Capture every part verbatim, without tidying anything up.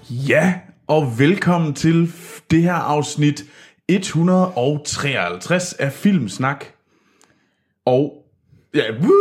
Ja, og velkommen til det her afsnit et hundrede treoghalvtreds af Filmsnak. Og ja,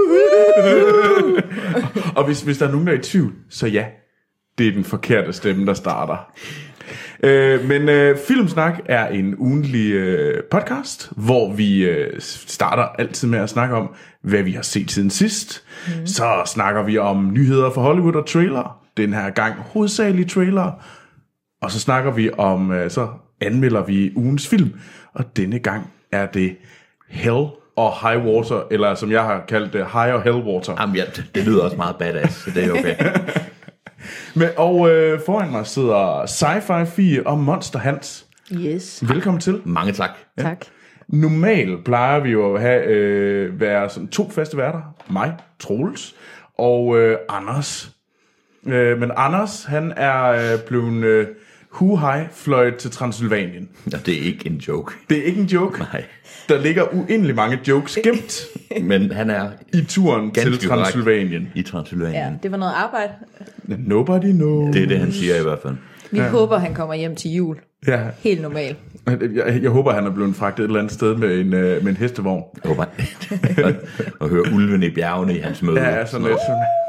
og hvis, hvis der er nogen, der er i tvivl, så ja, det er den forkerte stemme, der starter. Øh, men øh, Filmsnak er en ugentlig øh, podcast, hvor vi øh, starter altid med at snakke om, hvad vi har set siden sidst. Mm. Så snakker vi om nyheder fra Hollywood og trailer. Den her gang hovedsageligt trailer. Og så snakker vi om, øh, så anmelder vi ugens film. Og denne gang er det Hell og High Water, eller som jeg har kaldt det, High og Hell Water. Jamen ja, det lyder også meget badass, så det er okay. Men, og øh, foran mig sidder Sci-Fi Fie og Monster Hans. Yes. Velkommen til. Mange tak. Ja. Tak. Normalt plejer vi jo at have, øh, være sådan to faste værter. Mig, Troels, og øh, Anders. Øh, men Anders, han er øh, blevet øh, hu-hej fløjet til Transylvanien. Ja, det er ikke en joke. Det er ikke en joke. Nej. Der ligger uendelig mange jokes gemt Men han er i turen til Transylvanien. I Transylvanien. Ja, det var noget arbejde. Nobody knows. Det er det, han siger i hvert fald. Vi ja. håber, han kommer hjem til jul. Ja. Helt normalt. Jeg, jeg håber, han er blevet fragtet et eller andet sted med en, med en hestevogn. Jeg håber. og, og høre ulvene i bjergene i hans møde. Ja, sådan lidt.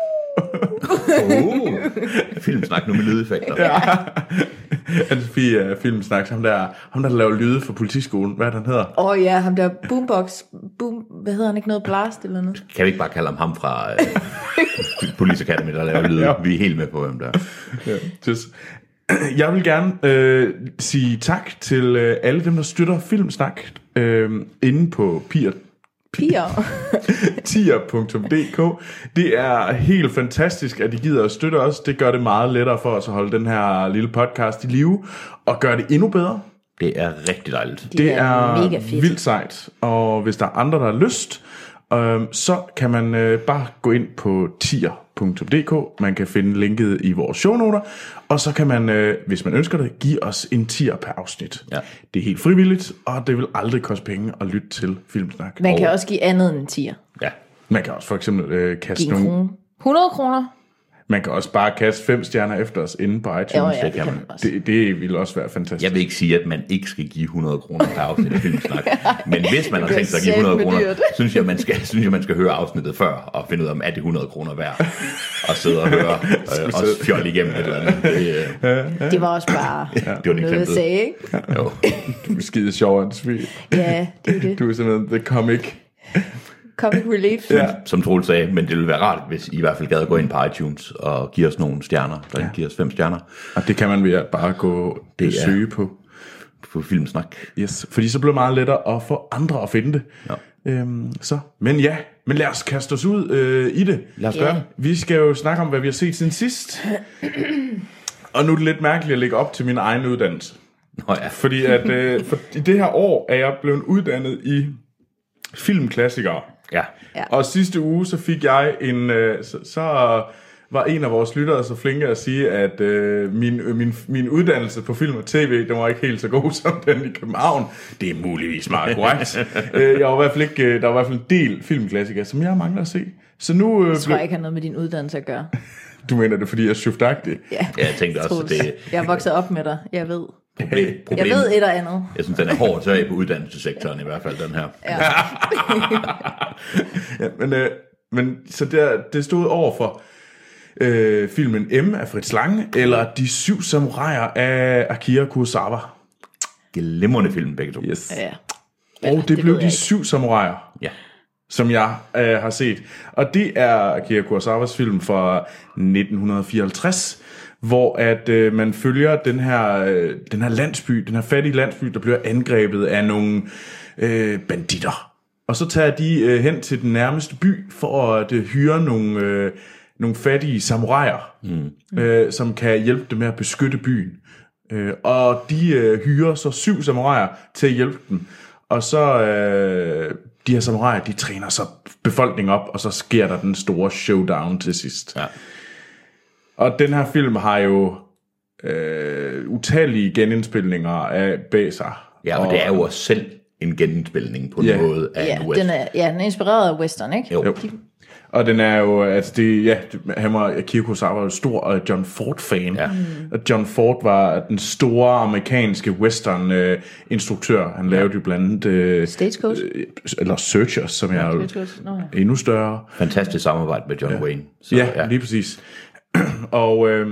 Oh, Filmsnak nu med lydeffekter. Ja. Anne-Sophie uh, Filmsnak, ham der, ham der laver lyde for politiskolen. Hvad er det, han hedder? Åh oh, ja, ham der Boombox. Boom, hvad hedder han, ikke noget blast eller noget? Kan vi ikke bare kalde ham ham fra uh, Police Academy, der laver lyde? Ja. Vi er helt med på, hvem der er. Ja, just. Jeg vil gerne øh, sige tak til øh, alle dem, der støtter Filmsnak øh, inde på Pier. Pier. tier punktum d k. Det er helt fantastisk, at I gider at støtte os. Det gør det meget lettere for os at holde den her lille podcast i live, og gøre det endnu bedre. Det er rigtig dejligt. Det, det er, er mega fedt. Vildt sejt. Og hvis der er andre, der har lyst, øh, så kan man øh, bare gå ind på tier punktum d k. Man kan finde linket i vores shownoter, og så kan man, øh, hvis man ønsker det, give os en tier per afsnit. Ja. Det er helt frivilligt, og det vil aldrig koste penge at lytte til Filmsnak. Man kan og, også give andet end en tier. Ja. Man kan også for eksempel øh, kaste nogle... nogle... hundrede kroner. Man kan også bare kaste fem stjerner efter os inde på iTunes. Jo, ja, det, kan man. Det, det vil også være fantastisk. Jeg vil ikke sige, at man ikke skal give hundrede kroner per afsnit af Filmsnak. Men hvis man har tænkt sig at give hundrede kroner, synes jeg, man skal, synes jeg, man skal høre afsnittet før, og finde ud af, om er det hundrede kroner værd, og sidde og høre, øh, og fjolle igennem et eller andet. Det, øh, det var også bare ja. det var noget, jeg sagde, ikke? Jo. Du er skide sjov, Anne-Sophie. Ja, det er det. Du er simpelthen the comic... Comic relief. Ja. Som Troels sagde, men det ville være rart, hvis I i hvert fald gad at gå ind på iTunes og give os nogle stjerner, der ja. giver os fem stjerner. Og det kan man ved at bare gå det søge på. På Filmsnak. Yes, fordi så bliver det meget lettere at få andre at finde det. Ja. Øhm, så. Men ja, men lad os kaste os ud øh, i det. Lad os yeah. gøre. Vi skal jo snakke om, hvad vi har set siden sidst. Og nu er det lidt mærkeligt at lægge op til min egen uddannelse. Nå ja. Fordi at øh, for i det her år er jeg blevet uddannet i filmklassikere. Ja. ja. Og sidste uge så fik jeg en øh, så, så var en af vores lyttere så flinke at sige at øh, min, øh, min min uddannelse på film og tv, den var ikke helt så god som den i København. Det er muligvis meget korrekt. øh, jeg var i hvert fald ikke der var i hvert fald en del filmklassikere som jeg mangler at se. Så nu øh, jeg tror jeg ikke har noget med din uddannelse at gøre. Du mener det fordi jeg er syftagtig? Ja. Ja, jeg tænkte også det. Jeg er vokset op med dig. Jeg ved. Problem, problem. Jeg ved et og andet. Jeg synes, den er hårdt tør på uddannelsessektoren i hvert fald, den her. Ja. ja, men, øh, men så der, det stod over for øh, filmen M af Fritz Lang, eller De syv samuraier af Akira Kurosawa. Glimrende film, begge to. Yes. Ja. Og det, det blev De syv samuraier. Ja. Som jeg øh, har set. Og det er Akira Kurosawas film fra nitten fireoghalvtreds, hvor at øh, man følger den her øh, den her landsby, den her fattige landsby, der bliver angrebet af nogle øh, banditter. Og så tager de øh, hen til den nærmeste by for at øh, hyre nogle øh, nogle fattige samuraier, mm. øh, som kan hjælpe dem med at beskytte byen. Øh, og de øh, hyrer så syv samuraier til at hjælpe dem. Og så øh, de her samuraier, de træner så befolkningen op, og så sker der den store showdown til sidst. Ja. Og den her film har jo øh, utallige genindspilninger af bag sig. Ja, og, og det er jo også selv en genindspilning på en ja. måde af ja, en western. Den er, ja, den er inspireret af western, ikke? Jo. jo. Og den er jo, altså det, ja, han var, Akira Kurosawa var jo stor John Ford-fan. Ja. Og John Ford var den store amerikanske western-instruktør. Han lavede ja. jo blandt andet... Øh, Stagecoach? Øh, eller Searchers, som ja, er jo no. endnu større. Fantastisk samarbejde med John ja. Wayne. Så, ja, ja, lige præcis. og... Øh,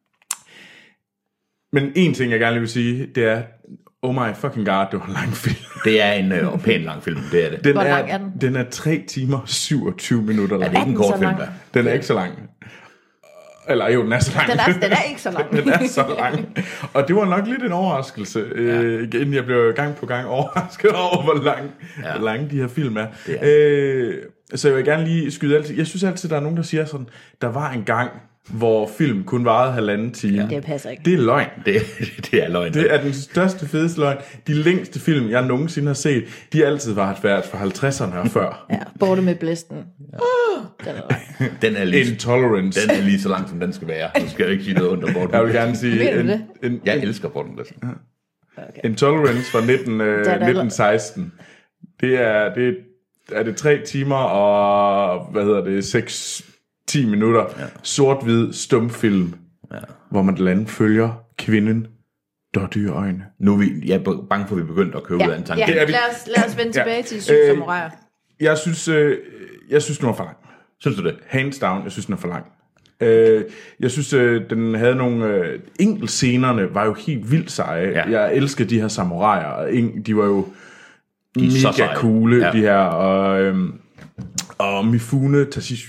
men en ting, jeg gerne lige vil sige, det er... Oh my fucking god, det var en lang film. Det er en øh, pæn lang film, det er det. Den Hvor lang er den? Den er tre timer og syvogtyve minutter lang. Er det ikke en kort film, der? Den er ikke så lang. Eller jo, den er så lang. Den er, den er ikke så lang. den er så lang. Og det var nok lidt en overraskelse, ja. øh, inden jeg blev gang på gang overrasket over, hvor lang, ja. hvor lange de her film er. er. Øh, så jeg vil gerne lige skyde altid. Jeg synes altid, der er nogen, der siger sådan, der var en gang, hvor film kun varede halvanden time. Ja. Det passer ikke. Det er løgn. Det, det er løgn. Det er den største, fedeste løgn. De længste film, jeg nogensinde har set, de har altid været været fra halvtredserne og før. Ja, Borte med blæsten. Ja. Uh, den er lang. Den er lige, Intolerance. Den er lige så lang, som den skal være. Du skal jo ikke sige noget under Borte med Jeg vil gerne sige... En, en, en, jeg elsker Borte med blæsten. Okay. Intolerance fra nitten, øh, nitten seksten. Det er, det er det tre timer og, hvad hedder det, seks... ti minutter, ja. Sort-hvid stumfilm, ja. Hvor man blandt andet følger kvinden, der har dyre øjne. Nu er vi, jeg er bange for, at vi begyndte at købe ja. ud af en tanke. Ja, lad os, lad os vende tilbage ja. til Syv Samuraier. Øh, jeg synes, øh, jeg synes, den var for lang. Synes du det? Hands down, jeg synes, den er for lang. Øh, jeg synes, øh, den havde nogle... Øh, enkeltscenerne var jo helt vildt seje. Ja. Jeg elsker de her samuraier. De var jo de mega coole, ja. de her. Og, øh, og Mifune Tashi...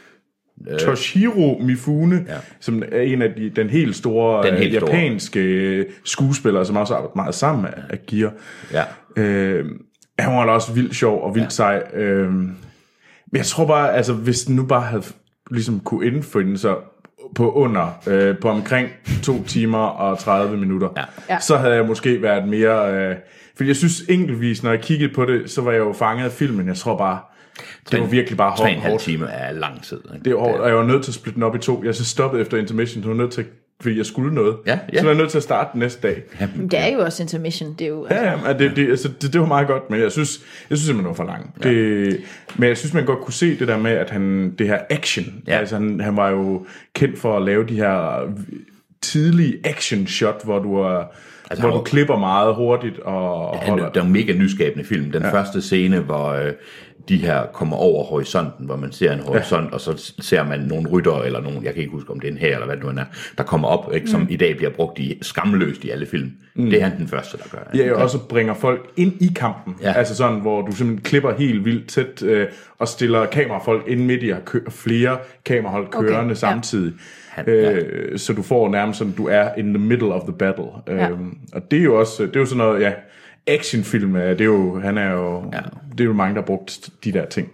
Toshiro Mifune, ja. Som er en af de, den helt store den helt japanske store. skuespillere, som også har arbejdet meget sammen med Akira. Ja. Øh, han var også vildt sjov og vildt ja. sej. Øh, men jeg tror bare, altså hvis den nu bare havde ligesom kunne indfinde sig på under, øh, på omkring to timer og tredive minutter, ja. Ja. så havde jeg måske været mere... Øh, fordi jeg synes enkeltvis, når jeg kiggede på det, så var jeg jo fanget af filmen. Jeg tror bare, det var virkelig bare hårdt. tre og en halv time er lang tid. Ikke? Det er hårdt, og jeg var nødt til at splitte den op i to. Jeg så stoppede efter intermission, så var nødt til, fordi jeg skulle noget. Ja, ja. Så var jeg nødt til at starte den næste dag. Jamen, det er jo også intermission. Det er jo, altså... Ja, ja det, det, altså, det, det var meget godt, men jeg synes, jeg synes simpelthen, det var for langt. Ja. Det, men jeg synes, man godt kunne se det der med, at han, det her action, ja. altså han, han var jo kendt for at lave de her tidlige action shot, hvor du er... Altså, hvor du klipper meget hurtigt og ja, holder... Det er en mega nyskabende film. Den ja. første scene, hvor øh, de her kommer over horisonten, hvor man ser en horisont, ja. og så ser man nogle rytter, eller nogen, jeg kan ikke huske, om det er en her, eller hvad det nu er, der kommer op, ikke, som mm. i dag bliver brugt i skamløst i alle film. Mm. Det er han den første, der gør. Ja, og også bringer folk ind i kampen. Ja. Altså sådan, hvor du simpelthen klipper helt vildt tæt, øh, og stiller kamerafolk ind midt i, og kø- flere kamerahold kørende okay. samtidig. Han, øh, ja. Så du får nærmest sådan, du er in the middle of the battle. Ja. Øhm, og det er jo også, det er jo sådan noget, ja, actionfilm, det er jo, han er jo, ja. det er jo mange, der har brugt de der ting.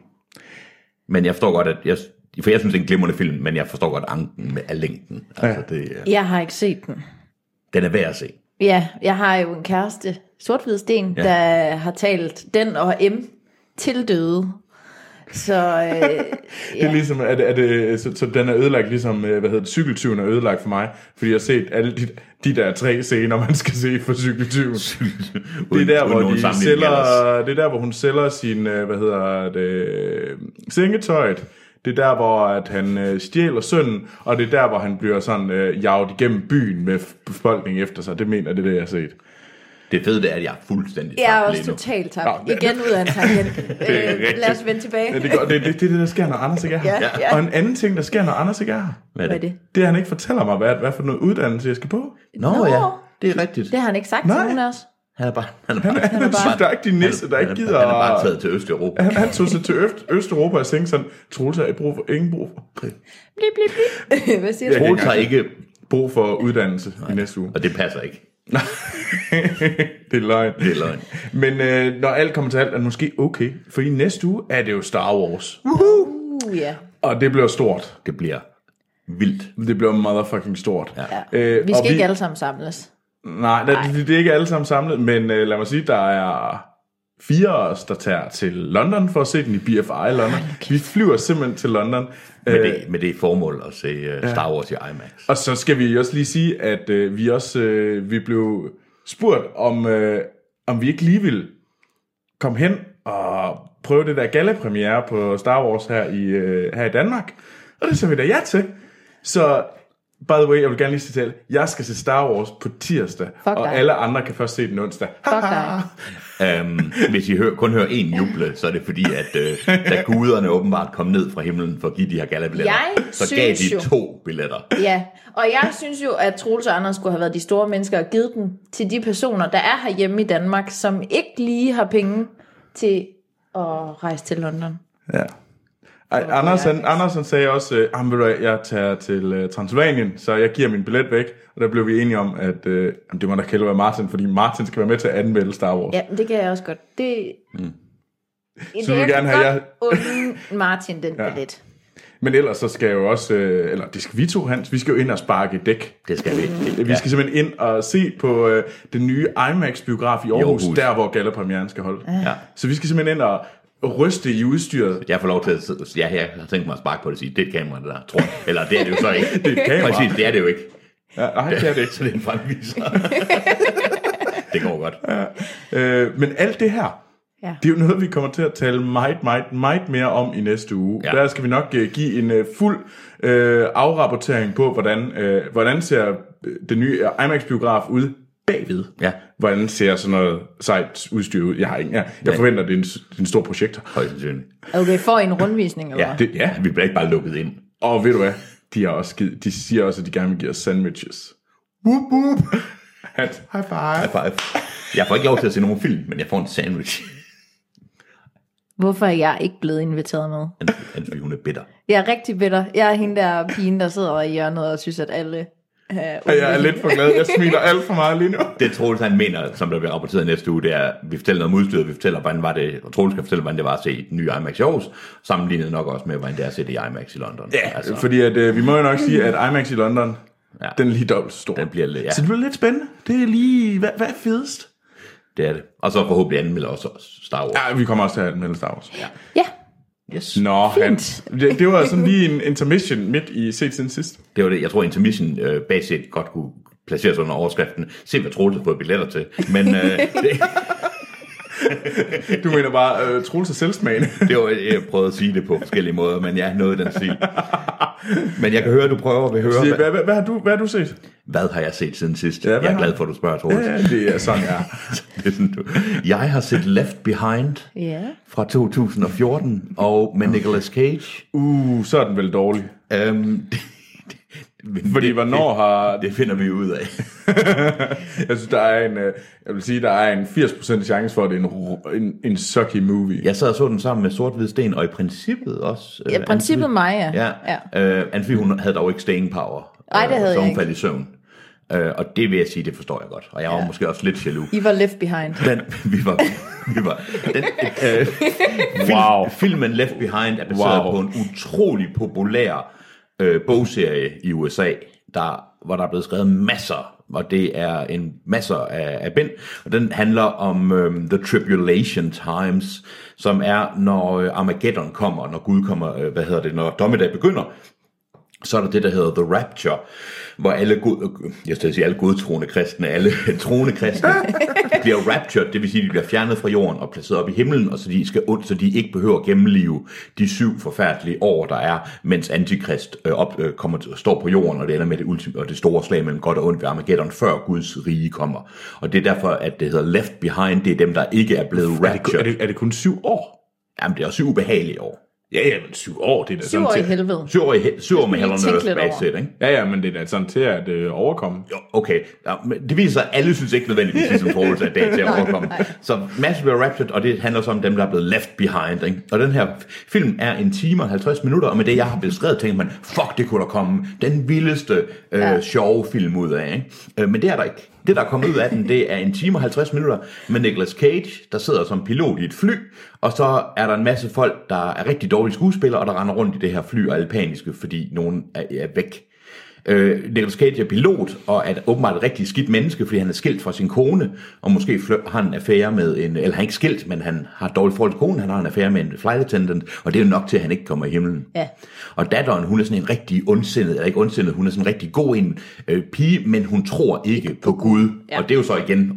Men jeg forstår godt, at jeg, for jeg synes, det er en glimrende film, men jeg forstår godt anken af længden. Altså, ja. det, ja. Jeg har ikke set den. Den er værd at se. Ja, jeg har jo en kæreste, Sort-Hvid Sten, ja. der har talt den og M til døde. Så, øh, ja. Det er ligesom, at, at, at så, så den er ødelagt, ligesom, hvad hedder det, cykeltyven er ødelagt for mig, fordi jeg har set alle de, de der tre scener, man skal se for cykeltyven. Det er der, hvor de sælger, det er der, hvor hun sælger sin, hvad hedder det, sengetøjet. Det er der, hvor at han øh, stjæler sønnen, og det er der, hvor han bliver sådan øh, jaget igennem byen med befolkningen efter sig. Det mener det, det jeg har set. Det fede det er, at jeg er fuldstændig tabt. Jeg er også totalt tabt. Ja, igen ud af en tangent. øh, lad os vende tilbage. Ja, det, det, det, det er det, der sker, når Anders ikke er her. Ja, ja. Og en anden ting, der sker, når Anders ikke er her. Hvad er det? Det, det er, han ikke fortæller mig, hvad, hvad for noget uddannelse jeg skal på. Nå, Nå ja, det er rigtigt. Det har han ikke sagt til nogen af os. Han er bare... Han er bare, han er, han er bare der er ikke de nisse, der ikke gider... Han er bare taget til Østeuropa. Han, han tog sig til Øst, Østeuropa og tænkte sådan, Troels har ikke brug for, ingen brug for... Blip, blip, blip. Hvad siger du? Troels har ikke brug for uddannelse Nej. i næste uge. Og det passer ikke. Det er løgn. Det er løgn. Men øh, når alt kommer til alt, er det måske okay. For i næste uge er det jo Star Wars. Woohoo! Uh, yeah. Og det bliver stort. Det bliver vildt. Det bliver motherfucking stort. Ja. Øh, vi skal ikke vi... alle sammen samles. Nej, det, det, det er ikke alle sammen samlet, men øh, lad mig sige, der er fire af os, der tager til London for at se den i B F I London. Vi flyver simpelthen til London. Med det, med det formål at se uh, Star Wars ja. i IMAX. Og så skal vi også lige sige, at øh, vi også øh, vi blev spurgt, om, øh, om vi ikke lige vil komme hen og prøve det der gallapremiere på Star Wars her i, øh, her i Danmark. Og det så vi da ja til. Så, by the way, jeg vil gerne lige sige til, jeg skal se Star Wars på tirsdag, Fuck og dig. Alle andre kan først se den onsdag. Fuck dig. Um, hvis I hører, kun hører én juble, så er det fordi, at uh, da guderne åbenbart kom ned fra himlen for at give de her gallabilletter, så gav de jo, to billetter. Ja, og jeg synes jo, at Troels og Anders skulle have været de store mennesker og givet dem til de personer, der er herhjemme i Danmark, som ikke lige har penge til at rejse til London. Ja. Ej, Andersen, Andersen sagde også, at jeg tager til uh, Transylvanien, så jeg giver min billet væk. Og der blev vi enige om, at uh, det må da kalde være Martin, fordi Martin skal være med til at anmelde Star Wars. Ja, det kan jeg også godt. Det, mm. det, så vi gerne have jeg... uden Martin den ja. billet. Men ellers så skal jeg jo også, uh, eller det skal vi to, Hans, vi skal jo ind og sparke dæk. Det skal vi. Mm. Vi skal simpelthen ind og se på uh, den nye IMAX-biograf i Aarhus, I Aarhus. Der hvor gallapremieren skal holde. Ja. Så vi skal simpelthen ind og ryste i udstyret. Jeg får lov til at ja, jeg har tænkt mig at sparke på det og sige, det er et kamera, det der, tror jeg. Eller det er det jo så ikke. Det er et kamera. Præcis, det er det jo ikke. Ja, nej, det er det ikke. Så det er en fremviser. Det går godt. Ja. Øh, men alt det her, ja. det er jo noget, vi kommer til at tale meget, meget, meget mere om i næste uge. Ja. Der skal vi nok uh, give en uh, fuld uh, afrapportering på, hvordan, uh, hvordan ser den nye IMAX-biograf ud bagved. Ja. Hvordan ser sådan noget sejt udstyr ud? Jeg har ingen. Jeg, jeg forventer, det er en, en stor projekt. Højst sandsynligt. Okay, for en rundvisning, eller ja, det, ja, vi bliver ikke bare lukket ind. Og ved du hvad? De, har også givet, de siger også, at de gerne vil give os sandwiches. Whoop, whoop. High five. High five. Jeg får ikke lov til at se nogen film, men jeg får en sandwich. Hvorfor er jeg ikke blevet inviteret med? Fordi hun er bitter. Jeg er rigtig bitter. Jeg er hende der pigen, der sidder i hjørnet og synes, at alle... Uh, jeg er lidt for glad. Jeg smiler alt for meget lige nu. Det Troels han mener, som der bliver rapporteret næste uge, det er, at vi fortæller noget om udstyret, vi fortæller, hvordan var det, og Troels skal fortælle, hvordan det var at se den nye IMAX i Aarhus, sammenlignet nok også med, hvordan det er at se det i IMAX i London. Ja, altså. Fordi at, uh, vi må jo nok sige, at IMAX i London, ja. Den er lige dobbelt stor. Den bliver, ja. Så det bliver lidt spændende. Det er lige, hvad, hvad er fedest? Det er det. Og så forhåbentlig anmelder også Star Wars. Ja, vi kommer også til at anmelde Star Wars. Ja. Ja. Yes. Nå, han, det, det var sådan lige en intermission midt i set siden sidst. Det var det. Jeg tror, intermission øh, basisk godt kunne placeres under overskriften. Se, hvad Troels har fået billetter til. Men øh, det... Du mener bare, uh, Troels er selvsmagende. Det var, jeg prøvede at sige det på forskellige måder, men jeg nåede den stil. Men jeg kan høre, at du prøver at høre. Hvad, hvad, hvad, hvad, har du, hvad har du set? Hvad har jeg set siden sidst? Ja, jeg er har... glad for, at du spørger, Troels. Ja, det er sådan, ja. Det er sådan, du... Jeg har set Left Behind yeah. fra to tusind og fjorten, og med Nicolas Cage. Uh, så er den vel dårlig. Um, det, det, Fordi det, hvornår det, har... Det finder vi ud af. Jeg synes, der er en... Jeg vil sige, der er en firs procent chance for, at det er en, en, en sucky movie. Jeg sad og så den sammen med Sort-Hvid Sten, og i princippet også... Ja, i princippet mig, ja. Ja, ja. Uh, Anne-Sophie, hun havde dog ikke staying power. Nej, det havde uh, så jeg hun faldt i søvn. Uh, og det vil jeg sige, det forstår jeg godt. Og jeg var ja. måske også lidt jaloux. I var left behind. Den, vi var... vi var den, uh, film, wow. Filmen Left Behind er baseret wow. på en utrolig populær uh, bogserie i U S A, der, hvor der er blevet skrevet masser, og det er en masser af, af bind, og den handler om um, The Tribulation Times, som er, når uh, Armageddon kommer, når Gud kommer, uh, hvad hedder det, når dommedag begynder, så er der det, der hedder The Rapture, hvor alle, god, jeg skal sige alle godtroende kristne, alle troende kristne, bliver raptured, det vil sige, at de bliver fjernet fra jorden og placeret op i himlen, og så de, skal, så de ikke behøver at gennemleve de syv forfærdelige år, der er, mens Antikrist øh, op, øh, kommer, står på jorden, og det ender med det, ultim, og det store slag mellem godt og ondt ved Armageddon, før Guds rige kommer. Og det er derfor, at det hedder Left Behind, det er dem, der ikke er blevet raptured. Er det, er det, er det kun syv år? Jamen, det er syv ubehagelige år. Ja, ja, men syv år, det er da syv sådan år til... i helvede. Syv år, i he- syv år med Hellerne bagsæt, ikke? Ja, ja, men det er da sådan til at øh, overkomme. Jo, okay. Ja, men det viser sig, at alle synes ikke nødvendigvis, ligesom Troels, at det er til at overkomme. Nej, nej. Så masse bliver raptured, og det handler så om dem, der er blevet left behind, ikke? Og den her film er en time og halvtreds minutter, og med det, jeg har beskrevet, tænker man, fuck, det kunne der komme den vildeste, øh, ja. sjove film ud af, ikke? Øh, men det er der ikke. Det, der er kommet ud af den, det er en time og halvtreds minutter med Nicolas Cage, der sidder som pilot i et fly, og så er der en masse folk, der er rigtig dårlige skuespillere, og der render rundt i det her fly og er paniske, fordi nogen er, er væk. Øh, Nicolas Cage er pilot, og er åbenbart et rigtig skidt menneske, fordi han er skilt fra sin kone, og måske har han en affære med en, eller han er ikke skilt, men han har et dårligt forhold til konen, han har en affære med en flight attendant, og det er jo nok til, at han ikke kommer i himlen. Ja. Og datteren, hun er sådan en rigtig ondsindet, eller ikke ondsindet, hun er sådan en rigtig god en øh, pige, men hun tror ikke på Gud, ja. Og det er jo så igen også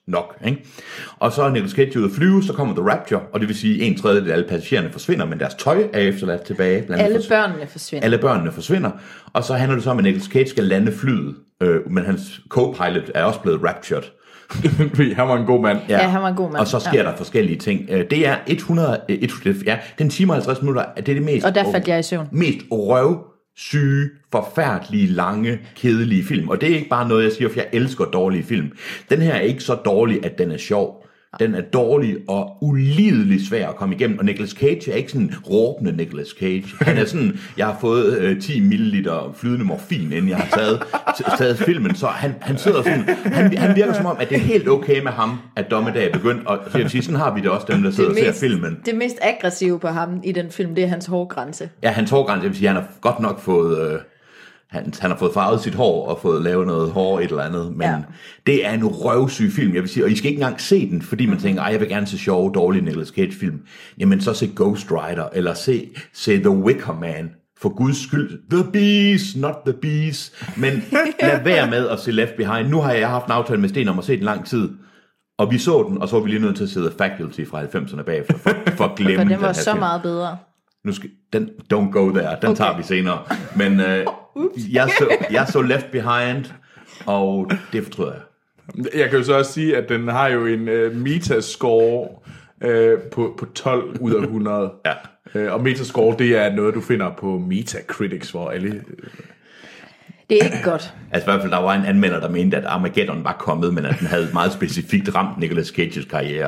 nok. Ikke? Og så er Nicolas Cage ude at flyve, så kommer The Rapture, og det vil sige, at en tredjedel af alle passagererne forsvinder, men deres tøj er efterladt tilbage. Blandt alle fors- børnene forsvinder. Alle børnene forsvinder, og så handler det så om, at Nicolas Cage skal lande flyet, øh, men hans co-pilot er også blevet raptured. Han var en god mand. Ja, han var en god mand. Og så sker ja. der forskellige ting. Det er hundrede, hundrede, ja, den time og halvtreds minutter, det er det mest, og der faldt jeg i søvn. Mest røvsyge, forfærdelige, lange, kedelige film. Og det er ikke bare noget, jeg siger, for jeg elsker dårlige film. Den her er ikke så dårlig, at den er sjov. Den er dårlig og ulideligt svær at komme igennem, og Nicolas Cage er ikke sådan råbende Nicolas Cage. Han er sådan, jeg har fået øh, ti milliliter flydende morfin, inden jeg har taget, taget filmen, så han, han sidder sådan, han, han virker som om, at det er helt okay med ham, at dommedag er begyndt, og så jeg vil sige, sådan har vi det også, dem der sidder og ser filmen. Det mest aggressive på ham i den film, det er hans hårgrænse. Ja, hans hårgrænse, jeg vil sige, han har godt nok fået... Øh, Han, han har fået farvet sit hår og fået lavet noget hår et eller andet, men ja. det er en røvsyg film, jeg vil sige, og I skal ikke engang se den, fordi man tænker, ej, jeg vil gerne se sjove, dårlige Nicolas Cage-film. Jamen så se Ghost Rider, eller se, se The Wicker Man, for guds skyld. The Bees, not the Bees. Men lad være med at se Left Behind. Nu har jeg haft en aftale med Sten om at se den lang tid, og vi så den, og så var vi lige nødt til at se The Faculty fra halvfemserne bagefter, for, for at glemme for den den var her så film. meget bedre. Nu skal, den, don't go there, den okay. tager vi senere. Men øh, jeg, så, jeg så Left Behind, og det fortryder jeg. Jeg kan jo så også sige, at den har jo en uh, metascore uh, på, på tolv ud af hundrede. Ja. Uh, og metascore, det er noget, du finder på Metacritics, hvor alle... Uh... Det er ikke godt. Altså i hvert fald, der var en anmelder, der mente, at Armageddon var kommet, men at den havde meget specifikt ramt Nicolas Cages karriere.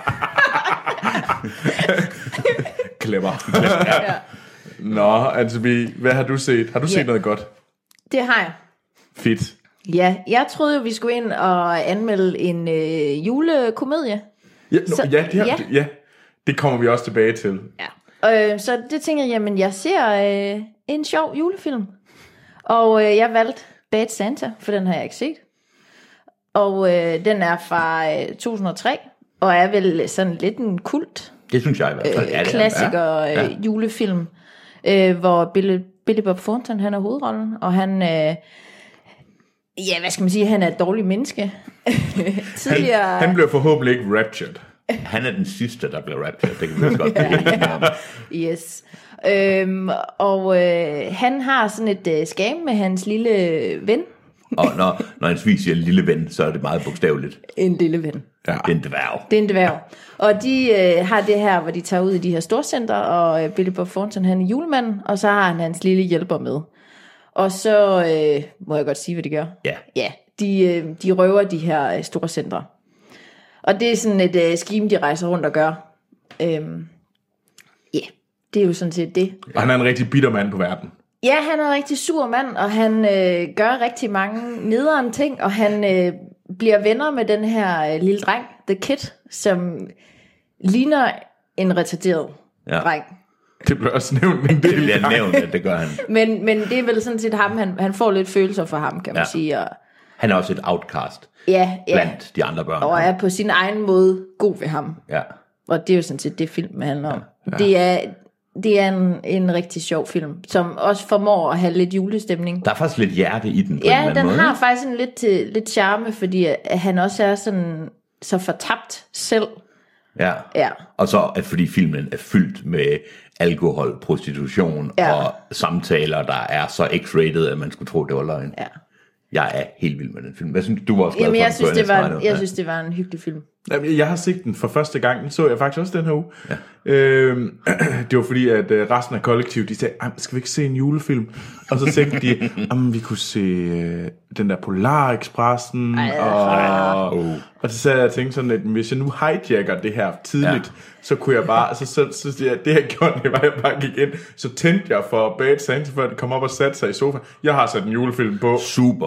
Clever. Ja. Nå, altså, hvad har du set? Har du ja. set noget godt? Det har jeg. Fedt. Ja, jeg troede jo, vi skulle ind og anmelde en øh, julekomedie. Ja, no, så, ja, det har, ja. Det, ja, det kommer vi også tilbage til. Ja. Øh, så det tænker jeg, jamen jeg ser øh, en sjov julefilm. Og øh, jeg valgte Bad Santa, for den har jeg ikke set. Og øh, den er fra øh, to tusind og tre, og er vel sådan lidt en kult. Det synes jeg i hvert fald. Øh, ja, det klassiker ja. Ja. Øh, julefilm, øh, hvor Billy, Billy Bob Thornton, han er hovedrollen, og han, øh, ja, hvad skal man sige, han er et dårligt menneske. Tidligere... Han, han blev forhåbentlig ikke raptured. Han er den sidste, der blev raptured, det kan vi også godt blive. Yes. Øhm, og øh, han har sådan et øh, skam med hans lille ven. Og når, når han siger lille ven, så er det meget bogstaveligt. En lille ven. Ja. Det er en dværg. Det er en dværg. Og de øh, har det her, hvor de tager ud i de her storcenter, og øh, Billy Bob Thornton, han er julemanden, og så har han hans lille hjælper med. Og så øh, må jeg godt sige, hvad de gør. Ja. Ja, de, øh, de røver de her øh, storcentre. Og det er sådan et øh, scheme, de rejser rundt og gør. Øhm, ja, det er jo sådan set det. Og han er en rigtig bitter mand på verden. Ja, han er en rigtig sur mand, og han øh, gør rigtig mange nederen ting, og han øh, bliver venner med den her øh, lille dreng, The Kid, som ligner en retarderet ja. dreng. Det bliver også nævnt en del. Det bliver nævnt, at det gør han. Men, men det er vel sådan set ham, han, han får lidt følelser for ham, kan man ja. sige. Og, han er også et outcast ja, ja. blandt de andre børn. Og er på sin egen måde god ved ham. Ja. Og det er jo sådan set det, filmen handler om. Ja. Det er... Det er en, en rigtig sjov film, som også formår at have lidt julestemning. Der er faktisk lidt hjerte i den. På ja, en den måde. har faktisk en lidt, lidt charme, fordi han også er sådan så fortabt selv. Ja. ja, og så at fordi filmen er fyldt med alkohol, prostitution ja. og samtaler, der er så x-rated, at man skulle tro, det var løgn. Ja. Jeg er helt vild med den film. Hvad synes du var også glad Jamen, for jeg den? Synes, det var, jeg synes, det var en hyggelig film. Jamen, jeg har set den for første gang. Den så jeg faktisk også den her uge. Ja. Øhm, det var fordi, at resten af kollektivet, de sagde, skal vi ikke se en julefilm? Og så tænkte de, om vi kunne se øh, den der Polar-Expressen. Ej, og, oh. og så sagde jeg og tænkte sådan, at hvis jeg nu hijacker det her tidligt, ja. så kunne jeg bare, så, så, så, så det jeg gjorde, det var, at jeg bare gik ind, så tændte jeg for Bad Santa, før det kom op og satte sig i sofaen. Jeg har sat en julefilm på. Super.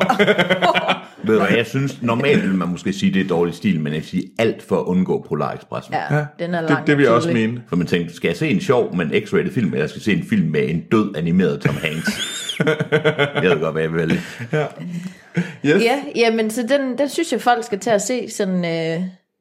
Ved du hvad, jeg synes, normalt vil man måske sige, det er dårlig stil, men jeg vil sige alt for at undgå Polar-Expressen. Ja, den er lang. Det, det vil jeg også mene. For man tænkte, skal jeg se en sjov, men x-rated film, eller skal jeg se en film med en død animeret Tom Hanks? Jeg ved godt, hvad jeg vil. Ja, yes. ja jamen, så den, den synes jeg, folk skal til at se sådan øh,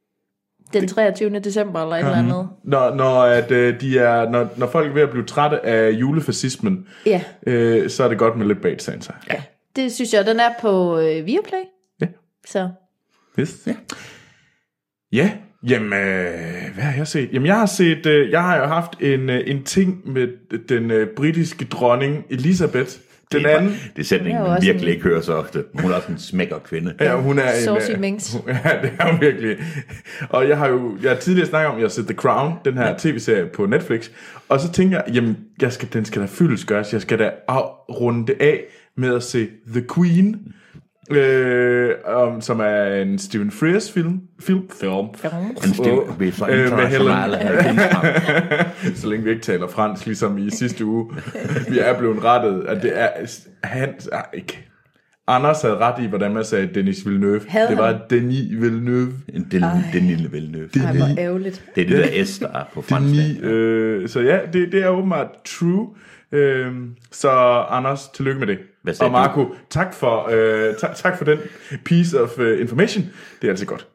den treogtyvende december eller et mm-hmm. eller andet. Når, når, at, øh, de er, når, når folk er ved at blive trætte af julefascismen, ja. øh, så er det godt med lidt Bad Santa. Ja, det synes jeg. Den er på øh, Viaplay. Ja. Så. Yes. Ja. Ja, jamen, øh, hvad har jeg set? Jamen, jeg har set, øh, jeg har jo haft en, øh, en ting med den øh, britiske dronning Elizabeth. Den det er, anden. Det er sætningen, man virkelig en... ikke hører så ofte. Hun er også en smækker kvinde. Ja, hun er Saucy en... Minx. Ja, det er hun virkelig. Og jeg har jo jeg har tidligere snakket om, at jeg har set The Crown, den her ja. tv-serie på Netflix. Og så tænker jeg, jamen, jeg skal, den skal da fyldes gøres. Jeg skal da runde det af med at se The Queen. Øh, um, som er en Stephen Frears film film film, film. Oh, vi er så internationale så længe vi ikke taler fransk ligesom i sidste uge. Vi er blevet rettet at det er han er ikke Anders havde ret i hvordan man sagde Denis Villeneuve. Havde det var han? Denis Villeneuve. En Denis, Denis Villeneuve. Ej, hvor ærgerligt. Det er det der S der er på fransk. Denis, øh, så ja det, det er åbenbart true. Øh, så Anders, tillykke med det. Og Marco, du? tak for, øh, ta- tak for den piece of uh, information. Det er altid godt.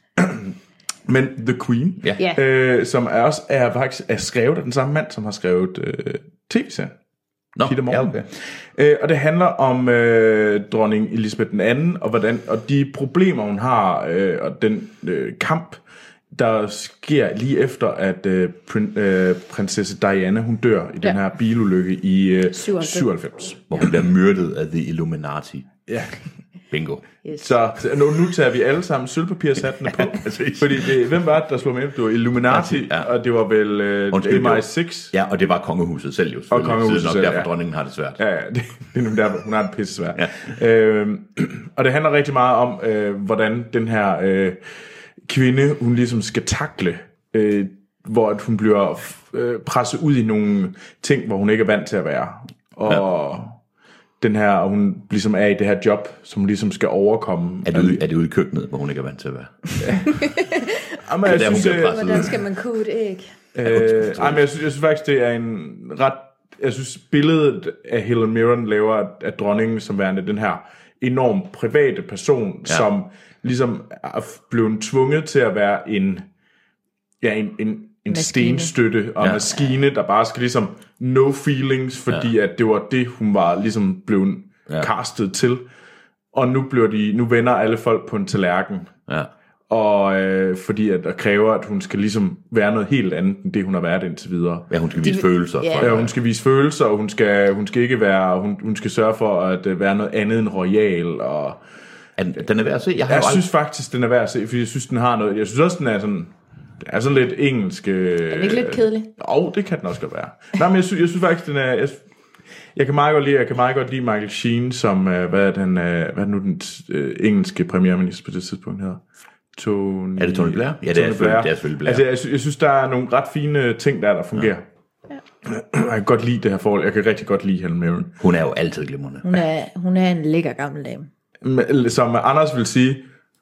Men The Queen, ja. øh, som er også er faktisk er skrevet af den samme mand, som har skrevet øh, tv-serien. Nå, Peter Morgan. Ja, okay. øh, og det handler om øh, dronning Elizabeth den anden og hvordan og de problemer hun har øh, og den øh, kamp der sker lige efter at øh, prin, øh, prinsesse Diana hun dør i ja. den her bilulykke i øh, syvoghalvfems, hvor hun bliver myrdet af The Illuminati. Ja. Bingo. Yes. Så nu, nu tager vi alle sammen sølvpapirshattene på. Fordi det, hvem var det, der slog med? Det var Illuminati, ja. Og det var vel uh, M I seks. Ja, og det var kongehuset selv jo. Og kongehuset nok selv, derfor ja. dronningen har det svært. Ja, ja det, det er nemlig der, hun har det pisse svært. Ja. Øhm, og det handler rigtig meget om, øh, hvordan den her øh, kvinde, hun ligesom skal takle, øh, hvor hun bliver øh, presset ud i nogle ting, hvor hun ikke er vant til at være. Og... Ja. Den her, og hun ligesom er i det her job, som hun ligesom skal overkomme. Er det ude, er det ude i køkkenet, hvor hun ikke er vant til at være? Ja. Jamen, jeg der, synes, øh, hvordan skal man koge et æg? Øh, ej, men jeg synes, jeg synes faktisk, det er en ret... Jeg synes, billedet af Helen Mirren laver af dronningen som værende den her enormt private person, ja. som ligesom er blevet tvunget til at være en... Ja, en... en en maskine. stenstøtte og ja. maskine, der bare skal ligesom no feelings, fordi ja. at det var det, hun var ligesom blevet ja. castet til. Og nu bliver de, nu vender alle folk på en tallerken. Ja. Og øh, fordi at der kræver, at hun skal ligesom være noget helt andet, end det hun har været indtil videre. Ja, hun skal vise de, følelser. Yeah. Ja, hun skal vise følelser, og hun skal, hun skal ikke være, hun, hun skal sørge for at være noget andet end royal. Og den er værd at se. Jeg, har jeg synes aldrig... faktisk, den er værd at se, fordi jeg synes, den har noget. Jeg synes også, den er sådan... Det er sådan lidt engelsk... Øh, er det ikke lidt kedelig? Åh, oh, det kan den også godt være. Nej, men jeg synes, jeg synes faktisk, den er... Jeg, jeg kan meget godt lide, jeg kan meget godt lide Michael Sheen, som... Øh, hvad er den... Øh, hvad er nu den øh, engelske premierminister på det tidspunkt hedder? Tony... Er det Tony Blair? Ja, det er, Blair. det er selvfølgelig Blair. Altså, jeg, synes, jeg synes, der er nogle ret fine ting, der der fungerer. Ja. Ja. Jeg kan godt lide det her forhold. Jeg kan rigtig godt lide Helen Mirren. Hun er jo altid glimrende. Hun er, hun er en lækker gammel dame. Som Anders vil sige,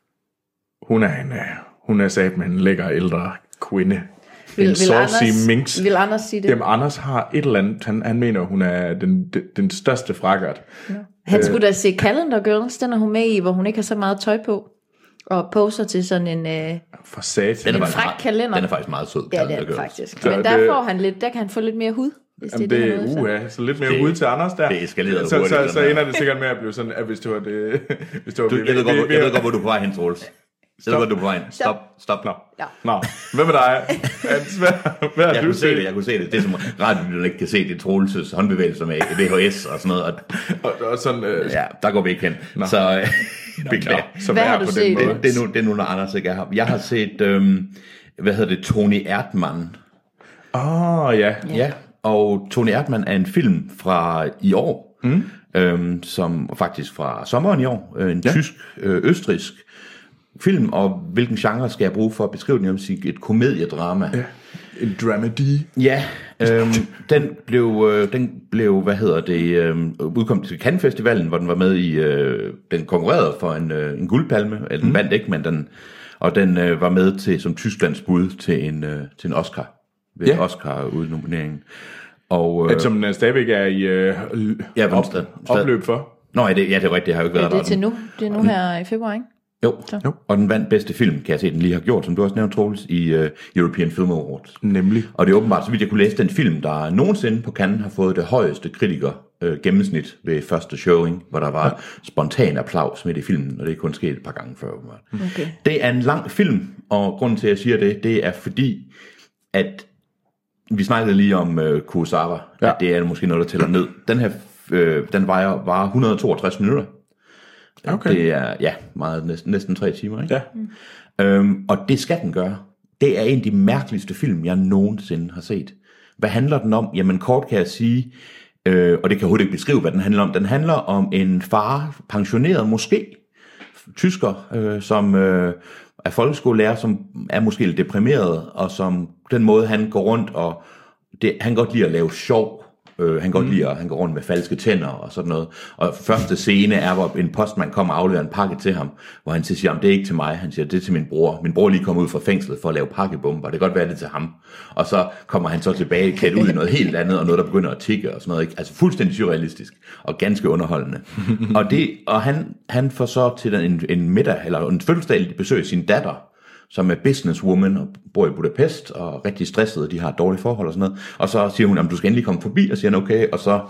hun er en... Hun er sat med en lækker ældre kvinde. Vil, en vil, Anders, minx. vil Anders sige det? Jamen, Anders har et eller andet. Han, han mener, hun er den, den, den største frakkert. Ja. Han skulle da se Calendar Girls. Den er hun med i, hvor hun ikke har så meget tøj på. Og poser til sådan en... Øh, For satan. En fræk kalender. Den er faktisk meget sød. Ja, det er den faktisk. Så Men der, det, får han lidt, der kan han få lidt mere hud. Jamen det, det er uha, så lidt mere det, hud til Anders der. Det eskalerer så, hurtigt. Så, så, så ender det sikkert med at blive sådan, at hvis det var det... Hvis det var du, det, jeg, ved vi, godt, vi, jeg ved godt, hvor du er på vej hen, Troels. Så ved godt, du er på vej hen. Stop, stop. Nå, ja. Nå. Hvad med dig? Hvad har jeg du kunne set? Se det, jeg kunne se det. Det er som radioen ikke kan se, det er Troels' håndbevægelser med V H S og sådan noget. Og, og, og sådan, øh... ja, der går vi ikke hen. Nå. Så øh, beklager. Så hvad har du set? Det, det, er nu, det er nu, når Anders ikke er her. Jeg har set, øhm, hvad hedder det, Tony Erdmann. Åh, oh, ja. Ja, og Tony Erdmann er en film fra i år, mm. øhm, som faktisk fra sommeren i år, øh, en ja. tysk, øh, østrisk film, og hvilken genre skal jeg bruge for at beskrive den? Jeg vil sige et komediedrama. Ja. En dramedy. Ja, øhm, den blev, øh, den blev, hvad hedder det, øh, udkom til Cannes Festivalen, hvor den var med i, øh, den konkurrerede for en, øh, en guldpalme, eller den mm. vandt ikke, men den, og den øh, var med til som Tysklands bud til en, øh, til en Oscar, ved ja. Oscar-udnomineringen. Og, øh, som den stadigvæk er i øh, ja, op, opløb for. Nå, ja, det, ja, det er rigtigt, det har jo ikke været der. Ja, det er til nu, det er nu her i februar, ikke? Jo. jo, og den vandt bedste film, kan jeg se, den lige har gjort, som du også nævnte, Troels, i uh, European Film Awards. Nemlig. Og det er åbenbart, så vidt jeg kunne læse, den film, der nogensinde på Cannes har fået det højeste kritiker øh, gennemsnit ved første showing, hvor der var ja. spontan applaus midt i filmen, og det er kun sket et par gange før. Okay. Det er en lang film, og grunden til, at jeg siger det, det er fordi, at vi snakkede lige om øh, Kurosawa, ja. at det er måske noget, der tæller ned. Den her, øh, den vejer, var et hundrede og toogtres minutter. Okay. Det er, ja, meget, næsten, næsten tre timer, ikke? Ja. Mm. Øhm, og det skal den gøre. Det er en af de mærkeligste film, jeg nogensinde har set. Hvad handler den om? Jamen kort kan jeg sige, øh, og det kan jeg overhovedet ikke beskrive, hvad den handler om. Den handler om en far, pensioneret måske, tysker, øh, som øh, er folkeskolelærer, som er måske lidt deprimeret, og som den måde, han går rundt, og det, han godt lide at lave sjov. Øh, han kan godt mm. lide at han går rundt med falske tænder og sådan noget. Og første scene er, hvor en postmand kommer og afleverer en pakke til ham, hvor han siger, det er ikke til mig. Han siger, det er til min bror. Min bror lige kommer ud fra fængslet for at lave pakkebomber. Det kan godt være, det til ham. Og så kommer han så tilbage klædt ud i noget helt andet, og noget, der begynder at tikke og sådan noget. Ikke? Altså fuldstændig surrealistisk og ganske underholdende. og det, og han, han får så til en, en middag, eller en fødselsdag, besøg sin datter, som er businesswoman og bor i Budapest og rigtig stresset, og de har et dårligt forhold og sådan noget. Og så siger hun, at du skal endelig komme forbi, og siger han okay. Og så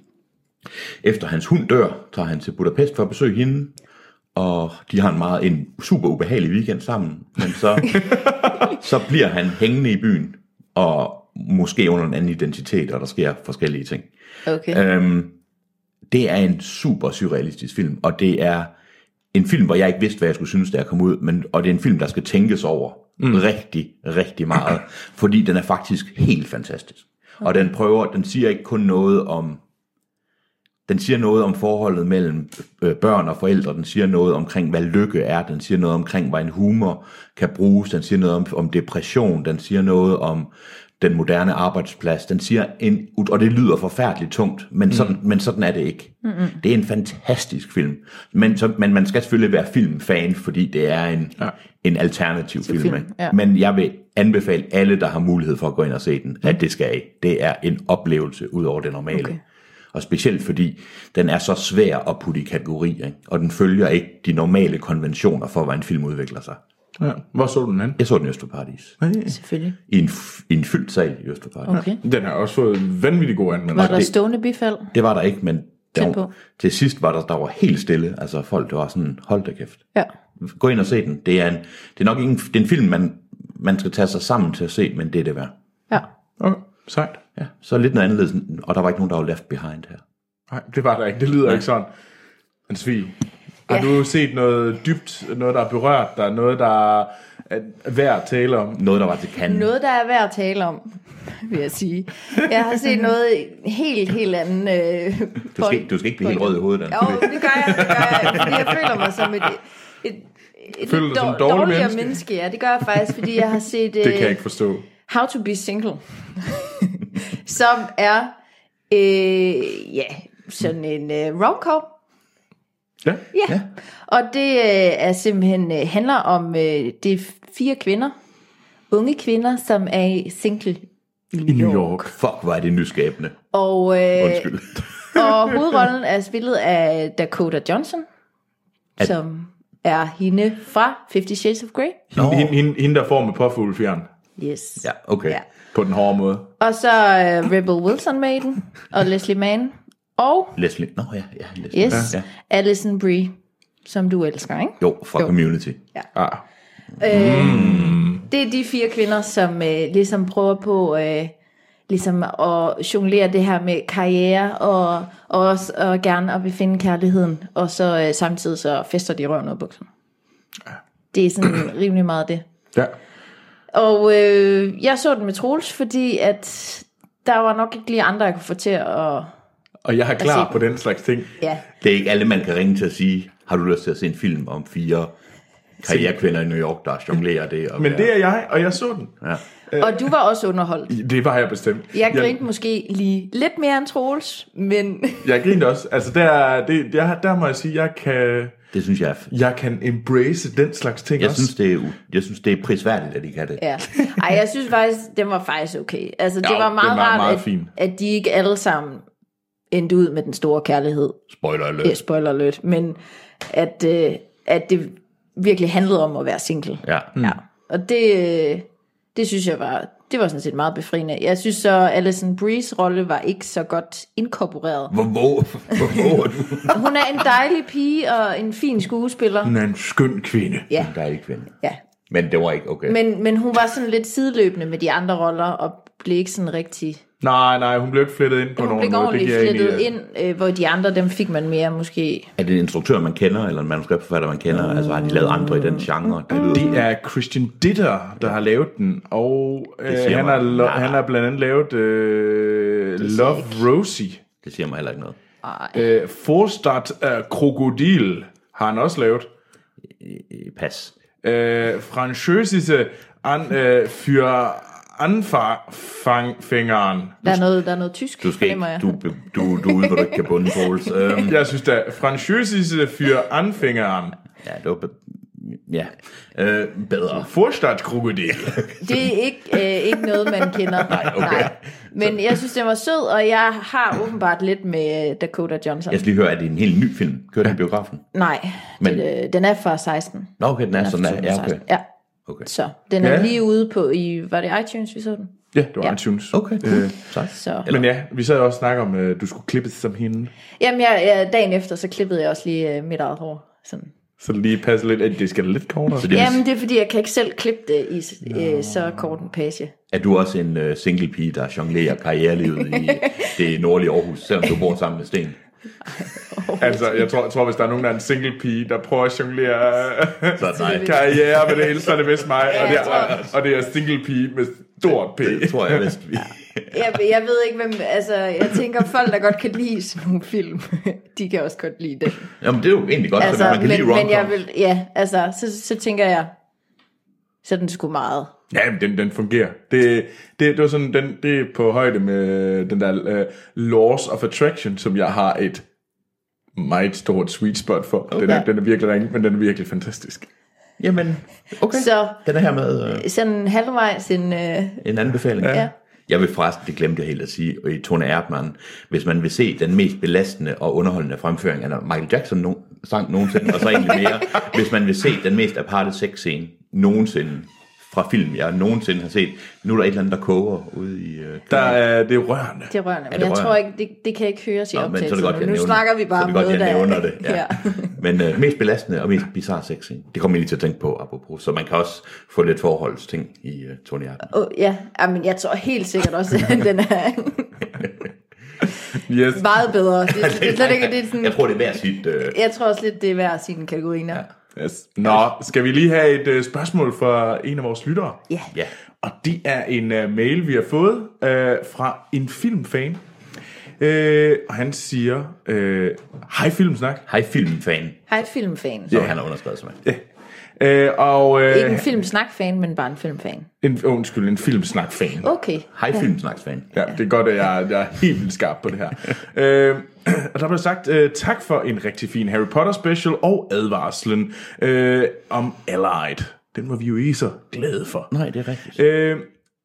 efter hans hund dør, tager han til Budapest for at besøge hende, og de har en meget en super ubehagelig weekend sammen. Men så, så bliver han hængende i byen, og måske under en anden identitet, og der sker forskellige ting. Okay. Øhm, det er en super surrealistisk film, og det er en film, hvor jeg ikke vidste, hvad jeg skulle synes, da jeg kom ud, men, og det er en film, der skal tænkes over mm. rigtig, rigtig meget, fordi den er faktisk helt fantastisk. Okay. Og den prøver, den siger ikke kun noget om, den siger noget om forholdet mellem øh, børn og forældre, den siger noget omkring, hvad lykke er, den siger noget omkring, hvad en humor kan bruges, den siger noget om, om depression, den siger noget om den moderne arbejdsplads, den siger en, og det lyder forfærdeligt tungt, men sådan, mm. men sådan er det ikke. Mm-hmm. Det er en fantastisk film, men, så, men man skal selvfølgelig være filmfan, fordi det er en, ja. en alternativ film. film. Ja. Men jeg vil anbefale alle, der har mulighed for at gå ind og se den, mm. at det skal I. Det er en oplevelse ud over det normale. Okay. Og specielt fordi den er så svær at putte i kategori, ikke? Og den følger ikke de normale konventioner for, hvordan en film udvikler sig. Ja. Hvor så du den hen? Jeg så den i Østerparadis. Ja. Selvfølgelig. I en, i en fyldt sal i Østerparadis. Okay. Den har også fået vanvittigt god anmeldelse. Var der stående bifald? Det var der ikke, men der, til sidst var der, der var helt stille. Altså folk, der var sådan, hold da kæft. Ja. Gå ind og se den. Det er, en, det er nok ikke en, det er en film, man, man skal tage sig sammen til at se, men det er det værd. Ja. Okay, sejt. Ja, så lidt noget anderledes, og der var ikke nogen, der var left behind her. Nej, det var der ikke. Det lyder ja. ikke sådan. Men Svig, har ja. du set noget dybt, noget, der er berørt dig, noget, der er værd at tale om? Noget, der var til kanden. Noget, der er værd at tale om, vil jeg sige. Jeg har set noget helt, helt andet. Øh, du, skal, du skal ikke blive helt rød i hovedet. Jo, det gør jeg, det gør jeg, fordi jeg føler mig som et, et, et, et dår, dårligere dårlig menneske. menneske. Ja, det gør jeg faktisk, fordi jeg har set det kan jeg ikke forstå. How to be single, som er øh, ja, sådan en øh, rom-com. Ja. ja. Og det øh, er simpelthen øh, handler om øh, det er fire kvinder, unge kvinder, som er single i New, I New York. York. Fuck, hvor er det nyskabende. Og, øh, Undskyld. og hovedrollen er spillet af Dakota Johnson, at... som er hende fra Fifty Shades of Grey. No. Hende, hende, hende, der får med påfuglefjern. Yes. Ja, okay. Ja. På den hårde måde. Og så uh, Rebel Wilson med den, og Leslie Mann. Og Leslie, nå ja, ja, Leslie. Yes, ja. Alison Brie, som du elsker, ikke? Jo, fra jo. Community. Ja. Ah. Øh, mm. Det er de fire kvinder, som øh, ligesom prøver på øh, ligesom at jonglere det her med karriere, og, og også og gerne at befinde kærligheden, og så øh, samtidig så fester de røven ud af bukserne. Ja. Det er sådan rimelig meget det. Ja. Og øh, jeg så den med Troels, fordi at der var nok ikke lige andre, jeg kunne få til at... Og jeg er klar på den slags ting. Ja. Det er ikke alle, man kan ringe til at sige, har du lyst til at se en film om fire karrierekvinder i New York, der jonglerer det? Og Men det er jeg, og jeg så den. Ja. Og du var også underholdt. Det var jeg bestemt. Jeg grinte jeg... måske lige lidt mere end Troels, men... Jeg grinte også. Altså der, det, der, der må jeg sige, jeg kan... Det synes jeg er... Jeg kan embrace den slags ting jeg også. Synes, det er, jeg synes, det er prisværdigt, at de kan det. Ja. Ej, jeg synes faktisk, det var faktisk okay. Altså, det jo, var meget, var rart, meget at, fint. at de ikke alle sammen endte ud med den store kærlighed. Spoiler alert. Ja, spoiler alert. Men at, øh, at det virkelig handlede om at være single. Ja. Mm. Ja. Og det, det synes jeg var, det var sådan set meget befriende. Jeg synes så, Alison Brie's rolle var ikke så godt inkorporeret. Hvor hvor, hvor, hvor du? Hun er en dejlig pige og en fin skuespiller. Hun er en skøn kvinde. Ja. Der er ikke kvinde. Ja. Men det var ikke okay. Men, men hun var sådan lidt sideløbende med de andre roller, og blev ikke sådan rigtig... Nej, nej, hun blev ikke flettet ind på Hun nogen blev måde. ordentligt Det giver jeg flettet egentlig, ind, øh, hvor de andre, dem fik man mere måske... Er det en instruktør, man kender, eller en manuskriptforfatter, man kender? Mm. Altså har de lavet andre i den genre? Det, lyder Det er Christian Ditter, der har lavet den, og øh, siger han, mig- har, lo- nej, han har blandt andet lavet øh, siger Love ikke. Rosie. det siger mig heller ikke noget. Ej. Øh, Forstad af Krokodil har han også lavet. Øh, Pas. Øh, Französische an, øh, für Anfängeren. Der er noget, der er noget tysk, Du skal ikke, fornemmer jeg. du, du, du er ude, hvor du ikke kan bunde, Troels. Øhm, Jeg synes da, Französische für Anfängeren. ja, det var... Be- ja, øh, bedre. Forstad Krokodil. Det er ikke, øh, ikke noget, man kender. Nej, okay. Men jeg synes, den var sød, og jeg har åbenbart lidt med Dakota Johnson. Jeg skal lige høre, er det en helt ny film? Kører den i biografen? Nej, Men- det, øh, den er fra seksten. Nå, okay, den er sådan, fra der. Ja, okay. Ja, Okay, så den er Ja. lige ude på, i, var det iTunes, vi så den? Ja, det var Ja. iTunes. okay cool. Øh, Sejt. Så. Men ja, vi sad også og snakkede om, at du skulle klippes som hende. Jamen, jeg, jeg, dagen efter, så klippede jeg også lige øh, mit eget hår. Sådan. Så det lige passer lidt, at det skal lidt kortere. Så det er, Jamen, det er fordi, jeg kan ikke selv klippe det i øh, så kort en page. er du også en uh, single pige, der jonglerer karrierelivet i det nordlige Aarhus, selvom du bor sammen med Sten? Altså, jeg tror, jeg tror, hvis der er nogen, der er en single pige, der prøver at jonglere Så nej, karriere med det hele, så er det vist mig. Ja, og, det jeg er, og det er single pige med stort P. det tror jeg vist, vi... Jeg, jeg ved ikke, hvem... Altså, jeg tænker, folk, der godt kan lide sådan nogle film, de kan også godt lide det. Jamen, det er jo egentlig godt, Altså, så man kan men, lide men jeg rom-com. vil... Ja, altså, så, så tænker jeg, så er den sgu meget. Ja, men den, den fungerer. Det, det, det var sådan, den, det er på højde med den der uh, Laws of Attraction, som jeg har et meget stort sweet spot for. Okay. Den, er, den er virkelig ringe, men den er virkelig fantastisk. Jamen, okay. Så Den er her med øh, sådan halvvejs en... Øh, en anbefaling. ja. Jeg vil forresten, det glemte jeg helt at sige, og i Tone Erdmann, hvis man vil se den mest belastende og underholdende fremføring af Michael Jackson no- sang nogensinde, og så egentlig mere, hvis man vil se den mest aparte sexscene nogensinde fra film, jeg nogensinde har set, nu er der et eller andet, der koger ude i... Øh, Der er, det er rørende. det er rørende, men det jeg rørende? tror ikke, det, det kan ikke høres i Nå, men så er optagelsen. det godt, jeg Nu nævner, snakker vi bare så er om det godt, noget, jeg der... nævner det. Ja. Ja. Men øh, mest belastende og mest bizarre sexscene, det kommer jeg lige til at tænke på, apropos. Så man kan også få lidt forholdsting i øh, Tony Erdmann. Oh, ja, men jeg tror helt sikkert også, at den er Yes. meget bedre. Det, det, det, det, det, det er sådan, Jeg tror, det er hver sit... Øh, jeg tror også lidt, det er værd sine kategorier. Ja. Yes. Nå, skal vi lige have et uh, spørgsmål fra en af vores lyttere? Ja. ja. Og det er en uh, mail, vi har fået uh, fra en filmfan. Uh, og han siger, uh, hej Filmsnak. Hej filmfan. Hej filmfan. Så han har underskrevet sig med. Uh, og, uh, Ikke en filmsnak-fan, men bare en filmfan. en, undskyld, en Filmsnak-fan. Okay. Hej filmsnaksfan. Ja, det er godt, at jeg, jeg er helt vildt skarp på det her. øh, og der blev sagt, øh, tak for en rigtig fin Harry Potter special og advarslen øh, om Allied. Den var vi jo ikke så glade for. Nej, det er rigtigt. Øh,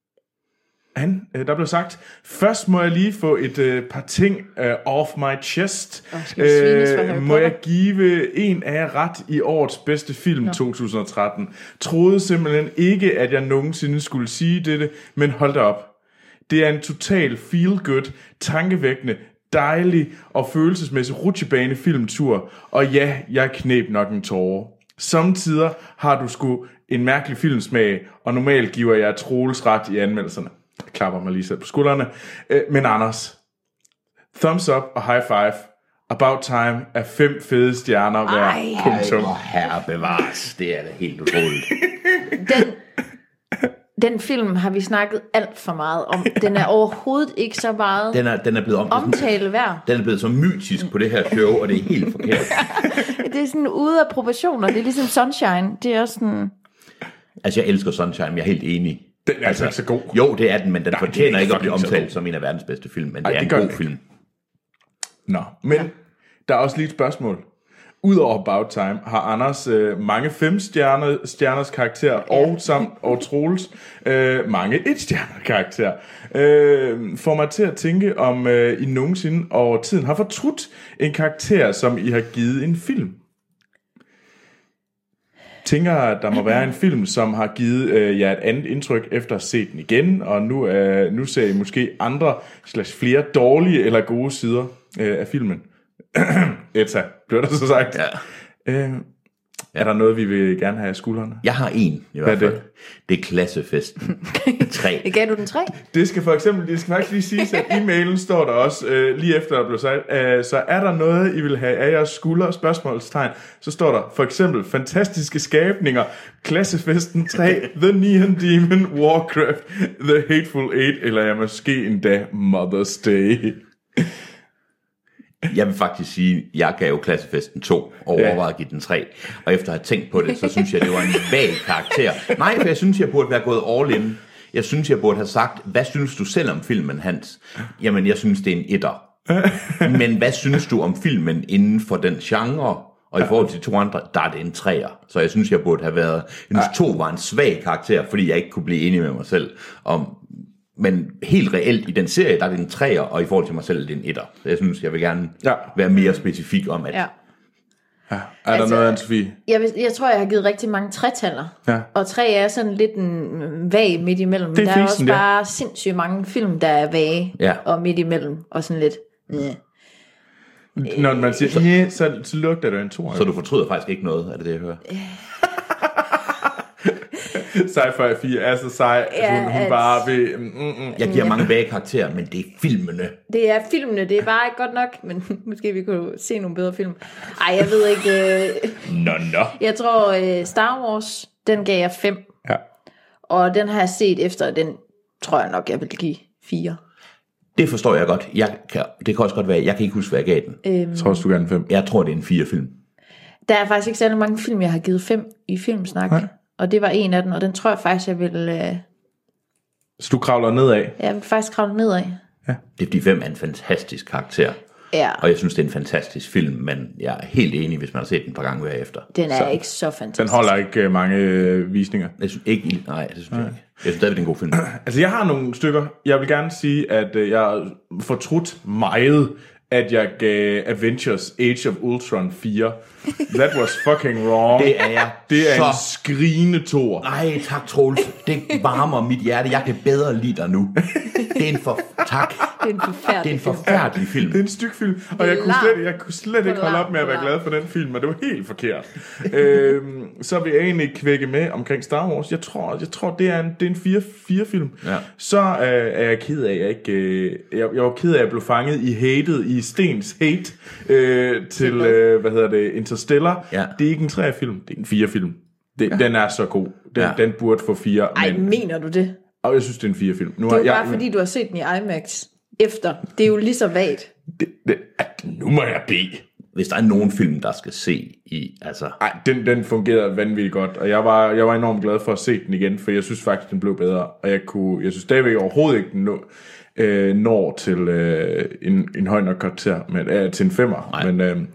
han, øh, der blev sagt, først må jeg lige få et øh, par ting øh, off my chest. Og skal vi svines for Harry må Potter? jeg give en af jer ret i årets bedste film no. to tusind og tretten. Troede simpelthen ikke, at jeg nogensinde skulle sige dette, men hold da op. Det er en total feel-good, tankevækkende, dejlig og følelsesmæssig rutsjebane filmtur. Og ja, jeg kneb nok en tåre. Samtidig har du sgu en mærkelig filmsmag, og normalt giver jeg Troels ret i anmeldelserne. Jeg klapper mig lige selv på skuldrene. Øh, men Anders, thumbs up og high five. About Time er fem fede stjerner hver. Ej. Punktum. Ej, herre bevares. Det er da helt utroligt. Den, den film har vi snakket alt for meget om. Den er overhovedet ikke så meget Den er, den er blevet om, omtale værd. den er blevet så mytisk på det her show, og det er helt forkert. Det er sådan ude af proportioner. Det er ligesom Sunshine. Det er også sådan... Altså, jeg elsker Sunshine, men jeg er helt enig. Den er altså ikke så god. Jo, det er den, men den Nej, fortjener den er ikke at blive fucking så omtalt god. som en af verdens bedste film, men Ej, det er det en gør god den ikke. film. Nå, men der er også lige et spørgsmål. Udover About Time har Anders øh, mange fem stjerner, stjerners karakter og samt og Troels øh, mange et stjerner karakter. Øh, får mig til at tænke om øh, I nogensinde over tiden har fortrudt en karakter, som I har givet en film. tænker, at der må være en film, som har givet øh, jer et andet indtryk efter at se den igen, og nu, øh, nu ser I måske andre slags flere dårlige eller gode sider øh, af filmen. Etta, bliver der så sagt. Ja. Øh, er der noget, vi vil gerne have af skuldrene? Jeg har en i hvert fald. Det? det er Klassefesten tre. Det gav du den tre? Det skal for eksempel, det skal faktisk lige siges, at i mailen står der også, øh, lige efter der blev sagt, øh, så er der noget, I vil have af jeres skuldre, spørgsmålstegn, så står der for eksempel fantastiske skabninger, Klassefesten tre, The Neon Demon, Warcraft, The Hateful Eight, eller ja, måske endda Mother's Day. Jeg vil faktisk sige, at jeg gav jo Klassefesten to, og overvejede at give den tre. Og efter at have tænkt på det, så synes jeg, det var en vag karakter. Nej, for jeg synes, jeg burde være gået all in. Jeg synes, jeg burde have sagt, hvad synes du selv om filmen, Hans? Jamen, jeg synes, det er en etter. Men hvad synes du om filmen inden for den genre? Og i forhold til de to andre, der er det en treer. Så jeg synes, jeg burde have været... Jeg synes, to var en svag karakter, fordi jeg ikke kunne blive enig med mig selv om... Men helt reelt i den serie, der er det en treer, og i forhold til mig selv, det er en etter. Så jeg synes, jeg vil gerne ja. være mere specifik om, at... Ja. Ja. Er altså, der noget, Anne-Sophie? Jeg, jeg tror, jeg har givet rigtig mange tretaller. Ja. Og tre er sådan lidt en vag midt imellem. Det er der fisen, er også ja. bare sindssygt mange film, der er vage ja. og midt imellem. Og sådan lidt... Yeah. Når man siger, så, yeah, så, så lugter det en toer. Så du fortryder faktisk ikke noget, er det det, jeg hører? Sci-Fi fire er så sej, ja, hun, hun bare vil... Mm, mm. Jeg giver mange vage karakterer, men det er filmene. Det er filmene, det er bare ikke godt nok, men måske vi kunne se nogle bedre film. Ej, jeg ved ikke... Øh... Nå, nå. Jeg tror, øh, Star Wars, den gav jeg fem. Ja. Og den har jeg set efter, den tror jeg nok, jeg vil give fire. Det forstår jeg godt. Jeg kan, det kan også godt være, jeg kan ikke huske, hvad jeg gav den. Øhm, jeg tror også, du gav den fem. Jeg tror, det er en fire film. Der er faktisk ikke særlig mange film, jeg har givet fem i Filmsnak. Nej. Og det var en af dem, og den tror jeg faktisk, jeg vil... Øh... Så du kravler nedad? Jeg vil faktisk kravle nedad. Ja. Det er fordi fem er en fantastisk karakter. Ja. Og jeg synes, det er en fantastisk film, men jeg er helt enig, hvis man har set den et par gange hver efter. Den er så. ikke så fantastisk. Den holder ikke mange øh, visninger. Jeg synes ikke, nej, det synes jeg ikke. Jeg synes stadig, det er en god film. Altså, jeg har nogle stykker. Jeg vil gerne sige, at øh, jeg har fortrudt meget, at jeg gav Avengers Age of Ultron fire. That was fucking wrong. Det er jeg. Det er så... en skrigende toer. Nej, tak Troels. Det varmer mit hjerte. Jeg kan bedre lide dig nu. Det er en for... Tak. Det er en forfærdelig, det er en forfærdelig film. Det er en styk film, og jeg kunne slet, jeg kunne slet ikke holde op med at være glad for den film, og det var helt forkert. øhm, så vil jeg egentlig kvække med omkring Star Wars. Jeg tror, jeg tror det er en, det er en fire, fire film. Ja. Så øh, er jeg ked af, at jeg ikke... Øh, jeg, jeg var ked af, at jeg blev fanget i hatet, i Stens hate øh, til, øh, hvad hedder det, Interstellar. Ja. Det er ikke en tre film, det er en fire film. Det, ja. Den er så god. Den, ja. den burde få fire. Ej, men, mener du det? Og jeg synes, det er en fire film. Nu det er jo jeg, bare, fordi du har set den i IMAX efter. Det er jo lige så vagt. Det, det, at, nu må jeg bede. Hvis der er nogen film, der skal se i, altså... Ej, den, den fungerede vanvittigt godt, og jeg var, jeg var enormt glad for at se den igen, for jeg synes faktisk, den blev bedre, og jeg kunne, jeg synes stadigvæk overhovedet ikke, den nå, øh, når til øh, en, en høj nok karakter, men, øh, til en femmer, Nej. men... Øh,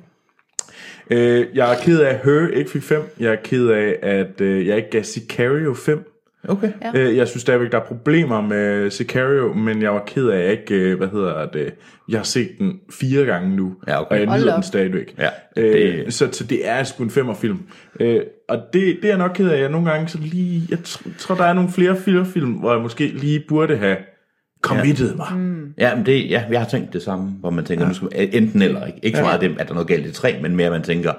øh, jeg er ked af, at Her ikke fik fem, jeg er ked af, at øh, jeg ikke gav Sicario fem. Okay. Ja. Øh, jeg synes stadigvæk, der er problemer med Sicario, men jeg var ked af, at jeg ikke, hvad hedder det, jeg har set den fire gange nu, ja, okay. og jeg nyder den stadigvæk. Ja, det... øh, så, så det er sgu en femmerfilm. Øh, og det, det er jeg nok ked af, jeg nogle gange så lige, jeg tr- tror, der er nogle flere film, hvor jeg måske lige burde have committed ja. mig. Mm. Ja, men det, ja, jeg har tænkt det samme, hvor man tænker, ja. nu skal man, enten eller, ikke, ikke så meget, ja. at der er noget galt i tre, men mere man tænker,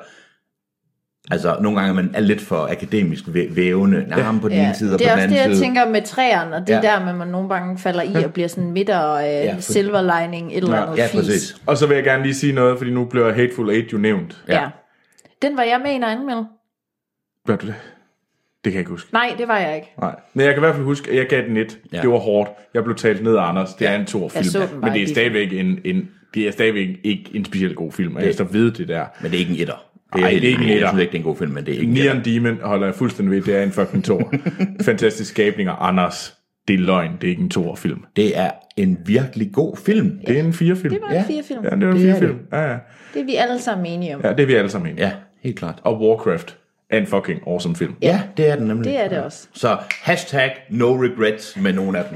altså, nogle gange man er lidt for akademisk vævende, nærmere på den ja. ene side og på den anden side. Det er også det, jeg tænker med træerne, og det er ja. der, man nogle gange falder i og bliver sådan midter øh, ja, for... silver lining, et eller andet ja, fis. Præcis. Og så vil jeg gerne lige sige noget, fordi nu bliver Hateful Eight jo nævnt. Ja. ja. Den var jeg med en anmeld. Gør du det? Det kan jeg ikke huske. Nej, det var jeg ikke. Nej. Men jeg kan i hvert fald huske, at jeg gav den et. Ja. Det var hårdt. Jeg blev talt ned af Anders. Det er en toer-film. Men det er stadigvæk en, en, det er stadigvæk ikke en specielt god film. Og jeg står ved det der. Men det er ikke en etter. Det er, Ej, det er ikke en etter. Jeg synes ikke, det er en god film, men det er ikke en Neon Demon holder jeg fuldstændig ved. Det er en fucking toer. Fantastisk skabninger. Anders, det er løgn. Det er ikke en toer-film. Det er en virkelig god film. Det er en fire-film. Det var en fire-film. Ja, det var en fire-film. Ja, ja. Det er vi alle sammen enige om. Ja, det er vi alle sammen enige. Ja, helt klart. Og Warcraft. er en fucking awesome film. Ja, det er den nemlig. Det er det også. Så hashtag no regrets med nogle af dem.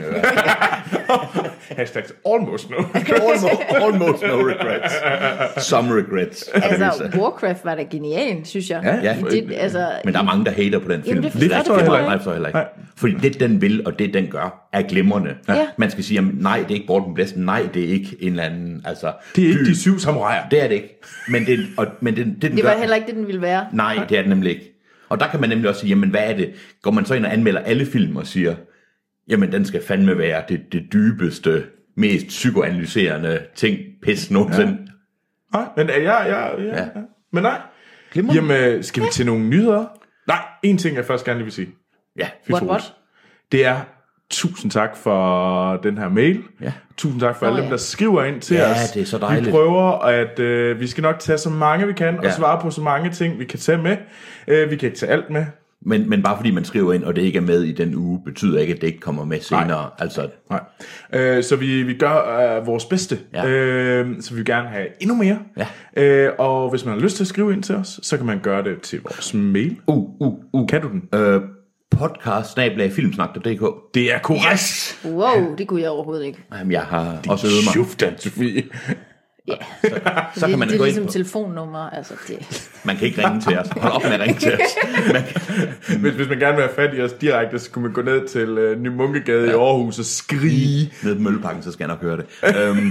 Hashtag almost no. almost, almost no regrets. Some regrets. Altså, Warcraft var da genial, synes jeg. Ja, ja. Det, altså, Men der er mange, der hater på den film. Jamen, det det forstår er jeg heller heller ikke. Nej, heller ikke. Fordi det, den vil, og det, den gør, er glimrende. Ja. Man skal sige, jamen, nej, det er ikke Borten Blæsten. Nej, det er ikke en eller anden... Altså, Det er ikke by. de syv samuraier. Det er det ikke. Men det, og, men det, det, den det var gør, heller ikke det, den ville være. Nej, det er det nemlig ikke. Og der kan man nemlig også sige, jamen hvad er det? Går man så ind og anmelder alle film og siger, jamen den skal fandme være det, det dybeste, mest psykoanalyserende ting, pis nogensinde. Nej, men ja, ja, ja, ja. Ja. Men nej. Glimrende. Jamen, skal vi til nogle nyheder? Nej, en ting jeg først gerne lige vil sige. Ja, Fy What, Troels. what? Det er tusind tak for den her mail. Ja. Tusind tak for Nå, alle dem, ja. der skriver ind til Ja, os. det er så dejligt. Vi prøver, at øh, vi skal nok tage så mange vi kan, ja. og svare på så mange ting, vi kan tage med. Øh, vi kan ikke tage alt med. men, men bare fordi man skriver ind, og det ikke er med i den uge, betyder ikke, at det ikke kommer med senere. Nej. Altså, Nej. Øh, så vi, vi gør øh, vores bedste. Ja. Øh, så vi vil gerne have endnu mere. Ja. Øh, og hvis man har lyst til at skrive ind til os, så kan man gøre det til vores mail. uh, uh, uh. Kan du den? Øh, podcast snabel-a filmsnak punktum d k. Det er korrekt. Wow, det kunne jeg overhovedet ikke. Jamen, jeg har også øvet mig. Sjuftan, Sofie. Ja. Så det, kan man det er gå ind ligesom på. telefonnummer. Altså, det. Man kan ikke ringe til os. Hold op med at ringe til os. Man, Hvis, hvis man gerne vil have fat i os direkte, så kunne man gå ned til øh, Ny Munkegade ja. i Aarhus og skrige. nede på Mølleparken, så skal jeg nok høre det. øhm,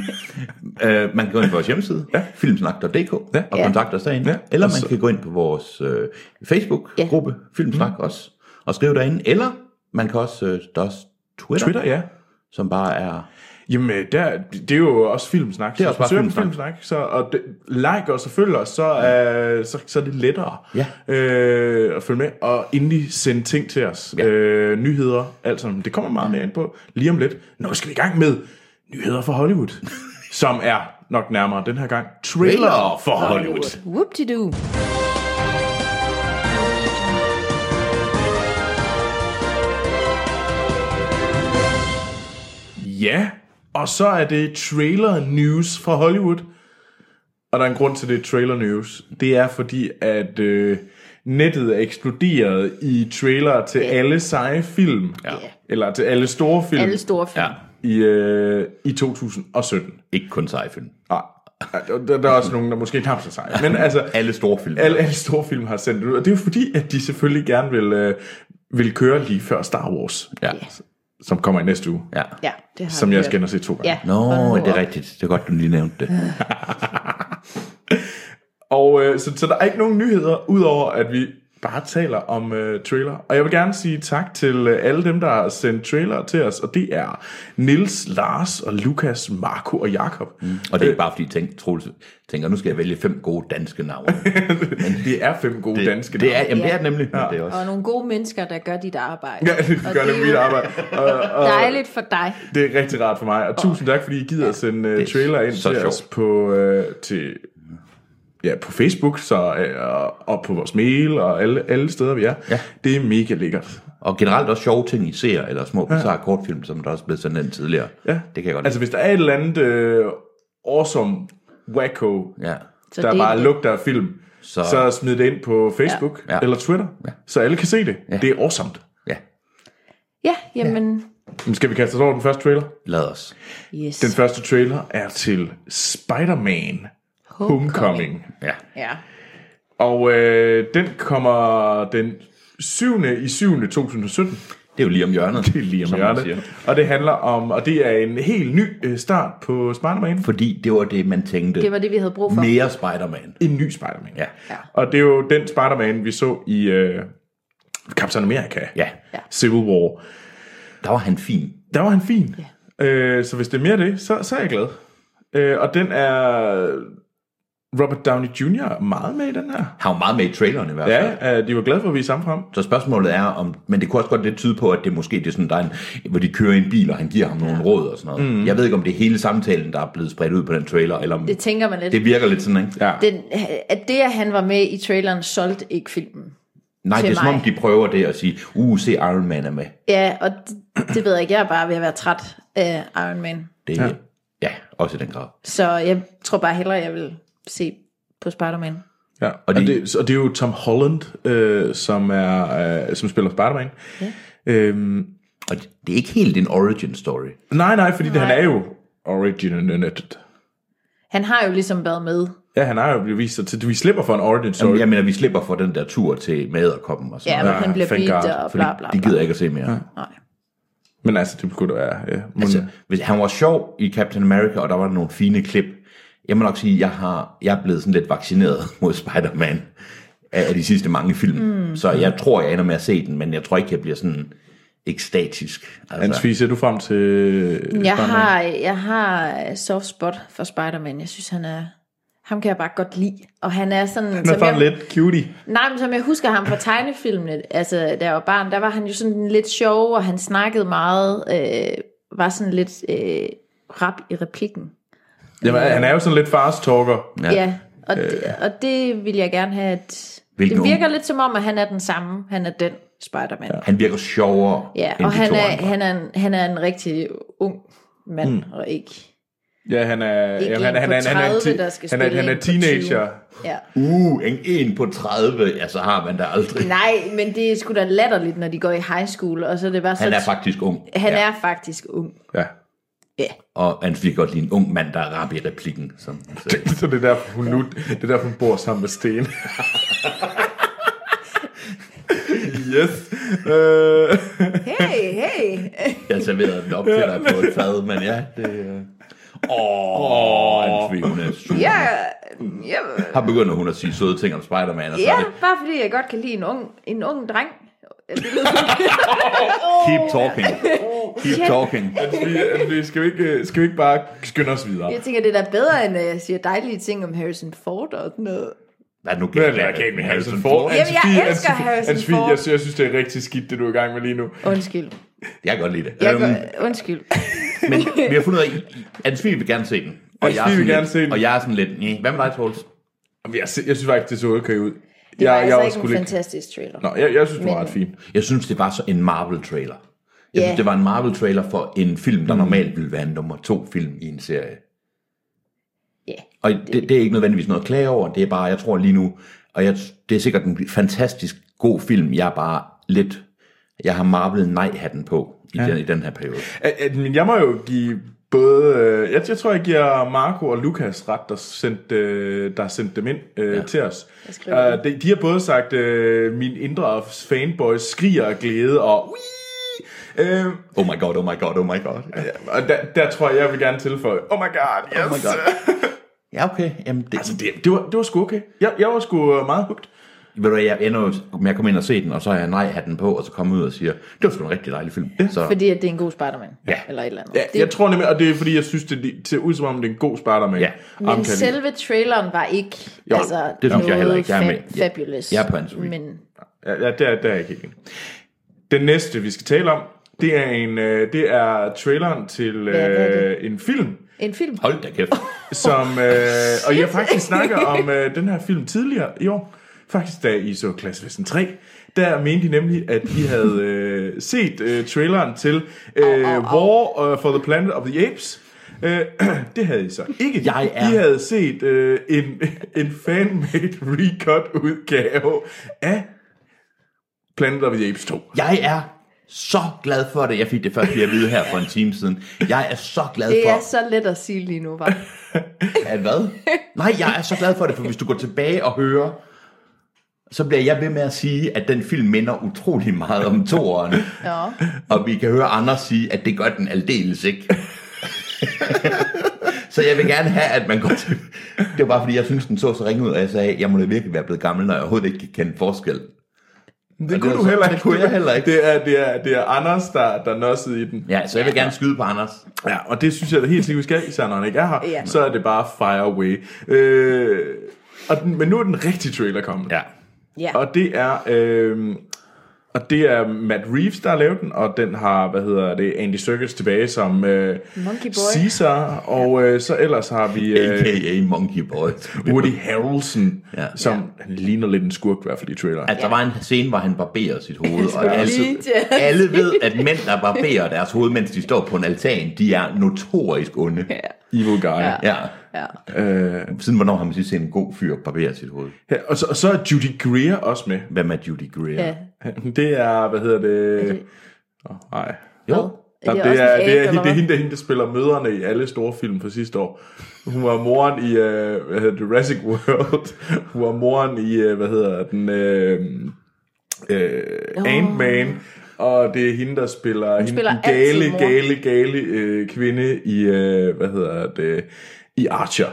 øh, man kan gå ind på vores hjemmeside, ja. filmsnak punktum d k, ja. og Ja. kontakte os derinde. Ja. Eller Og man så- kan gå ind på vores øh, Facebook-gruppe, ja. Filmsnak mm. også, og skrive derinde. Eller man kan også, øh, der er også Twitter, Twitter, ja. som bare er... Jamen, der, det er jo også Filmsnak. Det er også bare Filmsnak. Filmsnak. Så, og det, like os og følg os, så er, så, så er det lettere Ja. øh, at følge med. Og endelig sende ting til os. Ja. Øh, nyheder, alt sådan. Det kommer meget mere ind på lige om lidt. Nu skal vi i gang med nyheder fra Hollywood. Som er nok nærmere den her gang trailer for Hollywood. Whoop-de-doo. Ja, og så er det trailer news fra Hollywood. Og der er en grund til det trailer news. Det er fordi, at øh, nettet er eksploderet i trailer til Ja. alle seje film. Ja. Eller til alle store film. Alle store film. Ja. I, øh, i to tusind og sytten. Ikke kun seje film. Nej, der, der er også nogen, der måske knap så seje. Men altså, Alle store film. alle, alle store film har sendt det ud. Og det er jo fordi, at de selvfølgelig gerne vil, øh, vil køre lige før Star Wars. Ja. Som kommer i næste uge. Ja. Ja, det har Som vi jeg hørt. skal ind og se to gange. Ja. Nå, hold nu det er op. rigtigt. Det er godt, du lige nævnte det. Og øh, så, så der er ikke nogen nyheder, udover at vi bare taler om øh, trailer. Og jeg vil gerne sige tak til øh, alle dem, der har sendt trailer til os. Og det er Nils, Lars og Lukas, Marco og Jakob. Mm. Og det er ikke bare fordi, tænk, Troels tænker, nu skal jeg vælge fem gode danske navne. Det er fem gode Det, danske det er, navne. jamen, det er det nemlig. Ja. Det er også. Og nogle gode mennesker, der gør dit arbejde. Ja, det Og gør det det er mit jo arbejde. Og, og Dejligt for dig. det er rigtig rart for mig. Og tusind tak, fordi I gider at sende uh, det er trailer ind så til sjovt. os på, uh, til, ja, på Facebook så, uh, og, og på vores mail og alle, alle steder, vi er. Ja. Det er mega lækkert. Og generelt også sjove ting, I ser, eller små bizarre kortfilm, som der også er blevet sendt ind tidligere. Ja. Det kan jeg godt Altså, hvis der er et eller andet uh, awesome wacko, lide. Ja. Så der det- bare lugter af film, så, Så- så smid det ind på Facebook Ja. Ja. eller Twitter, Ja. så alle kan se det. Ja. Det er awesome. Ja, Ja, jamen. Nu skal vi kaste os over den første trailer. lad os. Yes. Den første trailer er til Spider-Man Homecoming. Ja. Ja. Og øh, den kommer den syvende i syvende to tusind og sytten. Det er jo lige om hjørnet. Det er lige om som man siger. hjørnet. Og det handler om, og det er en helt ny øh, start på Spider-Man. Fordi det var det, man tænkte. Det var det, vi havde brug for. Mere Spider-Man. En ny Spider-Man. Ja. Ja. Og det er jo den Spider-Man, vi så i øh, Captain America. Ja. Ja. Civil War. Der var han fin. Der var han fin. Øh, så hvis det er mere det, så, så er jeg glad. Øh, og den er... Robert Downey junior er meget med i den her. Han var meget med i traileren i hvert fald. Ja, øh, de var glade for at vise ham frem. Så spørgsmålet er, om, men det kunne også godt lidt tyde på, at det måske det er sådan, der er en, hvor de kører i en bil, og han giver ham nogle råd og sådan noget. Mm. Jeg ved ikke, om det er hele samtalen, der er blevet spredt ud på den trailer, eller om Det tænker man lidt. det virker lidt sådan, ikke? Ja. Den, at det, at han var med i traileren, solgte ikke filmen. Nej, til det er som om, mig. de prøver det at sige, uh, se Iron Man er med. Ja, og det, det ved jeg ikke. Jeg er bare ved at være træt af Iron Man. Det, Ja. ja. ja, også i den grad. Så jeg tror bare hellere, jeg vil se på Spider-Man. Ja, og, og, de, det, og det er jo Tom Holland, øh, som, er, øh, som spiller Spider-Man. Ja. Øhm, og det er ikke helt en origin story. Nej, nej, fordi nej. Det, han er jo originated. Han har jo ligesom været med. Ja, han har jo blevet vist sig til, vi slipper for en origin story. Jamen, jeg mener, vi slipper for den der tur til med Edderkoppen og sådan. Ja, men han bliver bidt og bla bla bla. De gider ikke at se mere. Ja. Nej. Men altså, det kunne da være... Ja, altså, hvis han var sjov i Captain America, og der var nogle fine klip. Jeg må nok sige, jeg har jeg er blevet sådan lidt vaccineret mod Spider-Man af de sidste mange film. Mm. Så jeg tror, jeg ender med at se den, men jeg tror ikke, jeg bliver sådan ekstatisk. Altså. Anne-Sophie, ser du frem til jeg har, jeg har soft spot for Spider-Man. Jeg synes, han er... Ham kan jeg bare godt lide. Og han er sådan... Han er sådan lidt cutie. Nej, men som jeg husker ham fra tegnefilmene, altså da jeg var barn, der var han jo sådan lidt sjov, og han snakkede meget, øh, var sådan lidt øh, rap i replikken. Jamen, han er jo sådan lidt fast talker. Ja, ja og, øh. det, og det vil jeg gerne have, at... Hvilken det virker unge? Lidt som om, at han er den samme. Han er den Spider-Man. Ja. Han virker sjovere ja, end og de han to er, han, er en, han er en rigtig ung mand, mm. og ikke... Ja, han er jamen, han, han, tredive, han, er, ti, han, er, han er teenager. Ja. Uh, en, en på tredive, altså har man da aldrig. Nej, men det er sgu da latterligt, når de går i high school, og så er det bare så... Han er faktisk ung. Han ja. er faktisk ung. Ja. Ja. Og han fik godt lide en ung mand, der er rap i replikken. Som, så. så det er derfor, hun, nu, det er derfor, hun bor sammen med Sten. Yes. Uh. Hey, hey. Jeg serverede den op til dig på et fad, men ja, det... Åh, oh, Anne-Sophie, hun er super. Ja, ja. Har begyndt hun at sige søde ting om Spider-Man. Og så ja, det... bare fordi jeg godt kan lide en ung, en ung dreng. Keep talking. Keep talking. Anne-Sophie, skal, vi ikke, skal vi ikke bare skynde os videre? Jeg tænker, det er da bedre, end at jeg siger dejlige ting om Harrison Ford og sådan noget. Hvad er nu galt med Harrison Ford? Jamen, jeg elsker Harrison Ford. Jeg, jeg synes, det er rigtig skidt, det du er i gang med lige nu. Undskyld. Jeg kan godt lide det. Jeg um, gør, undskyld. Men vi har fundet ud af, at Anne-Sophie vil gerne se den. Og jeg, vil gerne lidt, se den. Og jeg er sådan lidt, nej, hvad med dig, Troels? Jeg, jeg synes faktisk, det så okay ud. Det var jeg, altså jeg ikke en lidt... fantastisk trailer. Nå, jeg, jeg synes, det var ret fint. Jeg synes, det var så en Marvel-trailer. Jeg yeah. synes, det var en Marvel-trailer for en film, der mm. normalt ville være en nummer to film i en serie. Ja. Yeah, og det, det, det er ikke nødvendigvis noget at klage over. Det er bare, jeg tror lige nu, og jeg, det er sikkert en fantastisk god film. Jeg er bare lidt, jeg har Marvel nej-hatten på i, ja. den, i den her periode. Men jeg må jo give både, jeg, jeg tror jeg giver Marco og Lukas ret, der sendte, der sendte dem ind øh, ja. til os. Uh, de, de har både sagt, uh, min indre fanboys skriger af glæde og uh, oh my god, oh my god, oh my god. Ja. Og der, der tror jeg, jeg vil gerne tilføje, oh my god, yes. Oh my god. Ja, okay. Jamen, det... Altså, det, det, var, det var sgu okay. Jeg, jeg var sgu meget hugt. Ved du, jeg ender med at komme ind og se den, og så har jeg nej-hatten på, og så komme ud og siger, det var sgu en rigtig dejlig film. Ja. Så... Fordi at det er en god Spider-Man. Ja. Eller et eller andet. Ja, det... jeg tror nemlig, og det er fordi, jeg synes, det ser ud som om, det er en god Spider-Man. Ja. Men selve traileren var ikke jo, altså, det synes jeg heller ikke. Jeg er med. Fa- fabulous. Jeg er på Anne-Sophie. Men... Ja, ja der, der er jeg ikke helt. Den næste, vi skal tale om, det er, en, det er traileren til ja, øh, en film. En film? Hold da kæft. Som, øh, og jeg faktisk snakker om øh, den her film tidligere i år. Faktisk da I så Klassevesten tre. Der mente de nemlig, at I havde øh, set øh, traileren til øh, oh, oh, oh. War uh, for the Planet of the Apes. Øh, det havde I så ikke. Jeg er... I havde set øh, en, en fan-made recut udgave af Planet of the Apes to. Jeg er så glad for det. Jeg fik det først lige at vide her for en time siden. Jeg er så glad det for... Det er så let at sige lige nu, var. At hvad? Nej, jeg er så glad for det, for hvis du går tilbage og hører, så bliver jeg ved med at sige, at den film minder utrolig meget om toeren. Ja. Og vi kan høre Anders sige, at det gør den aldeles ikke. Så jeg vil gerne have, at man går til... Det var bare fordi, jeg synes, den så så ringe ud, og jeg sagde, jeg må da virkelig være blevet gammel, når jeg overhovedet ikke kan kende forskel. Det, det kunne du så, heller ikke. Det kunne jeg heller ikke. Det er, det er, det er Anders, der, der nossede i den. Ja, så jeg vil gerne skyde på Anders. Ja, og det synes jeg da helt sikkert, vi skal, især når han ikke er her, ja. Så er det bare fire away. Øh, og den, men nu er den rigtige trailer kommet. Ja. Ja. Og det er... Øh, Og det er Matt Reeves, der har lavet den, og den har, hvad hedder det, Andy Serkis tilbage som øh, Monkey Boy. Caesar, og øh, så ellers har vi øh, A K A Monkey Boy. Woody Harrelson, Ja. som han ligner lidt en skurk i hvert fald i traileren. At der var en scene, hvor han barberer sit hoved, og skulle alle, lige til at alle ved, at mænd, der barberer deres hoved, mens de står på en altan, de er notorisk onde. Ja. Evil guy. Ja. Ja. Ja. Øh, Siden hvornår har man sidst set en god fyr barbere sit hoved? ja, og, så, og så er Judy Greer også med. Hvem er Judy Greer? Ja. Det er, hvad hedder det... det- Oh, nej. Jo. Er Jamen, det det, også er, en det, er, æg, det, eller er hende, hvad? der, hende, der spiller mødrene i alle store film fra sidste år. Hun var moren i uh, hvad hedder det, Jurassic World. Hun var moren i, uh, hvad hedder den, uh, uh, Ant-Man. Og det er hende, der spiller, hende, spiller den gale, altid mor. gale, gale uh, kvinde i, uh, hvad hedder det, i Archer.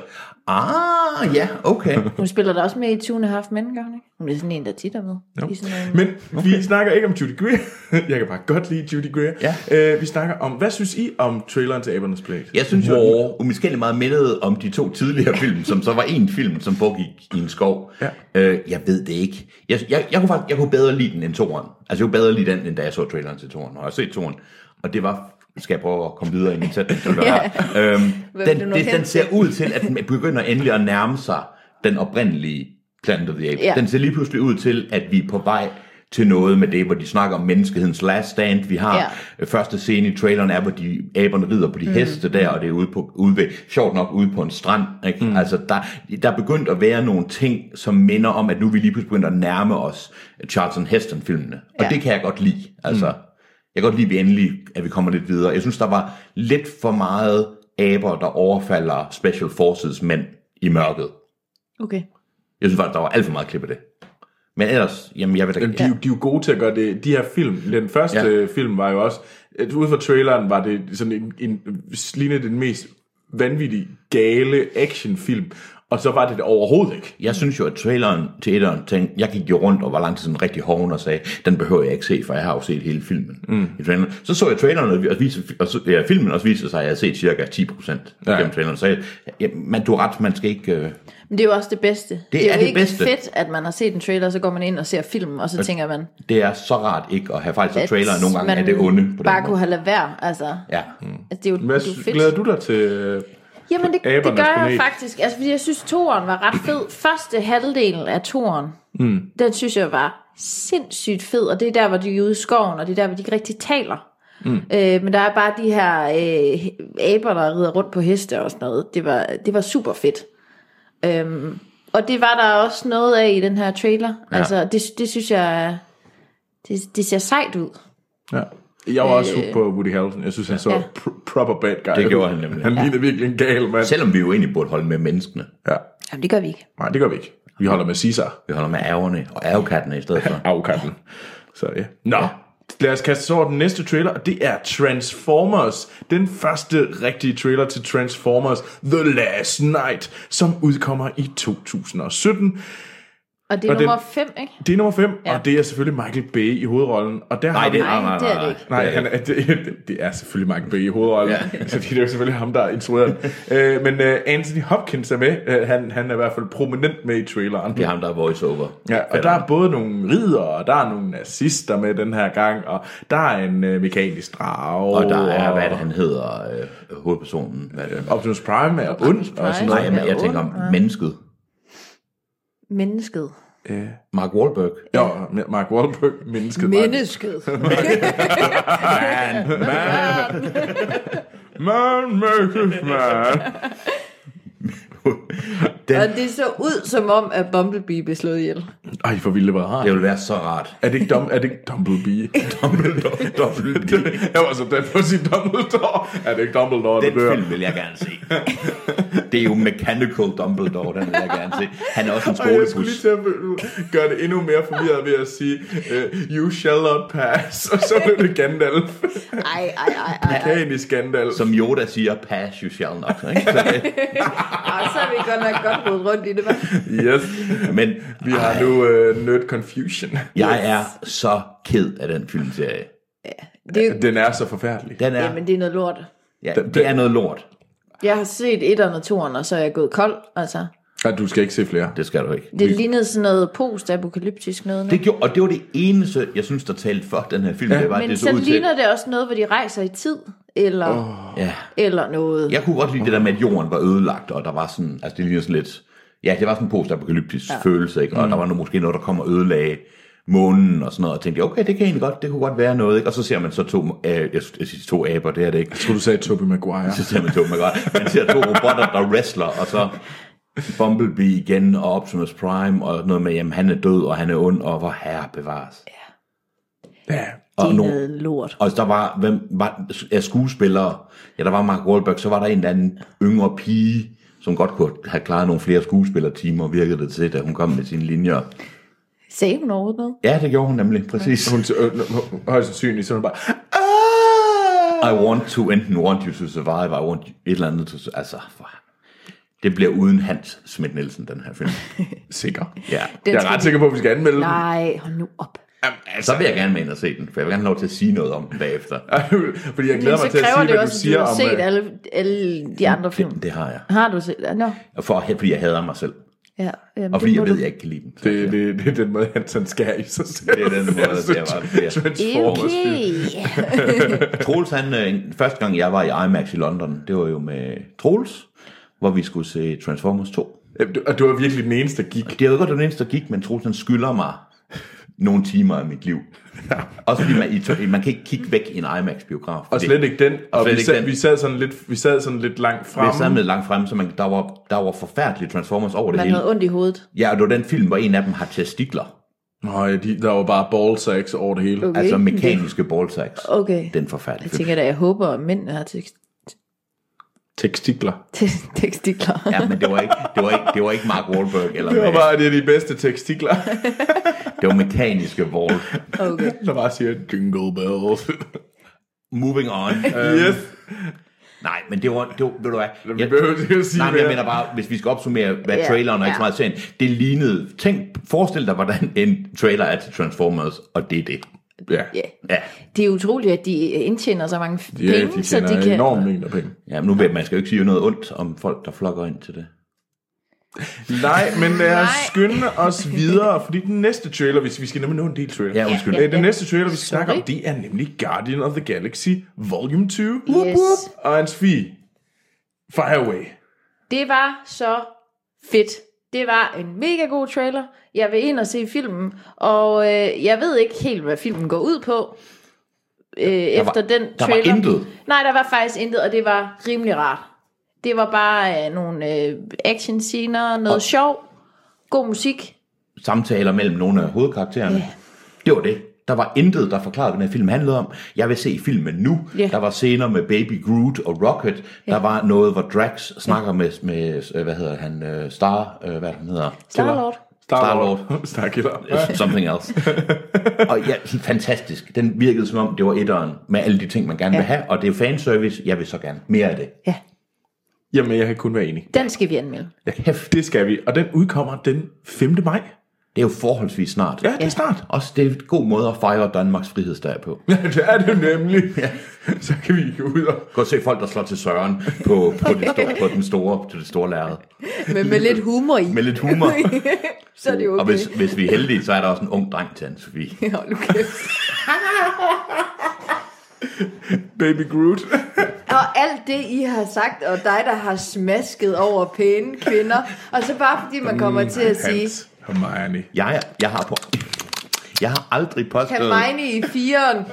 Ah, ja, okay. Hun spiller da også med i Two and a Half Men, gør hun ikke? Hun er sådan en, der tit er med. Jo. I sådan nogle... Men okay. Vi snakker ikke om Judy Greer. Jeg kan bare godt lide Judy Greer. Ja. Uh, vi snakker om, hvad synes I om traileren til Abernes Plate? Jeg synes jo, at umiskendeligt meget mindede om de to tidligere film, som så var en film, som foregik i en skov. Ja. Øh, jeg ved det ikke. Jeg, jeg, jeg, kunne faktisk, jeg kunne bedre lide den end toeren. Altså jeg kunne bedre lide den, end da jeg så traileren til toeren. Og jeg har set toeren, og det var... Skal jeg prøve at komme videre i min sætning? Ja. øhm, Hvad den, vil du nå det, hen den ser til? ud til, at den begynder endelig at nærme sig den oprindelige Planet of the Apes. Ja. Den ser lige pludselig ud til, at vi er på vej til noget med det, hvor de snakker om menneskehedens last stand. Vi har Ja. første scene i traileren er, hvor de aberne rider på de mm. heste der, og det er ude på, ude ved, sjovt nok ude på en strand. Ikke? Mm. Altså, der, der er begyndt at være nogle ting, som minder om, at nu er vi lige pludselig begyndt at nærme os Charlton Heston-filmene. Og Ja. det kan jeg godt lide. Altså, mm. Jeg kan godt lide, at vi endelig at vi kommer lidt videre. Jeg synes, der var lidt for meget aber, der overfalder Special Forces mænd i mørket. Okay. Jeg synes faktisk, der var alt for meget klip af det. Men ellers, jamen jeg ved da De, de, er jo- de er jo gode til at gøre det. De her film, den første Ja. ja. film var jo også, at ud fra traileren var det sådan en, en lignede den mest vanvittige, gale actionfilm. Og så var det det overhovedet ikke. Jeg synes jo, at traileren til etteren, tænkte, jeg gik jo rundt og var langt sådan rigtig hoven og sagde, den behøver jeg ikke se, for jeg har jo set hele filmen. Mm. I traileren. Så så jeg traileren, og, vise, og så, ja, filmen også viste sig, at jeg havde set cirka ti procent Ja. gennem traileren. Så jeg, ja, man, du har ret, man skal ikke... Øh, Men det er jo også det bedste. Det, det er, er jo det ikke bedste. fedt, at man har set en trailer, og så går man ind og ser filmen, og så tænker man, det er så rart ikke at have faktisk at så traileren nogle gange man er det onde på den bare måde. kunne have lade være. Altså, Ja. altså, det er jo, Hvad det er jo fedt. glæder du dig til? Jamen det, det Abernes gør jeg planet? faktisk. Altså fordi jeg synes toeren var ret fed. Første halvdel af toeren, mm. den synes jeg var sindssygt fed. Og det er der hvor de er ude i skoven, og det er der hvor de ikke rigtig taler. Mm. øh, Men der er bare de her øh, aber der rider rundt på heste og sådan noget. Det var, det var super fedt. øhm, Og det var der også noget af i den her trailer. Ja. Altså det, det synes jeg det, det ser sejt ud. Ja. Jeg var også hooked på Woody Harrelson. Jeg synes, han så Ja. pr- proper bad guy. Det gjorde han nemlig. Han lignede virkelig en gal mand. Selvom vi jo egentlig burde holde med menneskene. Ja. Jamen det gør vi ikke. Nej, det gør vi ikke. Vi holder med Caesar. Vi holder med ærgerne og ærgekattene i stedet for. Afkatten. Så ja. Nå, lad os kaste os over den næste trailer, og det er Transformers. Den første rigtige trailer til Transformers The Last Night, som udkommer i to tusind og sytten. Og det er Og den- nummer fem, ikke? Det er nummer fem, Ja. og det er selvfølgelig Michael Bay i hovedrollen. Og der Nej, har det vi... er, nej, det er nej, det ikke. Nej, han er, det, det, det er selvfølgelig Michael Bay i hovedrollen, ja. Så det er jo selvfølgelig ham, der er instrueret. øh, men uh, Anthony Hopkins er med. Uh, han, han er i hvert fald prominent med i traileren. Det er ham, der er voiceover. Ja, og der er både nogle ridere, og der er nogle nazister med den her gang, og der er en uh, mekanisk drage. Og der er, hvad er det, han hedder, øh, hovedpersonen. Hvad er det? Optimus Prime er ond, og sådan Prime. Nej, noget. jeg, jeg tænker om mennesket. Mennesket. Ja. Mark Wahlberg. Jo, Mark Wahlberg, mennesket. Mennesket. Man, man, man, man. Den, Og det så ud som om, at Bumblebee blev slået ihjel. Ej, for vildt det var rart. det vil være så rart. Er det ikke, dum, er det ikke Dumblebee? Dumbledore. Dumbledore. Jeg var så den på at sige Dumbledore. Er det ikke Dumbledore, der Den dør? film vil jeg gerne se. Det er jo Mechanical Dumbledore, den vil jeg gerne se. Han er også en Og jeg skulle lige skolepus. til at gøre det endnu mere forvirret ved at sige, uh, you shall not pass. Og så blev det Gandalf. Ej, ej, ej, ej. Mekanisk Gandalf. Som Yoda siger, pass you shall not. Ikke? Så det, Ej, så er vi godt nok godt rodet rundt i det, hva'? Yes. men Vi har nu uh, Nerd Confusion. jeg er så ked af den filmserie. Det er jo, Den er så forfærdelig. Den er, jamen, det er noget lort. ja, det er noget lort. Jeg har set etteren og toeren, og så er jeg gået kold, altså. Ja, du skal ikke se flere. Det skal du ikke. Det lignede sådan noget post-apokalyptisk noget. Det gjorde, og det var det eneste, jeg synes, der talte for den her film. Ja. Det var, Men det så, så ligner det også noget, hvor de rejser i tid, eller, oh. ja. eller noget. Jeg kunne godt lide det der med, at jorden var ødelagt, og der var sådan, altså det ligner sådan lidt, ja, det var sådan en post-apokalyptisk ja. følelse, ikke? Og mm. der var nu måske noget, der kom og ødelagde månen og sådan noget, og tænkte, okay, det kan egentlig godt, det kunne godt være noget, ikke? Og så ser man så to, øh, jeg siger to aber, det er det ikke. Jeg tror du sagde Tobey Maguire. Så ser man Tobey Maguire. Man ser to robotter, der wrestler, og så Bumblebee igen, og Optimus Prime, og noget med, jamen han er død, og han er ond, og hvor herre bevares. Ja. Ja. Og det er no, noget lort. Og der var, hvem var af skuespillere, ja, der var Mark Wahlberg, så var der en eller anden yngre pige, som godt kunne have klaret nogle flere skuespillertimer, virkede det til, da hun kom med sine linjer. Sagde hun overhovedet noget? Ja, det gjorde hun nemlig, præcis. Hun højst sandsynligt, så hun bare, I want to, enten want you to survive, I want et eller andet to, altså, for, det bliver uden Hans Schmidt Nielsen, den her film. Sikker. Ja. Jeg er ret sikker på, at vi skal anmelde den. Nej, hold nu op. Jamen, altså, så vil jeg gerne med ind og se den, for jeg vil gerne have lov til at sige noget om den bagefter. Fordi jeg glæder mig til at sige, hvad du siger om... Men så kræver det også, at du har set alle, alle de andre film. Det, det har jeg. Har du set det? No. For, fordi jeg hader mig selv. Ja, jamen, og fordi jeg ved, du... jeg ikke kan lide den. Det, det, det er den måde, han skærer i sig selv. Det er den måde, jeg var. Okay. Troels, han, første gang jeg var i IMAX i London, det var jo med Troels, hvor vi skulle se Transformers to. Og du var virkelig den eneste, der gik. Det var godt den eneste, der gik, men Troels, han skylder mig nogle timer af mit liv. Ja. Også fordi man, man kan ikke kigge væk i en IMAX-biograf. Og slet ikke den. Og, og vi, sad, den. vi, sad sådan lidt, vi sad sådan lidt langt frem. Vi sad med langt frem, så man, der, var, der var forfærdelige Transformers over det man hele. Man havde ondt i hovedet. Ja, og det var den film, hvor en af dem har testikler. Nå ja, de, der var bare ballsacks over det hele. Okay. Altså mekaniske ballsacks. Okay. Den forfærdelige film. Jeg tænker da, jeg håber, at mændene har tekst. Tekstikler. Tekstikler. Ja, men det var ikke, det var ikke, det var ikke Mark Wahlberg. Eller det var med. Bare det er de bedste tekstikler. Det var mekaniske ball. Okay. Der bare siger, jingle bells. Moving on. Um, yes. Nej, men det var, det var ved du hvad? Jeg, jeg behøver ikke at sige nej, men jeg mener bare, hvis vi skal opsummere, hvad yeah, traileren og ikke yeah. så meget serien, det lignede, tænk, forestil dig, hvordan en trailer er til Transformers, og det er det. Ja. Yeah. Ja. Det er utroligt, at de indtjener så mange ja, penge, de så de kan... enormt mængder penge. Ja, men nu ved man skal jo ikke sige noget ondt om folk, der flokker ind til det. Nej, men lad os skynde os videre, fordi den næste trailer, hvis vi skal nemlig nå en del trailer. Ja, undskyld. Ja, ja, ja. Den næste trailer, vi skal snakke om, det er nemlig Guardian of the Galaxy Volume to. Yes. Og Anne-Sophie, fire away. Det var så fedt. Det var en mega god trailer. Jeg vil ind og se filmen, og øh, jeg ved ikke helt, hvad filmen går ud på. Øh, efter var, den der trailer. Der var intet. Nej, der var faktisk intet, og det var rimelig rart. Det var bare øh, nogle øh, action-scener, noget og sjov, god musik. Samtaler mellem nogle af hovedkaraktererne. Yeah. Det var det. Der var intet, der forklarede, hvad den her film handlede om. Jeg vil se filmen nu. Yeah. Der var scener med Baby Groot og Rocket. Yeah. Der var noget, hvor Drax snakker yeah. med, med, hvad hedder han, Star, hvad han hedder? Star-Lord. Star-Lord. Star-Killer. Something else. Og ja, fantastisk. Den virkede som om, det var etteren med alle de ting, man gerne yeah. vil have. Og det er fanservice. Jeg vil så gerne mere af det. Ja. Yeah. Jamen, jeg kan kun være enig. Den skal vi anmelde. Ja, det skal vi. Og den udkommer den femte maj. Det er jo forholdsvis snart. Ja, det er snart. Også det er en god måde at fejre Danmarks frihedsdag på. Ja, det er det nemlig. Ja. Så kan vi gå ud og... Gå og se folk, der slår til Søren på, på, det, store, på den store, til det store lærred. Men med lidt humor i. Med lidt humor. Så er det okay. Og hvis, hvis vi er heldige, så er der også en ung dreng til Anne-Sophie. Hold nu kæft. Baby Groot. Og alt det, I har sagt, og dig, der har smasket over pæne kvinder, og så bare fordi man kommer mm, til at sige... Hermione. Jeg, jeg, har på, jeg har aldrig påstået... Hermione i firen.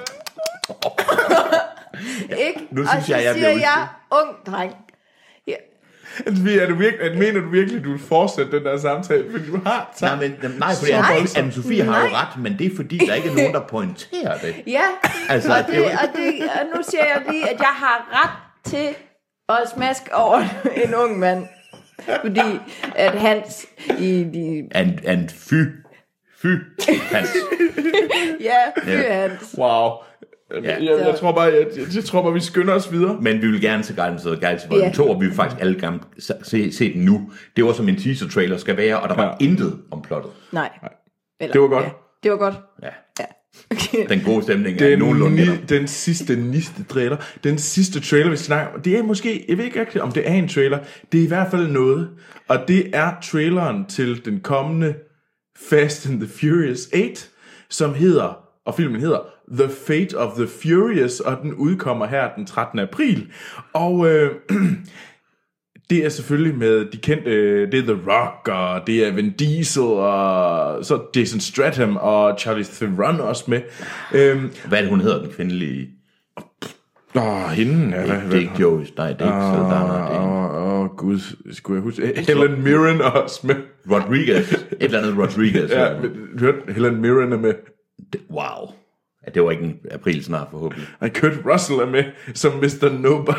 Ikke? Nu og synes så jeg, jeg siger jeg, ung dreng. Ja. Er du virkelig, mener du virkelig, du vil fortsætte den der samtale? Fordi du har nej, men, nej, fordi Anne-Sophie har jo ret, men det er fordi, der ikke er nogen, der pointerer det. Ja, altså, og, det, det, og, det, og nu siger jeg lige, at jeg har ret til at smaske over en ung mand. Fordi at Hans i de... And, and fy. Fy. Hans. Ja, fy ja. Hans. Wow. Ja. Jeg, jeg, jeg, tror bare, jeg, jeg, jeg tror bare, vi skynder os videre. Men vi vil gerne se Guardians of the Galaxy Volume yeah. to, og vi vil faktisk alle gerne se, se den nu. Det var som en teaser-trailer skal være, og der var ja. intet om plottet. Nej. Eller, det var godt. Ja, det var godt. Ja. Ja. Okay. Den gode stemning den, er nogenlunde. Ni, den sidste niste trailer. Den sidste trailer, vi snakker om. Det er måske, jeg ved ikke om det er en trailer. Det er i hvert fald noget. Og det er traileren til den kommende Fast and the Furious otte, som hedder, og filmen hedder The Fate of the Furious, og den udkommer her den trettende april. Og øh, det er selvfølgelig med de kendte, det er The Rock, og det er Vin Diesel, og så Jason Statham og Charlize Theron også med. Øhm, hvad er det, hun hedder, den kvindelige? Åh, oh, hende. Det, det er ikke Joyce, nej, det er ikke Saldana. Åh, oh, gud, skulle jeg huske. Helen Mirren også med. Rodriguez, et eller andet Rodriguez. Ja, du hørte, Helen Mirren er med. Wow. Ja, det var ikke en april snart forhåbentlig. Og Kurt Russell er med som mister Nobody.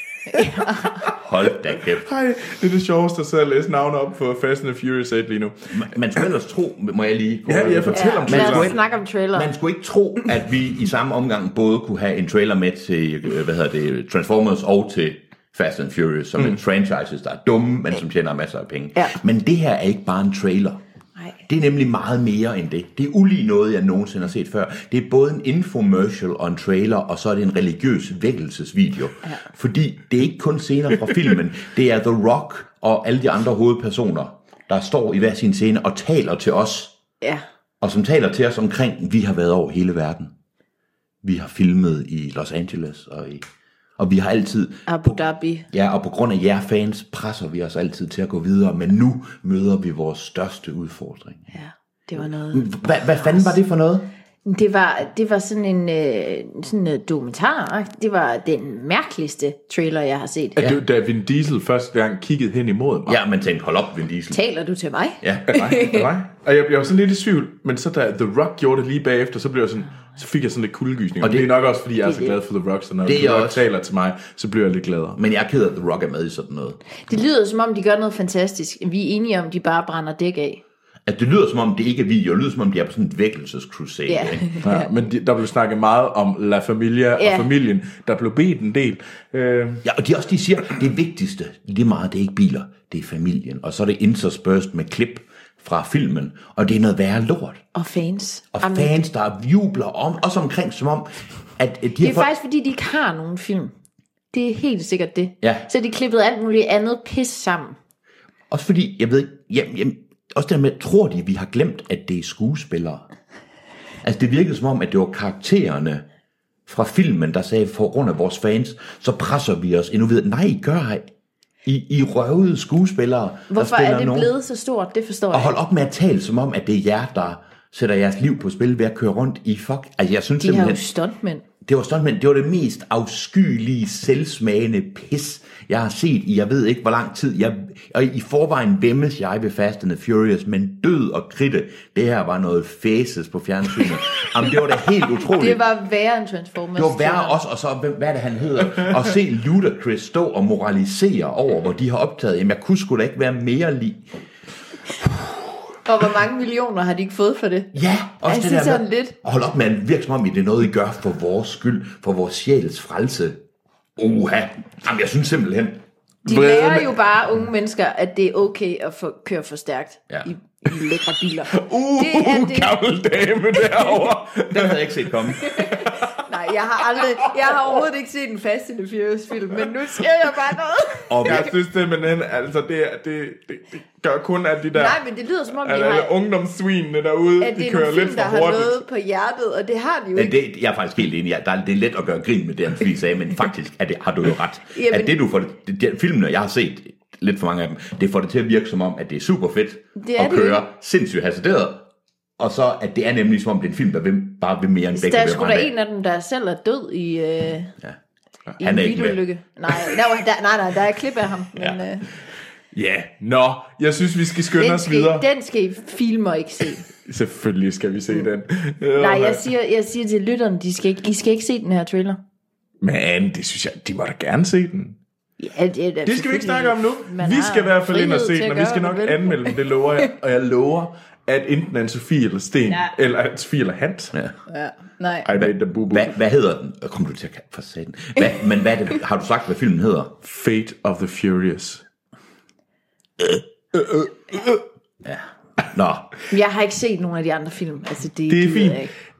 Hold da kæft. Hej, det er det sjoveste at sidde og læse navne op på Fast and the Furious otte lige nu. Man, man skulle ellers tro, må jeg lige... Ja, jeg fortæller ja, om traileren. man skulle snakke om trailer. Man skulle ikke tro, at vi i samme omgang både kunne have en trailer med til, hvad hedder det, Transformers og til Fast and Furious, som mm. en franchises, der er dumme, men som tjener masser af penge. Ja. Men det her er ikke bare en trailer. Nej. Det er nemlig meget mere end det. Det er ulig noget, jeg nogensinde har set før. Det er både en infomercial og en trailer, og så er det en religiøs vækkelsesvideo. Ja. Fordi det er ikke kun scener fra filmen, det er The Rock og alle de andre hovedpersoner, der står i hver sin scene og taler til os. Ja. Og som taler til os omkring, vi har været over hele verden. Vi har filmet i Los Angeles og i... Og vi har altid... Abu Dhabi. Ja, og på grund af jer fans presser vi os altid til at gå videre, men nu møder vi vores største udfordring. Ja, det var noget... Hvad, hvad fanden var det for noget? Det var, det var sådan en øh, sådan en dokumentar. Det var den mærkeligste trailer, jeg har set. Ja. Da Vin Diesel første gang kiggede hen imod mig. Ja, man tænkte, hold op, Vin Diesel. Taler du til mig? Ja. Nej, nej. Og jeg blev sådan lidt i tvivl, men så da The Rock gjorde det lige bagefter, så blev jeg sådan... Så fik jeg sådan lidt kuldegysning. Og det, det er nok også, fordi jeg er så glad for The Rock, så når The Rock også taler til mig, så bliver jeg lidt gladere. Men jeg er ked af, at The Rock er med i sådan noget. Det lyder som om, de gør noget fantastisk. Vi er enige om, de bare brænder dæk af. At det lyder som om, det ikke er video. Det lyder som om, de er på sådan en vækkelsescrusade. Ja. Ja, men de, der blev snakket meget om La Familia ja. og familien, der blev bedt en del. Øh. Ja, og de også de siger, det vigtigste, det er meget, det er ikke biler, det er familien. Og så er det interspersed med klip fra filmen, og det er noget værre lort. Og fans. Og Amen. fans, der jubler om, også omkring, som om, at de det er har faktisk, fordi de ikke har nogen film. Det er helt sikkert det. Ja. Så de klippet alt muligt andet pis sammen. Også fordi, jeg ved ikke, jamen, jamen, også der med, tror de, vi har glemt, at det er skuespillere? Altså, det virkede som om, at det var karaktererne fra filmen, der sagde, for grund af vores fans, så presser vi os endnu videre. Nej, gør ej. I, I røvede skuespillere. Hvorfor er det nogen. blevet så stort? Det forstår jeg. Og hold op med at tale, som om, at det er jer, der sætter jeres liv på spil ved at køre rundt i fuck. Altså, jeg synes de har jo stuntmænd. Det var stuntmænd. Det var det mest afskyelige, selvsmagende pis, jeg har set i, jeg ved ikke, hvor lang tid. Jeg, og i forvejen vemmes jeg ved Fast and the Furious, men død og kridte, det her var noget fæses på fjernsynet. Jamen, det var da helt utroligt. Det var værre end Transformers. Det var værre også, og så, hvad er det, han hedder? At se Ludacris stå og moralisere over, hvor de har optaget. Jamen, jeg kunne sgu da ikke være mere lige. Og hvor mange millioner har de ikke fået for det? Ja, også altså, det der med, lidt. Hold op med at virke som om, det er noget, I gør for vores skyld, for vores sjæls frelse. Uha. Jamen, jeg synes simpelthen... De lærer jo bare unge mennesker, at det er okay at få, køre for stærkt ja. i, i lækre biler. Uh, det er det. Gammel dame derovre. Den havde jeg ikke set komme. Nej, jeg har aldrig, jeg har overhovedet ikke set en Fast and the Furious film, men nu siger jeg bare noget. Og jeg synes det, men den, altså det, det, det, det gør kun at de der... Nej, men det lyder som om, de altså, har... ungdomssvinene derude, de kører lidt for hurtigt. At det er nogle film, der har noget på hjertet, og det har de jo ikke. Det, jeg er faktisk helt enig. Der er, det er let at gøre grin med det, han fordi sagde, men faktisk er det, har du jo ret. Jamen, at det du får... Det, det, filmene, jeg har set, lidt for mange af dem, det får det til at virke som om, at det er super fedt at køre sindssygt hasarderet. Og så, at det er nemlig som om, det er en film, der vil, bare vil mere end begge. Der er sgu da en af dem, der selv er død i, øh, ja. i han en bilulykke. Nej, der, nej, nej, der er et klip af ham. Men, ja. Øh, ja, nå, jeg synes, vi skal skynde os videre. Den skal I filme og ikke se. Selvfølgelig skal vi se den. Nej, jeg siger, jeg siger til lytterne, de skal ikke, I skal ikke se den her trailer. Men det synes jeg, de må da gerne se den. Ja, det, er det skal vi ikke snakke om nu. Vi skal i hvert fald ind og se den, og vi skal nok anmelde den, det lover jeg. Og jeg lover, at enten Anne-Sophie eller Sten, ja. eller Anne-Sophie eller Hans. Ja. Ja, nej. I made the boo-boo. Hvad, hvad hedder den? Kom du til at for satan. Hvad, men hvad er det, har du sagt, hvad filmen hedder? Fate of the Furious. Øh, øh, øh, øh. Ja. Nå. Jeg har ikke set nogen af de andre film. Altså, det, det er fint.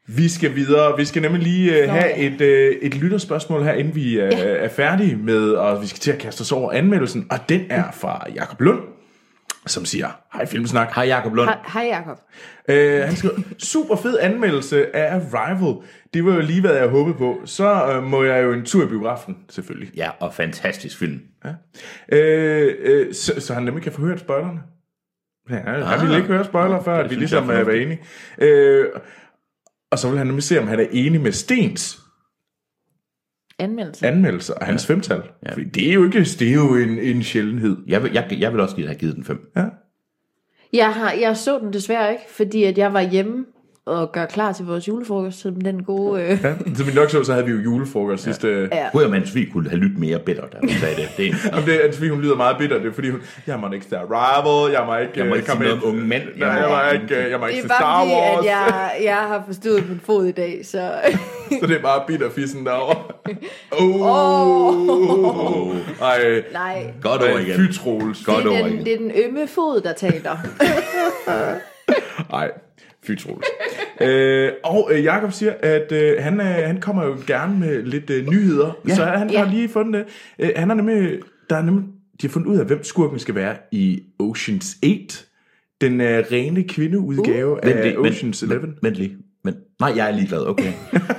Vi skal videre. Vi skal nemlig lige uh, have et, uh, et lytterspørgsmål her, inden vi uh, ja. er færdige med, og vi skal til at kaste os over anmeldelsen. Og den er fra Jakob Lund, som siger, hej Filmsnak. Hej Jakob Lund. Hej Jakob. Uh, han skriver, super fed anmeldelse af Arrival. Det var jo lige, hvad jeg håbede på. Så uh, må jeg jo en tur i biografen, selvfølgelig. Ja, og fantastisk film. Ja. Uh, uh, så, så han nemlig kan få hørt spoilerne. Ja, ah, han ville ikke høre spoiler før, at vi ligesom er enige. Uh, Og så vil han nemlig se, om han er enig med Stens anmeldelse, anmeldelse og hans ja. femtal. Ja. Fordi det er jo ikke, det er jo en, en sjældenhed. Jeg vil, jeg, jeg vil også have givet den fem. Ja. Jeg, har, jeg så den desværre ikke, fordi at jeg var hjemme og gør klar til vores julefrokost, som den gode... Øh... Ja, som vi nok så, så havde vi jo julefrokost ja. sidste... Ja. Hvor man vi kunne have lyttet mere bitter, da hun sagde det. Det er Jamen, det er, fordi hun lyder meget bitter, det er fordi hun... Jeg må ikke se Arrival, jeg må ikke... Jeg må ikke sige noget om unge mænd. Nej, jeg må ikke, jeg må ikke se Star Wars. Det er bare fordi, at jeg, jeg har forstået min fod i dag, så... så det er bare bitterfissen derovre. Åh! Oh. Ej. Nej. Godt over igen. Fy Troels. Godt over igen. Det er den ømme fod, der taler. Nej. Fy Troels. øh, og øh, Jakob siger, at øh, han, øh, han kommer jo gerne med lidt øh, nyheder, ja. så han ja. har lige fundet det. Øh, han har nemlig, der er nemlig, de har fundet ud af, hvem skurken skal være i Ocean's otte, den øh, rene kvindeudgave uh. af lige, Ocean's vent, elleve. Vent lige. Men, nej, jeg er ligeglad, okay.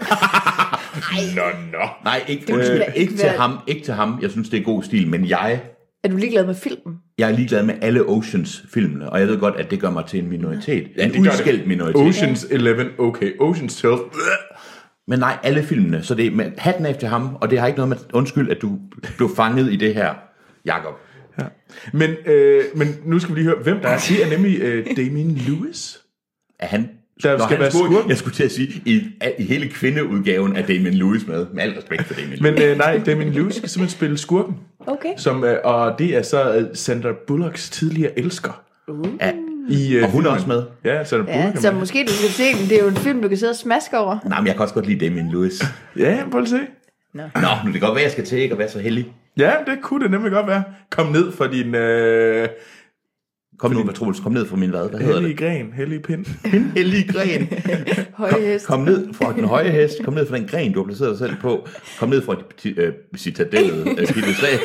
Nå, nå. Nej, ikke, øh, ikke, til ham, ikke til ham. Jeg synes, det er god stil, men jeg... Er du ligeglad med filmen? Jeg er ligeglad med alle Oceans-filmene, og jeg ved godt, at det gør mig til en minoritet. Ja, en udskilt minoritet. Ocean's elleve, okay. Ocean's tolv. Men nej, alle filmene. Så det er med hatten af til ham, og det har ikke noget med... Undskyld, at du blev fanget i det her, Jakob. Ja. Men, øh, men nu skal vi lige høre, hvem der er. Det er nemlig øh, Damian Lewis. Er han... Der Nå, skal være skurken. Jeg skulle til at sige, i, i hele kvindeudgaven er Damian Lewis med. Med al respekt for Damian Lewis. Men øh, nej, Damian Lewis skal simpelthen spille skurken. Okay. Som, øh, og det er så øh, Sandra Bullocks tidligere elsker. Uh. Ja. I, øh, og hun er også med. Ja, Sandra ja, Bullock. Så måske du skal se den. Det er jo en film, du kan sidde og smaske over. Nej, men jeg kan også godt lide Damian Lewis. Ja, prøv at se. Nå, Nå nu det kan godt være, jeg skal til ikke at være så heldig. Ja, det kunne det nemlig godt være. Kom ned fra din... Øh, Kom nu, Troels, kom ned fra min hvad? Hvad hedder hellige gren, hellige pind. Min hellige gren. Høje hest. Kom, kom ned fra den høje hest, kom ned fra den gren, du har placeret dig selv på. Kom ned fra øh, citadellet, øh, skal du sige.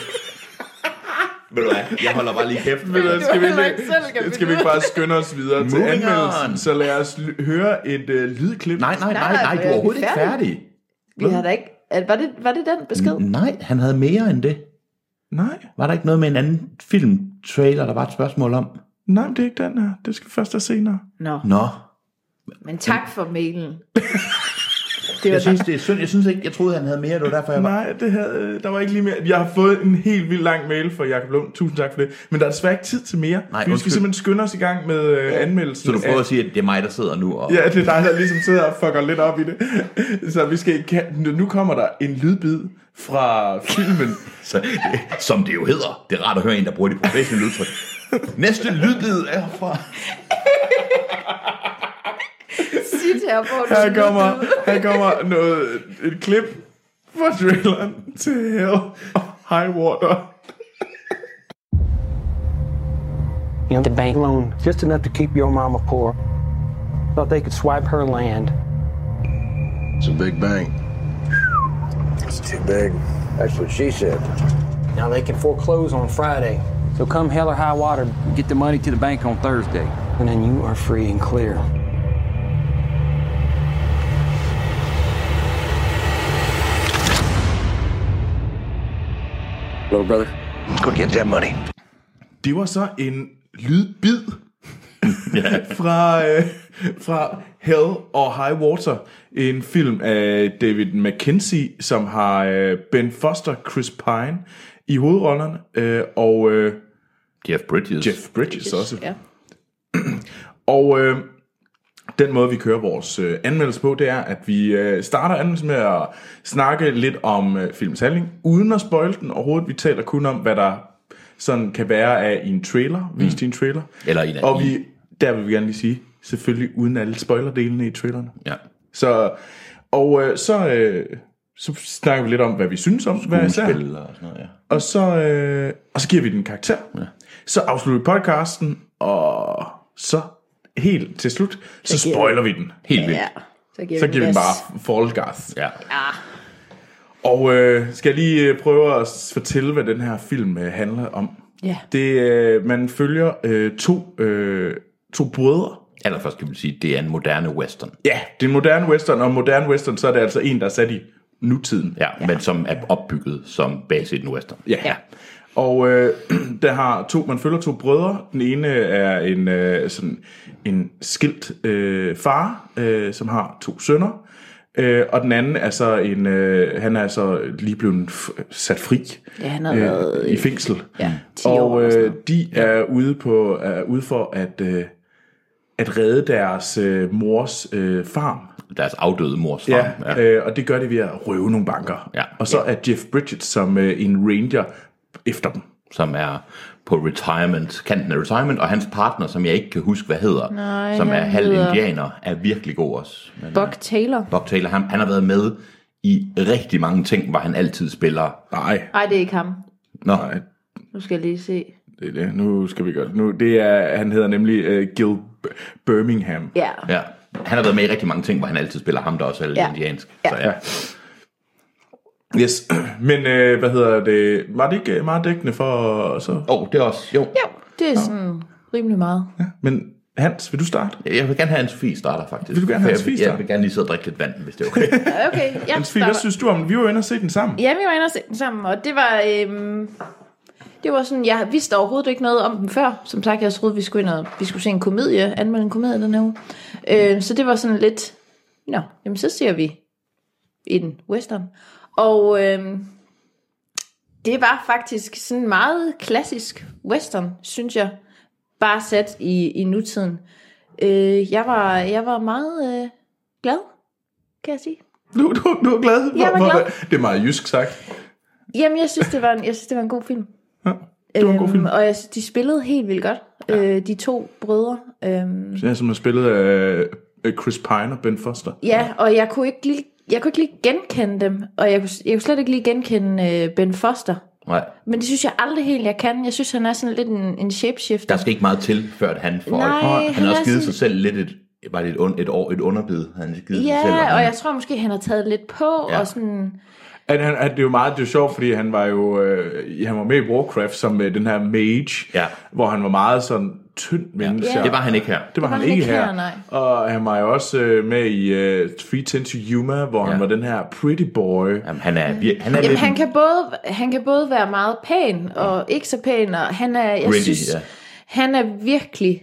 Ved du hvad, jeg holder bare lige kæft. Ved du, skal, vi ikke, skal vi ikke bare skynde os videre til anmeldelsen? Så lad os l- høre et øh, lydklip. Nej, nej, nej, nej, du er overhovedet ikke færdig. Vi har da ikke... Var det, var det den besked? Nej, han havde mere end det. Nej. Var der ikke noget med en anden filmtrailer, der var et spørgsmål om? Nej, det er ikke den her. Det skal først have senere. Nå. Nå. Men tak for mailen. Det jeg synes, det er synd. Jeg synes ikke, jeg troede, han havde mere. Det var derfor, jeg var... Nej, det havde, der var ikke lige mere. Jeg har fået en helt vildt lang mail fra Jakob Lund. Tusind tak for det. Men der er desværre ikke tid til mere. Nej, vi skal simpelthen skynde os i gang med øh, anmeldelsen. Så du prøver at sige, at det er mig, der sidder nu? Og... Ja, det er dig, der ligesom sidder og fucker lidt op i det. Så vi skal... Nu kommer der en lydbid fra filmen. Så, som det jo hedder. Det er rart at høre en, der bruger de professionelle udtryk. Næste lydbid er fra... Her, her kommer, her kommer noget, et klip fra traileren til Hell og High Water. You know, the bank loan, just enough to keep your mama poor. Thought they could swipe her land. It's a big bank. It's too big. That's what she said. Now they can foreclose on Friday. So come hell or high water, get the money to the bank on Thursday. And then you are free and clear. Little brother, go get that money. Det var så en lydbid fra, øh, fra Hell og High Water. En film af David Mackenzie, som har øh, Ben Foster, Chris Pine i hovedrollerne. Øh, og øh, Jeff Bridges. Jeff Bridges også. Ja. Og øh, den måde, vi kører vores øh, anmeldelse på, det er, at vi øh, starter anmeldelsen med at snakke lidt om øh, filmens handling, uden at spoil den overhovedet. Vi taler kun om, hvad der sådan kan være af i en trailer, vist i en trailer. Eller i en Og vi, der vil vi gerne lige sige, selvfølgelig uden alle spoilerdelene i trailerne. Ja. Så, og øh, så, øh, så snakker vi lidt om, hvad vi synes om hver især. Og sådan noget, ja. Og så, øh, og så giver vi den en karakter. Ja. Så afslutter vi podcasten, og så helt til slut, så spoiler vi den helt vildt. Ja. Så giver, så vi, giver vi gas. bare full gas. Ja. Ja. Og øh, skal jeg lige øh, prøve at fortælle, hvad den her film øh, handler om? Ja. Det, øh, man følger øh, to, øh, to brødre. Allerførst kan vi sige, at det er en moderne western. Ja, det er en moderne western, og moderne western, så er det altså en, der er sat i nutiden. Ja, ja. Men som er opbygget som base i den western. Ja. ja. Og øh, der har to, man følger to brødre. Den ene er en øh, sådan en skilt øh, far, øh, som har to sønner. Øh, og den anden er så en, øh, han er så lige blevet f- sat fri Ja, han har været øh, i fængsel. Ja, ti år og eller sådan øh, de er ude på er ude for at øh, at redde deres øh, mors øh, farm. Deres afdøde mors farm. Ja, ja. Øh, og det gør de ved at røve nogle banker. Ja. Og så er Jeff Bridges som øh, en ranger efter dem. Som er på retirement, kanten af retirement, og hans partner, som jeg ikke kan huske, hvad hedder, Nej, som er han halv hedder- indianer, er virkelig god også. Men, Buck Taylor. Bob Taylor, han, han har været med i rigtig mange ting, hvor han altid spiller. Nej, Nej, det er ikke ham. Nå, nej, Nu skal jeg lige se. det er det. Nu skal vi gøre det. Nu, det er, han hedder nemlig øh, Gil B- Birmingham. Ja. ja. Han har været med i rigtig mange ting, hvor han altid spiller ham, der også er lidt Ja. indiansk. Ja. Så ja. Yes, men øh, hvad hedder det? Var det ikke meget dækkende for så? Åh, oh, det er også, jo. Jo, det er sådan rimelig meget. Men Hans, vil du starte? Jeg vil gerne have Anne-Sophie starter, faktisk. Vil du gerne have Jeg- Anne-Sophie Jeg starter? vil gerne lige sidde og drikke lidt vand, hvis det er okay. Ja, okay, jeg Hans, hvad starter. synes du om? Vi var jo inde og se den sammen. Ja, vi var inde og se den sammen, og det var... Øhm, det var sådan, jeg vidste overhovedet ikke noget om den før. Som sagt, jeg troede, vi skulle ind og vi skulle se en komedie, anmelde en komedie den her uge. Øh, så det var sådan lidt, nå, jamen så ser vi en western. Og øhm, det var faktisk sådan meget klassisk western, synes jeg. Bare sat i, i nutiden. Øh, jeg, var, jeg var meget øh, glad, kan jeg sige. Du, du, du er glad? Jeg var Hvor- hvor- glad. Det er meget jysk sagt. Jamen, jeg synes, det var en, jeg synes, det var en god film. Ja, det var en god film. Og jeg, de spillede helt vildt godt. Ja. Øh, de to brødre. Øhm, Det er som er spillet af af Chris Pine og Ben Foster. ja, og jeg kunne ikke lige, jeg kunne ikke lige genkende dem. Og jeg kunne, jeg kunne slet ikke lige genkende øh, Ben Foster. Nej, Men det synes jeg aldrig helt, jeg kan. Jeg synes, han er sådan lidt en, en shapeshifter. der skal ikke meget til, før at han får... Nej, han, han har er også givet sådan- sig selv lidt et... Var det et, un, et, år, et underbid, han har givet sig selv? Ja, han- og jeg tror måske, han har taget lidt på. Ja. Og sådan, At han, at det er jo meget det er jo sjovt, fordi han var jo øh, han var med i Warcraft som øh, den her mage, Ja. hvor han var meget sådan tynd menneske. Det var han ikke her. Det var, han, ikke her. nej. Og han var jo også øh, med i øh, Three Ten to Yuma, hvor ja. han var den her pretty boy. Jamen, han er, vir- han er Jamen, lidt... han kan, både, han kan både være meget pæn og ikke så pæn. Og han er, jeg Gritty, synes, ja. han er virkelig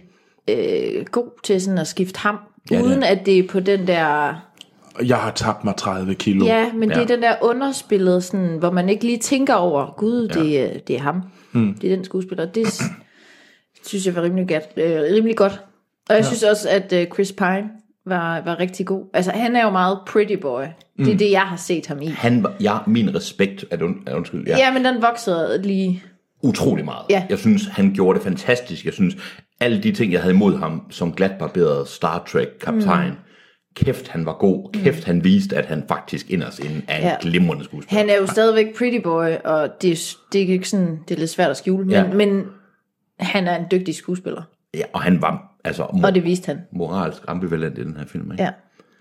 øh, god til sådan at skifte ham. Ja, det er. Uden at det er på den der... Jeg har tabt mig tredive kilo. Ja, men ja. det Ja. er den der underspillet, sådan, hvor man ikke lige tænker over, gud, det, ja. det er ham. Hmm. Det er den skuespiller. Det s- synes jeg var rimelig godt. Øh, rimelig godt. Og jeg ja. synes også, at øh, Chris Pine var, var rigtig god. Altså, han er jo meget pretty boy. Det er mm. det, jeg har set ham i. Han var, ja, min respekt, er und, er undskyld, ja, Ja, men den voksede lige... utrolig meget. Ja. Jeg synes, han gjorde det fantastisk. Jeg synes, alle de ting, jeg havde imod ham som glatbarberet Star Trek-kaptajn, mm. kæft, han var god. Kæft, han viste, at han faktisk inderst inde er en Ja. glimrende skuespiller. Han er jo stadigvæk pretty boy, og det, er- det er ikke sådan, det er lidt svært at skjule, men, Ja. men han er en dygtig skuespiller, Ja, og han var altså mor- og det viste han. moralsk ambivalent i den her film. Ikke? Ja.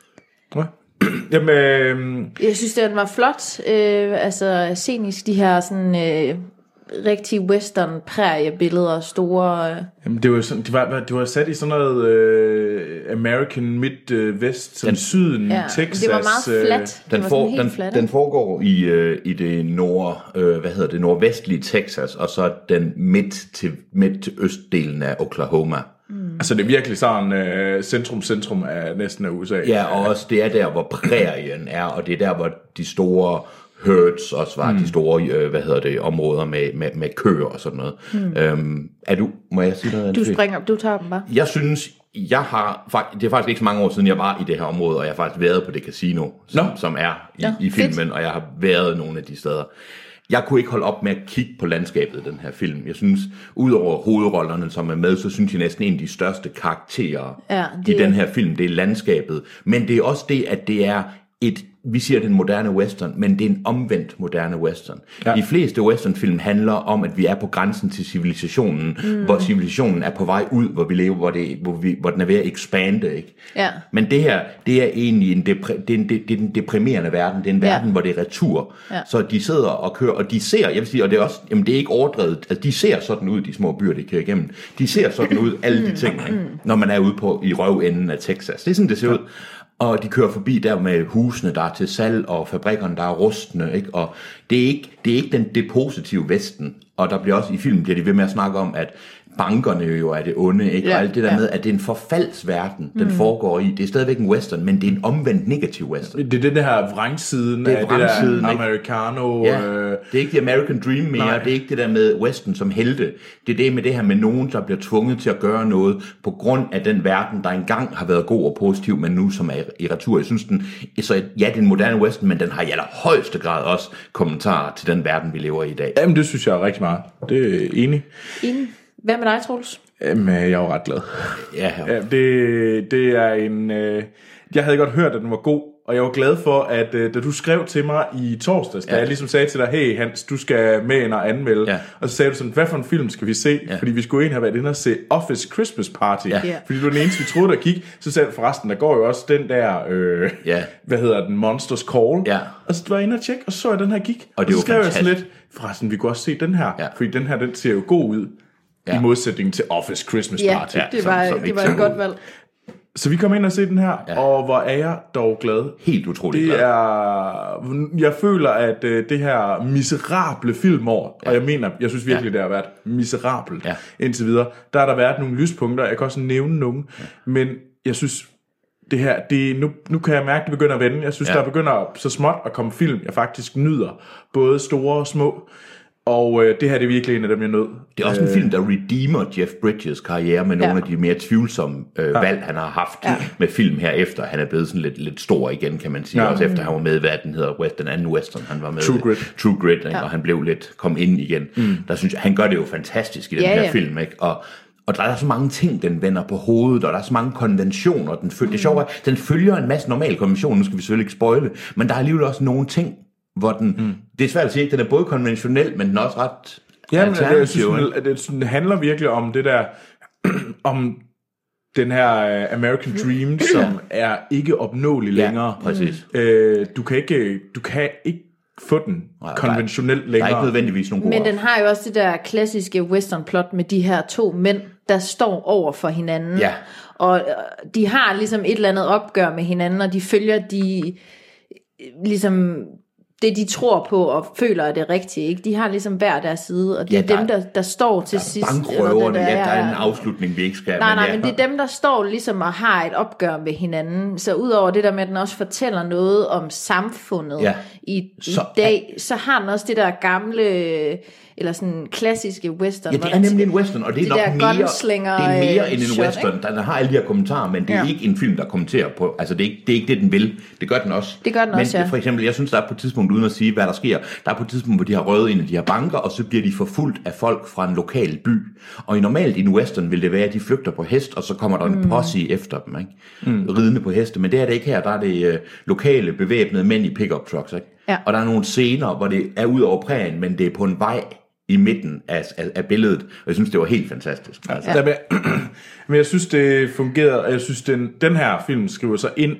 Ja. Jamen, øh, Jeg synes, den var flot, øh, altså scenisk, de her sådan øh, rigtig western præriebilleder, store... Øh, jamen, det var sådan, det var, det var sat i sådan noget øh, American Midwest, som Den- syden, ja. Texas. Det var meget øh, flat. Det Den, var for, sådan helt den, flat. den foregår i, øh, i det nord, øh, hvad hedder det, nordvestlige Texas, og så den midt til, midt til østdelen af Oklahoma. Altså, det er virkelig sådan øh, centrum-centrum af næsten af U S A. Ja, og også det er der, hvor prærien er, og det er der, hvor de store herds også var, mm. de store, øh, hvad hedder det, områder med, med, med køer og sådan noget. Mm. Øhm, er du, må jeg sige noget? Du Anne-Sophie? springer, du tager dem bare. Jeg synes, jeg har, fakt- det er faktisk ikke så mange år siden, jeg var i det her område, og jeg har faktisk været på det casino, som, Nå. som er i, Nå, i filmen, fedt. og jeg har været nogle af de steder. Jeg kunne ikke holde op med at kigge på landskabet i den her film. Jeg synes, udover hovedrollerne, som er med, så synes jeg næsten en af de største karakterer Ja, i det- den her film, det er landskabet. Men det er også det, at det er et vi siger, det er en moderne western, men det er en omvendt moderne western. Ja. De fleste westernfilm handler om, at vi er på grænsen til civilisationen, mm. hvor civilisationen er på vej ud, hvor vi lever, hvor, det, hvor, vi, hvor den er ved at expande. Ikke? Ja. Men det her, det er egentlig en, depri- det er en, det, det er en deprimerende verden. Det er en verden, ja. hvor det er retur. Ja. Så de sidder og kører, og de ser, jeg vil sige, og det er også, jamen det er ikke overdrevet, altså de ser sådan ud, de små byer, de kører igennem. De ser sådan ud, alle de ting, ikke? Når man er ude på i røvenden af Texas. Det er sådan, det ser ud. Og de kører forbi der med husene, der er til salg, og fabrikkerne, der er rustne, ikke? Og det er ikke, det er ikke den, det positive Vesten. Og der bliver også, i filmen bliver de ved med at snakke om, at bankerne jo er det onde, ikke? Ja, og alt det der ja. med, at det er en forfaldsverden, den mm. foregår i. Det er stadigvæk en western, men det er en omvendt negativ western. Det er det der vrangsiden af det der americano. Ja, øh... det er ikke the American Dream mere, Nej. det er ikke det der med western som helte. Det er det med det her med nogen, der bliver tvunget til at gøre noget på grund af den verden, der engang har været god og positiv, men nu som er i retur. Jeg synes, den, så ja, det er en moderne western, men den har i allerhøjeste grad også kommentarer til den verden, vi lever i i dag. Jamen, det synes jeg er rigtig meget. Det er enig. Enig. Hvad med dig, Troels? Jamen, jeg er jo ret glad. Ja, ja. det, det er en... Øh, jeg havde godt hørt, at den var god, og jeg var glad for, at øh, da du skrev til mig i torsdags, da ja. jeg ligesom sagde til dig, hey Hans, du skal med ind og anmelde, ja. og så sagde du sådan, hvad for en film skal vi se? Ja. Fordi vi skulle egentlig have været inde og se Office Christmas Party, ja. fordi du var den eneste, vi troede, der gik. Så sagde du forresten, der går jo også den der, øh, ja. hvad hedder den, Monsters Call. Ja. Og så var jeg inde og tjekke, og så så jeg, den her gik. Og, det og så skrev jeg sådan lidt, forresten, vi kunne også se den her, ja. fordi den her, den ser jo god ud. Ja. I modsætning til Office Christmas Party. Ja, det var, som, som det var et godt valg. Så vi kom ind og se den her, ja. og hvor er jeg dog glad. Helt utroligt det glad. Er, jeg føler, at uh, det her miserable filmår, ja. og jeg mener, jeg synes virkelig, ja. det har været miserabelt ja. indtil videre, der har der været nogle lyspunkter, jeg kan også nævne nogle, ja. men jeg synes, det her, det, nu, nu kan jeg mærke, at det begynder at vende. Jeg synes, ja. der begynder så småt at komme film, jeg faktisk nyder, både store og små. Og øh, det her det er virkelig en af dem, jeg nød. Det er også en øh, film, der redeemer Jeff Bridges karriere med ja. nogle af de mere tvivlsomme øh, ja. valg, han har haft ja. med film her efter. Han er blevet sådan lidt, lidt stor igen, kan man sige. Ja. Også efter han var med, hvad den hedder, West, den anden western, han var med. True Grit. True Grit, ja. og han blev lidt, kom ind igen. Mm. Der synes jeg, han gør det jo fantastisk i den ja, her ja. film, ikke? Og Og der er så mange ting, den vender på hovedet, og der er så mange konventioner. Den følger, mm. Det er sjovt, den følger en masse normale konventioner, nu skal vi selvfølgelig ikke spoile, men der er alligevel også nogle ting, hvor den, mm. det er svært at sige, at den er både konventionel, men den er også ret ja, men det, jeg synes, at det, det handler virkelig om det der, om den her American Dream, som er ikke opnåelig længere. Ja, præcis. Øh, du kan ikke, du kan ikke få den Nej, konventionelt længere. Der er ikke nødvendigvis nogen gode. Men den har jo også det der klassiske western plot med de her to mænd, der står over for hinanden. Ja. Og de har ligesom et eller andet opgør med hinanden, og de følger de ligesom det, de tror på og føler er det rigtige, ikke? De har ligesom hver deres side, og det ja, er dem, der, der står til der sidst. Bankrøverne, ja, der er en afslutning, vi ikke skal. Nej, nej, ja. men det er dem, der står ligesom og har et opgør med hinanden. Så udover det der med, at den også fortæller noget om samfundet ja. i, så, i dag, ja. så har den også det der gamle, eller sådan klassiske western. Ja, det er nemlig en western, og det er nok mere, det er mere end en shot, western. Ikke? Der har alle de her kommentarer, men det er ja. ikke en film, der kommenterer på, altså det er ikke det, er ikke det den vil. Det gør den også. Det gør den men også, ja. for eksempel, jeg synes, der er på et tidspunkt, uden at sige, hvad der sker, der er på et tidspunkt, hvor de har røvet ind i de her banker, og så bliver de forfulgt af folk fra en lokal by. Og i normalt i en western vil det være, at de flygter på hest, og så kommer der en mm. posse efter dem, ikke? Mm. Ridende på heste. Men det er det ikke her. Der er det uh, lokale bevæbnede mænd i pickup trucks, ikke? Ja. Og der er nogle scener, hvor det er ud over prærien, men det er på en vej i midten af, af, af billedet, og jeg synes, det var helt fantastisk. Altså. Ja. Men jeg synes, det fungerede, og jeg synes, den, den her film skriver sig ind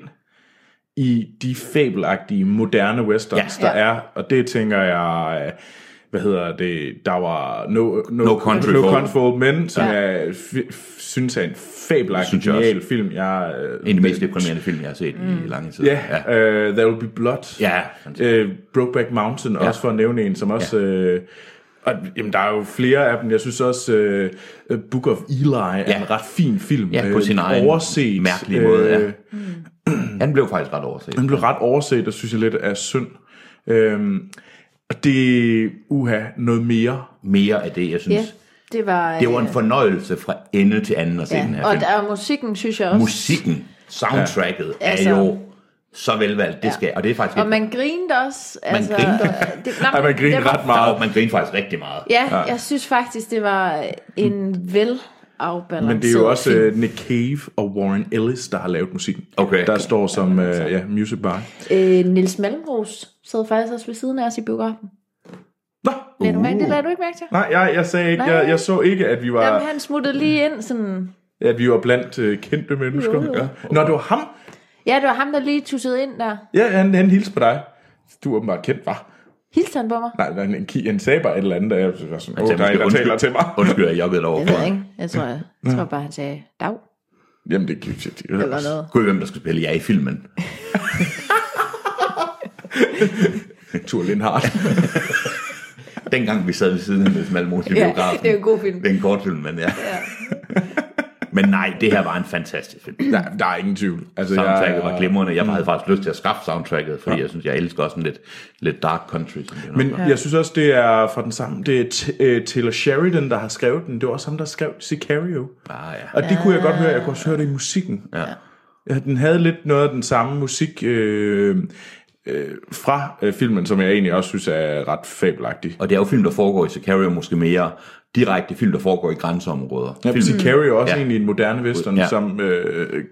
i de fabelagtige moderne westerns, ja. der er, og det tænker jeg, hvad hedder det, der var No, no, no Country no for Old Men, som ja. jeg f- synes er en fabelagtig genial film. Jeg, en af de mest deprimerende film, jeg har set mm. i lange tid. Ja, yeah, uh, There Will Be Blood, ja, uh, Brokeback Mountain, ja. også for at nævne en, som også... Ja. Uh, Og, jamen, der er jo flere af dem. Jeg synes også, uh, Book of Eli er ja. en ret fin film. Ja, på sin uh, egen overset, mærkelige måde, ja. Mm. Han blev faktisk ret overset. Han blev ret overset, og synes jeg lidt er synd. Um, og det uha noget mere. Mere af det, jeg synes. Ja, det var... Det var en fornøjelse fra ende til anden at se ja. den her og film. Og musikken, synes jeg også. Musikken, soundtracket ja. er altså, jo... så velvalgt, det skal, ja. og det er faktisk... Og man grinede også. Man altså, grinede. Det, nej, ja, man grinede ret meget. Man grinede faktisk rigtig meget. Ja, ja, jeg synes faktisk, det var en vel afbalanceret. Men det er jo også film. uh, Nick Cave og Warren Ellis, der har lavet musikken. Okay. Der står som uh, ja, music by. Øh, Niels Malmros sad faktisk også ved siden af os i biografen. Nå, Lad du mærke, det lader du ikke mærke til? nej, jeg, jeg sagde ikke, jeg, jeg så ikke, at vi var, Jamen, han smuttede lige ind sådan... at vi var blandt uh, kendte mennesker. Jo, jo. Ja. Nå, det var ham. Ja, det var ham, der lige tussede ind der. Ja, han, han hilste på dig. Du er åbenbart kendt, var. Hilste han på mig? Nej, han, han, han sagde bare et eller andet, der jeg var sådan, åh, sagde der er en, der måske, taler til mig. Undskyld, jeg joggede over Det ved jeg ikke. Jeg tror, jeg, jeg tror bare, han sagde dag. Jamen, det kan det, Eller noget. Gud, hvem der skal spille jer i filmen. Tur Lindhardt. Dengang vi sad ved siden af Niels Malmros i Ja, biografen. det er en god film. Det er en kort film, men ja. Ja. Men nej, det her var en fantastisk film. Nej, der er ingen tvivl. Altså, Soundtracket jeg, var glimrende. Jeg havde faktisk lyst til at skaffe soundtracket, fordi ja. jeg synes, jeg elsker også en lidt, lidt dark country. Som det Men ja. jeg synes også, det er fra den samme. Det er t- uh, Taylor Sheridan, der har skrevet den. Det var også ham, der skrev Sicario. Ah, ja. Og det kunne jeg godt høre. Jeg kunne også høre det i musikken. Ja. Ja, den havde lidt noget af den samme musik øh, øh, fra øh, filmen, som jeg egentlig også synes er ret fabelagtig. Og det er jo film, der foregår i Sicario, måske mere direkte film, der foregår i grænseområder. Ja, film. Sicario er også Ja. egentlig en moderne western, Ja. som... Øh, øh,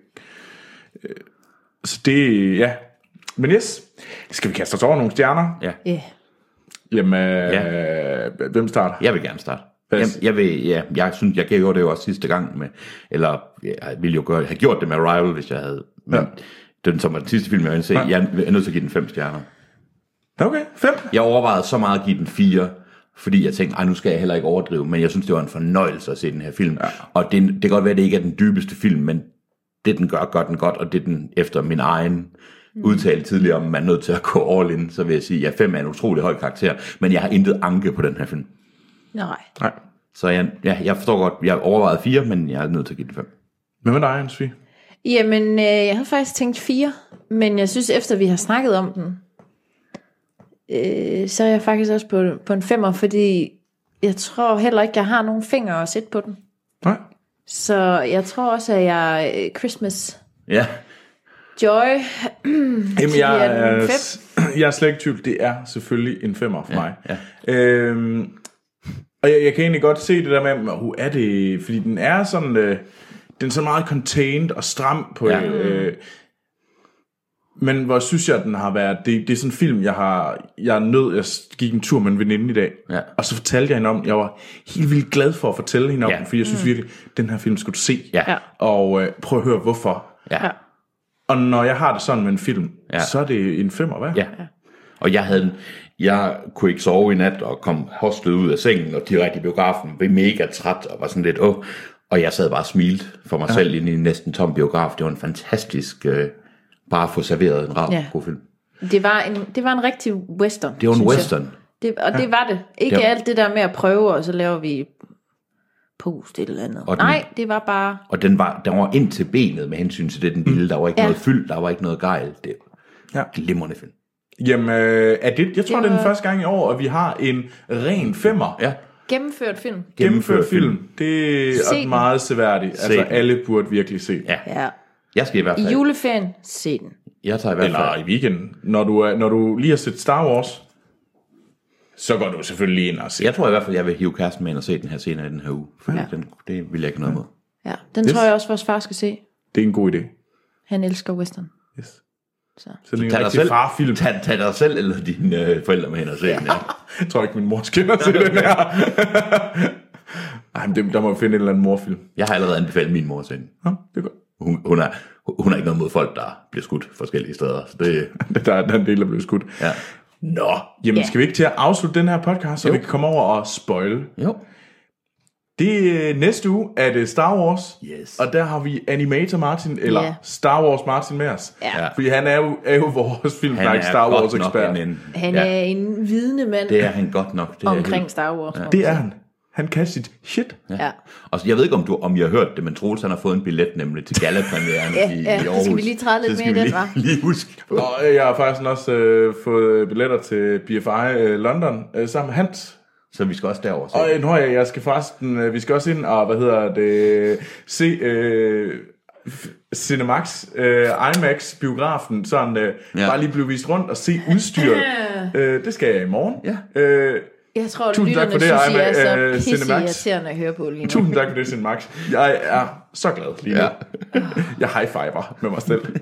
så det... Ja. Men yes. Skal vi kaste os over nogle stjerner? Ja. Yeah. Jamen, øh, hvem starter? Jeg vil gerne starte. Pas. Jeg, jeg, vil, ja, jeg synes, jeg gjorde det jo også sidste gang med, eller jeg ville jo gøre, have gjort det med Arrival, hvis jeg havde, men Ja. den som var den sidste film, jeg ville se, Ja. jeg er nødt til at give den fem stjerner. Okay, fem. Jeg overvejede så meget at give den fire, fordi jeg tænkte, ej, nu skal jeg heller ikke overdrive, men jeg synes, det var en fornøjelse at se den her film. Ja. Og det, det kan godt være, at det ikke er den dybeste film, men det den gør, gør den godt, og det den efter min egen mm. udtale tidligere, om man er nødt til at gå all in, så vil jeg sige, at ja, fem er en utrolig høj karakter, men jeg har intet anke på den her film. Nej. Nej. Så jeg, ja, jeg forstår godt, jeg overvejede fire, men jeg er nødt til at give den fem. Hvem er dig, Anne-Sophie? Jamen, øh, jeg havde faktisk tænkt fire, men jeg synes, efter vi har snakket om den, øh, så er jeg faktisk også på, på en femmer, fordi jeg tror heller ikke, jeg har nogen fingre at sætte på den. Nej. Så jeg tror også, at jeg øh, Christmas Ja. Joy, Jamen, jeg, giver den er, fem. jeg er slet ikke tvivl. Det er selvfølgelig en femmer for Ja, mig. ja. Øhm, og jeg, jeg kan egentlig godt se det der med, hvor er det, fordi den er sådan, øh, den er så meget contained og stram på, Ja. øh, men hvor synes jeg, at den har været, det, det er sådan en film, jeg har, jeg er nødt, jeg gik en tur med en veninde i dag, Ja. og så fortalte jeg hende om, jeg var helt vildt glad for at fortælle hende om Ja. den, fordi jeg synes virkelig, den her film skal du se, Ja. Ja. og øh, prøv at høre hvorfor. Ja. Ja. Og når jeg har det sådan med en film, Ja. så er det en femmer, hvad? Ja. Og jeg havde, jeg kunne ikke sove i nat og kom hostet ud af sengen og direkte i biografen, blev mega træt og var sådan lidt, åh, og jeg sad bare og smilte for mig ja. selv inde i en næsten tom biograf. Det var en fantastisk, øh, bare at få serveret en rar Ja. god film. Det var en, det var en rigtig western. Det var en synes jeg. western. Det, og det var det. Ikke Ja. alt det der med at prøve, og så laver vi post et eller andet. Og den- Nej, det var bare... Og den var, den var ind til benet med hensyn til det, den ville. Der var ikke Ja. noget fyld, der var ikke noget gejl. Det Ja. var en glimrende film. Jamen, øh, er det, jeg tror, det, Det det er den var- første gang i år, at vi har en ren femmer. Ja. Gennemført film. Gennemført film. Det er Se den. meget seværdigt. Altså, den. alle burde virkelig se. Ja. Ja. Jeg skal i hvert I fald. juleferien, se den. Jeg tager i hvert Eller fald. i weekenden. Når du, er, når du lige har set Star Wars, så går du selvfølgelig ind og se. Jeg tror i hvert fald, jeg vil hive kæresten med ind og se den her senere i den her uge. Fordi Ja. den, det vil jeg ikke noget mod. Ja, den Yes. tror jeg også, vores far skal se. Det er en god idé. Han elsker western. Yes. Så. Så det er en Tag dig rigtig selv, farfilm. tag, tag dig selv eller dine øh, forældre med hen og se den. Ja. Jeg tror ikke, min mor skal se den her. Ej, men det, der må vi finde en eller anden morfilm. Jeg har allerede anbefalet min mor at se den. Ja, det er godt. Hun, hun, er, hun er ikke noget mod folk, der bliver skudt forskellige steder. Så det, Der er, der er en del, der bliver skudt. ja. Nå, jamen Ja. skal vi ikke til at afslutte den her podcast, så Jo. vi kan komme over og spoil? Jo. Det er næste uge, er det Star Wars. Yes. Og der har vi Animator Martin, eller Ja. Star Wars Martin med os. Ja. Fordi han er jo, er jo vores filmsnak Star Wars ekspert. en, en, Han ja, er en vidende mand det er han godt nok. Det er omkring helt- Star Wars. må man Det er sige. han. Han kan sit shit. Ja. Og så, jeg ved ikke, om, du, om I har hørt det, men Troels han har fået en billet nemlig til gallapremieren Ja, i, ja, i det Aarhus. skal vi lige træde lidt Det skal mere i vi den, lige, hva'? lige huske. Og jeg har faktisk også øh, fået billetter til B F I øh, London øh, sammen med Hans. Så vi skal også derover se. Og øh, nu har jeg, jeg skal forresten, øh, vi skal også ind og, hvad hedder det, se øh, f- Cinemax, øh, IMAX biografen, sådan øh, Ja. ja. bare lige blive vist rundt og se udstyret. øh, det skal jeg i morgen. Ja. Øh, Jeg tror, Tusind tak for det, synes, I er så øh, pisse Cinemax. irriterende at høre på lige nu. Tusind tak for det, Cinemax. Jeg er så glad lige nu. Ja. Jeg high-fiver med mig selv.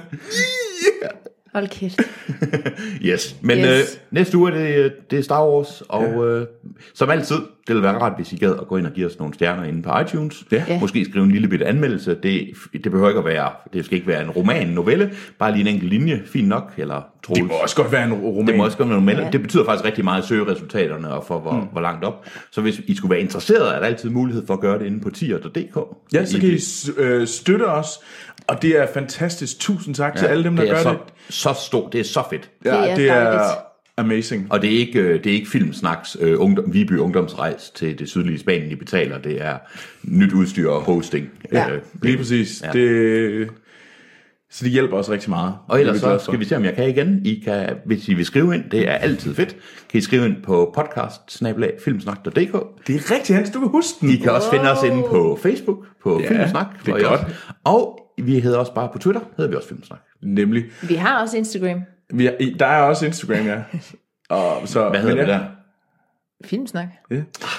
Hold kæft. Yes, men yes. Øh, næste uge er det, det er Star Wars, og ja. øh, som altid, det vil være rart, hvis I gad at gå ind og give os nogle stjerner inde på iTunes. Ja. Ja. Måske skrive en lille bitte anmeldelse. Det, det behøver ikke at være, det skal ikke være en roman, en novelle, bare lige en enkelt linje, fint nok, eller Troels. Det må også godt være en roman. Det må også godt være en roman. Ja. Det betyder faktisk rigtig meget at søge resultaterne og for hvor, hmm. hvor langt op. Så hvis I skulle være interesseret, er der altid mulighed for at gøre det inde på tier punktum d k. Ja, så kan I øh, støtte os, og det er fantastisk. Tusind tak ja, til alle dem, der gør så, det. Så stort, det er så fedt. Ja, det er, det er amazing. Og det er ikke, det er ikke Filmsnaks øh, ungdom, Viby Ungdomsrejs til det sydlige Spanien, I betaler. Det er nyt udstyr og hosting. Ja, øh, lige præcis. Ja. Det, så det hjælper os rigtig meget. Og ellers så skal vi se, om jeg kan igen. I kan, hvis I vil skrive ind, det er altid fedt, kan I skrive ind på podcast snabel-a filmsnak punktum d k. Det er rigtig, Hans, du kan huske den. I kan også finde os inde på Facebook, på ja, Filmsnak. Det er godt. Og vi hedder også bare på Twitter, hedder vi også Filmsnak. Nemlig. Vi har også Instagram. Vi har, der er også Instagram, ja. Og så, hvad hedder vi ja. der? Filmsnak. Ja.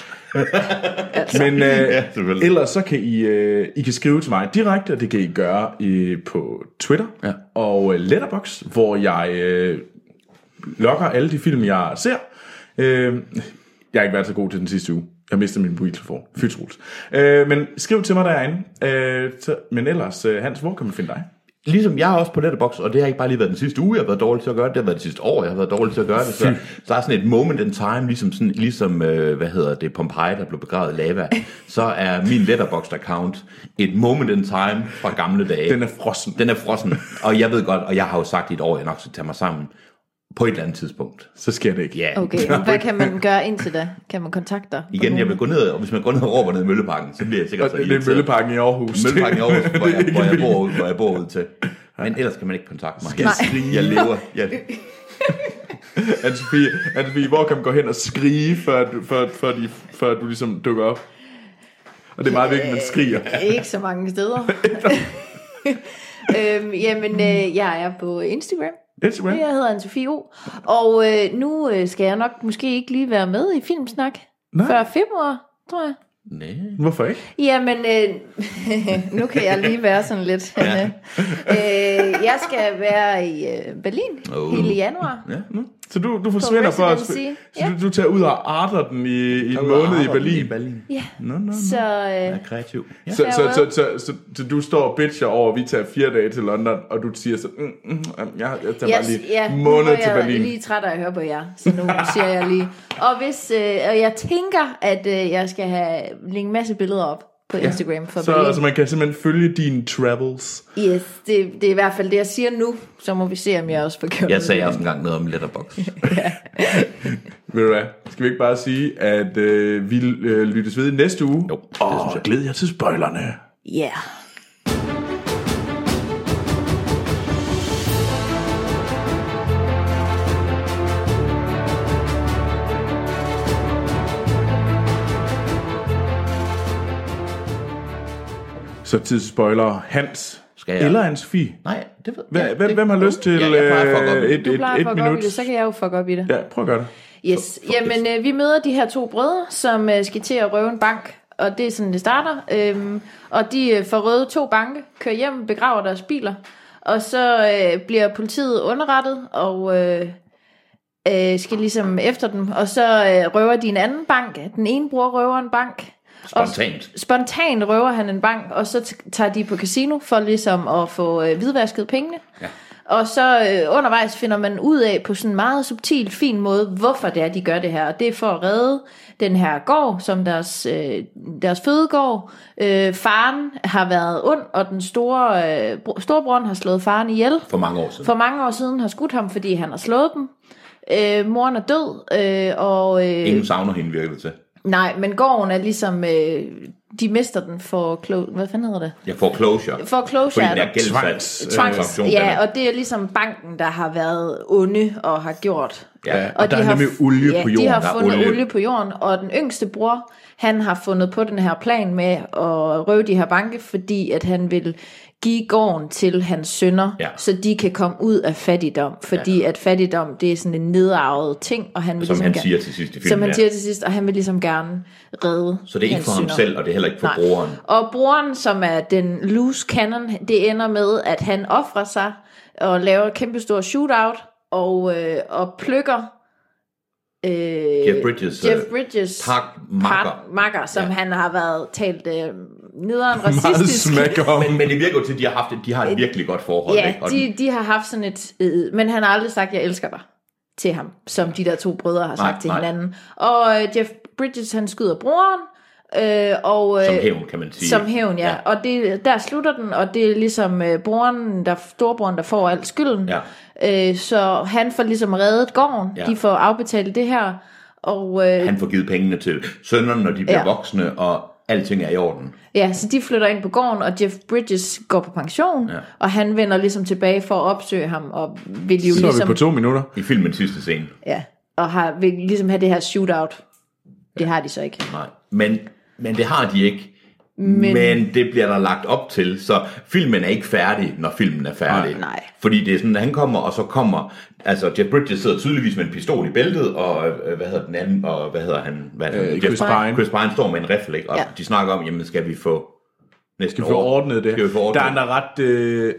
altså. Men øh, ja, ellers så kan I, øh, I kan skrive til mig direkte, og det kan I gøre i, på Twitter ja. og øh, Letterboxd, hvor jeg øh, logger alle de film, jeg ser. Øh, jeg har ikke været så god til den sidste uge. Jeg mistede min mobiltelefon. Fy Troels. Øh, men skriv til mig derinde. Øh, så, men ellers, øh, Hans, hvor kan man finde dig? Ligesom jeg er også på Letterboxd, og det har ikke bare lige været den sidste uge, jeg har været dårlig til at gøre det, det har været det sidste år, jeg har været dårlig til at gøre det, så, så der er sådan et moment in time, ligesom, sådan, ligesom øh, hvad hedder det, Pompeji, der blev begravet i lava, så er min Letterboxd-account et moment in time fra gamle dage. Den er frossen. Den er frossen, og jeg ved godt, og jeg har jo sagt i et år, jeg nok skal tage mig sammen. På et eller andet tidspunkt. Så sker det ikke. Ja. Okay, hvad kan man gøre indtil da? Kan man kontakte dig? Igen, jeg vil gå ned, og hvis man går ned og råber ned i Mølleparken, så bliver jeg sikkert så irriteret. Det er Mølleparken i Aarhus. Mølleparken i Aarhus, hvor jeg, hvor jeg, bor, ud, hvor jeg bor ud til. Men ellers kan man ikke kontakte mig. Nej. Jeg lever. Jeg... Anne-Sophie, Anne-Sophie, hvor kan man gå hen og skrige, før du, før, før de, før du ligesom dukker op? Og det er meget vigtigt, man skriger. Ikke så mange steder. øhm, jamen, øh, jeg er på Instagram. Instagram. Jeg hedder Anne-Sophie O. Og øh, nu øh, skal jeg nok måske ikke lige være med i Filmsnak Nej. før februar, tror jeg. Nej. Hvorfor ikke? Jamen, øh, nu kan jeg lige være sådan lidt. Ja. øh, jeg skal være i øh, Berlin oh. hele januar. Ja. Mm. Så du, du forsvinder for os. Så ja. du, du tager ud og arter den i, i en måned i Berlin. i Berlin. Ja. No, no, no. Så, øh, er kreativ. Ja. Så, så, så, så, så, så du står og bitcher over, at vi tager fire dage til London, og du siger så, mm, mm, jeg, jeg tager yes, bare lige ja, måned til Berlin. Jeg er lige træt af at høre på jer, så nu siger jeg lige. Og hvis øh, og jeg tænker, at øh, jeg skal have lægge en masse billeder op på Instagram for så, Berlin. Så man kan simpelthen følge dine travels. Yes, det, det er i hvert fald det, jeg siger nu. Så må vi se, om jeg også får gjort det. Jeg sagde også en gang noget om Letterboxd. Ja. Ved du hvad, skal vi ikke bare sige, at øh, vi øh, lyttes ved næste uge? Jo, og glæd jer til spoilerne. Ja. Yeah. Så tid spoiler Hans eller Anne-Sophie. Nej, det ved jeg. Hvem, det, hvem har det, lyst til ja, jeg et, et, du plejer et, at et minut? Op i det, så kan jeg jo fuck op i det. Ja, prøv at gøre det. Yes, for, for jamen øh, vi møder de her to brødre, som øh, skal til at røve en bank, og det er sådan, det starter. Øhm, og de øh, får røvet to banke, kører hjem, begraver deres biler, og så øh, bliver politiet underrettet, og øh, øh, skal ligesom efter dem. Og så øh, røver de en anden bank. Den ene bror røver en bank. Spontant. Og spontant røver han en bank, og så t- tager de på casino for ligesom at få øh, hvidvasket pengene. Ja. Og så øh, undervejs finder man ud af på sådan en meget subtil, fin måde, hvorfor det er, de gør det her. Og det er for at redde den her gård, som deres, øh, deres fødegård. Øh, faren har været ond, og den store øh, storebroren har slået faren ihjel. For mange år siden. For mange år siden har skudt ham, fordi han har slået dem. Øh, moren er død, øh, og... Øh, Ingen savner hende virkelig til. Nej, men gården er ligesom, øh, de mister den for, clo- hvad fanden hedder det? Ja, for closure. For closure. Fordi den er gældsat. Tvangs, øh, ja, og det er ligesom banken, der har været onde og har gjort. Ja, og, og der de er nemlig olie ja, på jorden. de har fundet olie. olie på jorden, og den yngste bror, han har fundet på den her plan med at røve de her banke, fordi at han vil give gården til hans sønner, ja. så de kan komme ud af fattigdom, fordi ja. at fattigdom, det er sådan en nedarvet ting, og han vil som ligesom han gerne, siger til sidst i filmen. Som han ja. siger til sidst, og han vil ligesom gerne redde. Så det er ikke for sønner. ham selv, og det er heller ikke for Nej. broren. Og broren, som er den loose cannon, det ender med, at han offrer sig og laver et kæmpe stor shootout, og, øh, og plukker øh, Jeff Bridges, Jeff Bridges park makker, makker som ja. han har været talt øh, nederen racistisk. men, men det virker jo til, at de har, haft et, de har et virkelig godt forhold. Ja, ikke? de, de har haft sådan et... Øh, men han har aldrig sagt, jeg elsker dig til ham, som de der to brødre har sagt nej, til nej. hinanden. Og øh, Jeff Bridges, han skyder broren, Øh, og, øh, som hævn, kan man sige. Som hævn, ja. ja. Og det, der slutter den, og det er ligesom øh, broren, der, storebroren, der får al skylden. Ja. Øh, så han får ligesom reddet gården. Ja. De får afbetalt det her. Og, øh, han får givet pengene til sønnerne, når de bliver ja. voksne, og alting er i orden. Ja, så de flytter ind på gården, og Jeff Bridges går på pension, ja. og han vender ligesom tilbage for at opsøge ham, og vil jo så ligesom... Så er vi på to minutter. I filmens sidste scene. Ja, og har, vil ligesom have det her shootout. Det har de så ikke. Nej, men... Men det har de ikke. Men, men det bliver der lagt op til. Så filmen er ikke færdig, når filmen er færdig. Nej. Fordi det er sådan, at han kommer, og så kommer... Altså, Jeff Bridges sidder tydeligvis med en pistol i bæltet, og øh, hvad hedder den anden, og hvad hedder han? Hvad hedder øh, Chris Pine. Chris Pine står med en riffel, ikke? Og ja. de snakker om, jamen, skal vi få... Næsten skal vi få ordnet det? Skal vi få ordnet der er der ret... Øh...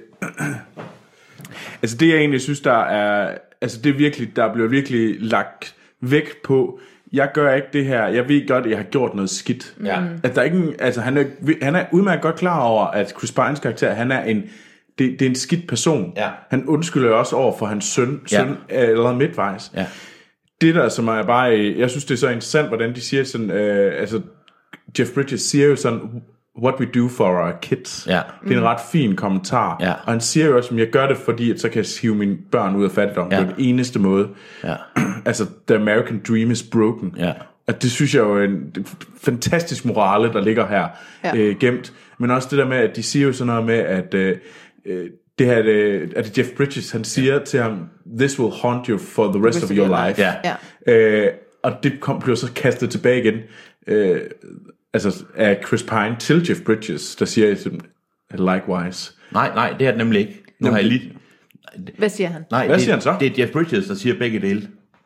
altså, det jeg egentlig synes, der er... Altså, det er virkelig... Der bliver virkelig lagt vægt på... Jeg gør ikke det her. Jeg ved godt, at jeg har gjort noget skidt. Ja. At der er ikke, altså han er, han er udmærket godt klar over, at Chris Pines karakter, han er en, det, det er en skidt person. Ja. Han undskylder også over for hans søn, ja. søn eller midtvejs. Ja. Det der, som er bare, jeg synes det er så interessant, hvordan de siger sådan, øh, altså Jeff Bridges siger jo sådan, what we do for our kids. Ja. Det er en ret fin kommentar. Ja. Og han siger jo også, at jeg gør det, fordi at så kan jeg hive mine børn ud af fattigdom. Ja. Det er den eneste måde. Ja. Altså, the American dream is broken. Ja. Og det synes jeg jo er en fantastisk morale, der ligger her ja. øh, gemt. Men også det der med, at de siger jo sådan noget med, at øh, det her, øh, at Jeff Bridges, han siger ja. til ham, this will haunt you for the rest, rest of your, your life. Ja. Ja. Øh, og det kom, blev så kastet tilbage igen. Øh, altså af Chris Pine til Jeff Bridges, der siger likewise. Nej, nej, det er det nemlig ikke. Nu har jeg lige... Hvad siger han? Nej, Hvad det, siger han så? Det er Jeff Bridges, der siger begge dele.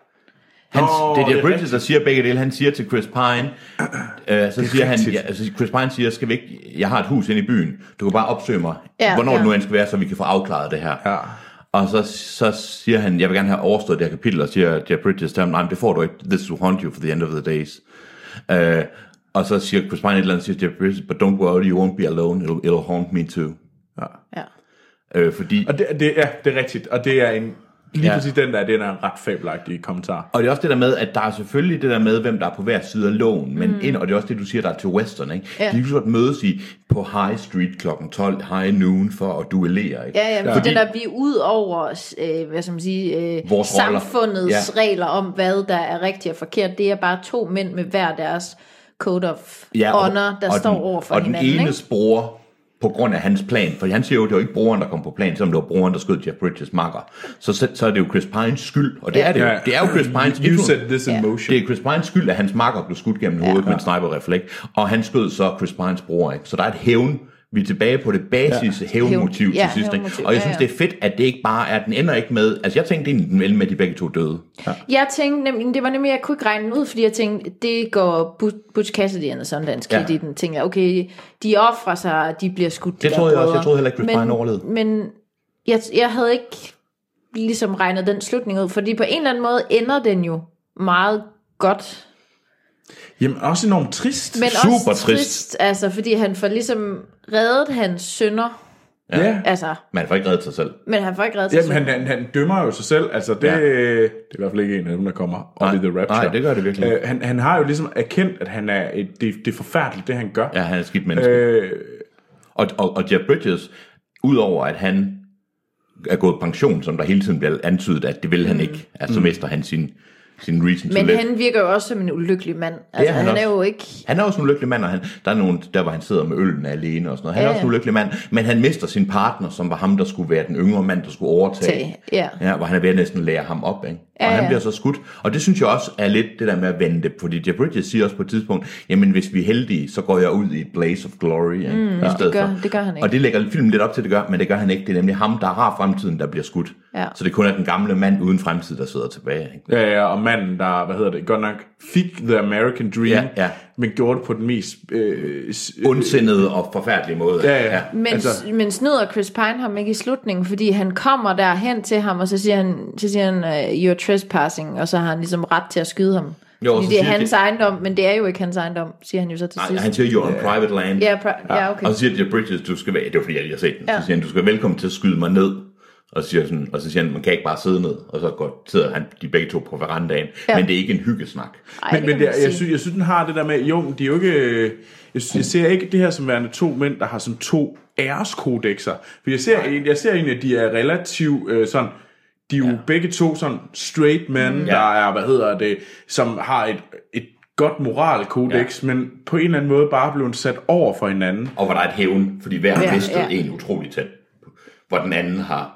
Hans, oh, det er Jeff Bridges, rigtigt. Der siger begge dele. Han siger til Chris Pine, øh, så siger han, ja, altså Chris Pine siger, skal vi ikke, jeg har et hus inde i byen, du kan bare opsøge mig, ja, hvornår ja. det nu end skal være, så vi kan få afklaret det her. Ja. Og så, så siger han, jeg vil gerne have overstået det her kapitel, og siger Jeff Bridges til ham, nej, det får du ikke, this will haunt you for the end of the days. Uh, og så siger Chris Pine et eller andet, siger Jeff Bridges, but don't worry, you won't be alone, it'll, it'll haunt me too. Ja. Ja. Øh, fordi... Og det, det, ja, det er rigtigt, og det er en... Lige ja. præcis den der, det er en ret fabelagtig kommentar. Og det er også det der med, at der er selvfølgelig det der med, hvem der er på hver side af loven, men mm. ind, og det er også det, du siger, der er til western, ikke? Ja. De kan godt mødes i på High Street klokken tolv, high noon, for at duellere, ikke? Ja, ja, men ja. Den der, vi er ud over, øh, hvad skal man sige, øh, samfundets ja. regler om, hvad der er rigtigt og forkert. Det er bare to mænd med hver deres code of ja, og, honor, der og står den, over for og hinanden, den enes bror, på grund af hans plan, for han siger jo, det var ikke broren, der kom på plan, selvom det var broren, der skød Jeff Bridges makker. Så, så, så er det jo Chris Pines skyld, og det ja. er det jo. Det er jo Chris Pines skyld. You set this in ja. motion. Det er Chris Pines skyld, at hans makker blev skudt gennem hovedet ja. med en sniper-rifle, ikke? Og han skød så Chris Pines bror, ikke? Så der er et hævn. Vi er tilbage på det basis ja. hævnmotiv til ja, sidst, ikke? Og jeg synes, ja, ja. det er fedt, at det ikke bare er, den ender ikke med, altså jeg tænkte egentlig, den ender med, at de begge to døde. Ja. Jeg tænkte nemlig, det var nemlig, jeg kunne ikke regne ud, fordi jeg tænkte, det går Butch Cassidy og Sundance Kid ja. i den, tænker jeg, okay, de offrer sig, de bliver skudt. Det de troede jeg brødre. også, jeg troede heller ikke, Chris Pine overlevede. Men jeg, jeg havde ikke ligesom regnet den slutning ud, fordi på en eller anden måde ender den jo meget godt. Jamen også enormt trist. Men super også trist, trist, altså fordi han får ligesom reddet hans sønner. Ja. Altså, men han får ikke reddet sig selv. Men han får ikke reddet sig Jamen, selv. han, han, han dømmer jo sig selv. Altså det, ja. det er i hvert fald ikke en af dem, der kommer op i The Rapture. Nej, det gør det virkelig. Uh, han, han har jo ligesom erkendt, at han er et, det, det er forfærdeligt, det han gør. Ja, han er et skidt menneske. Uh, og, og, og Jeff Bridges, udover at han er gået pension, som der hele tiden bliver antydet, at det vil mm. han ikke. Altså mm. mister han sin... sin reason men to han live. virker jo også som en ulykkelig mand. Altså, han, han er er også, jo ikke... Han er også en ulykkelig mand, og han, der er nogen, der hvor han sidder med øllen alene og sådan noget. Han ja, er også en ulykkelig mand, men han mister sin partner, som var ham, der skulle være den yngre mand, der skulle overtage. Ja. Ja, hvor han er ved at næsten lære ham op, ikke? og Ja, han ja. bliver så skudt. Og det synes jeg også er lidt det der med at vende det, fordi Jeff Bridges siger også på et tidspunkt, jamen hvis vi er heldige, så går jeg ud i et blaze of glory. Ikke? Mm, I ja, stedet det gør- for. det gør han ikke. Og det lægger filmen lidt op til, det gør, men det gør han ikke. Det er nemlig ham, der har fremtiden, der bliver skudt. Ja. Så det kun er den gamle mand uden fremtid, der sidder tilbage. Ikke? Ja, ja, og manden, der, hvad hedder det, godt nok fik The American Dream, Ja, ja. men gjorde det på den mest... Øh, s- Ondsindede og forfærdelige måde. Ja, ja. Men, Altså- altså, men snyder Chris Pine ham ikke i slutningen, fordi han kommer der hen til ham, og så siger han, så siger han uh, you're trespassing, og så har han ligesom ret til at skyde ham. Jo, Fordi så det er siger hans de- ejendom, men det er jo ikke hans ejendom, siger han jo så til Nej, sidst. han siger, you're on private land. Ja, pra- ja, okay. Og så siger Jeff Bridges, du skal være, det var fordi, jeg lige har set den, Ja. så siger han, du skal være velkommen til at skyde mig ned. Og så siger, sådan, og så siger han, man kan ikke bare sidde ned. Og så går, sidder han, de begge to på verandaen. Ja. Men det er ikke en hyggesnak. Ej, Men, det men kan det, man er- jeg, sige. synes, jeg synes, den har det der med, jo, de er jo ikke, jeg, synes, jeg ser ikke det her som værende to mænd, der har som to æreskodexer. For jeg ser, jeg ser egentlig, at de er relativt øh, sådan, de er jo ja. begge to sådan straight men, mm. der er, hvad hedder det, som har et, et godt moralkodex, ja. men på en eller anden måde bare blevet sat over for hinanden. Og hvor der er et hævn, fordi hver har Ja, mistet ja. en utrolig tæt. Hvor den anden har...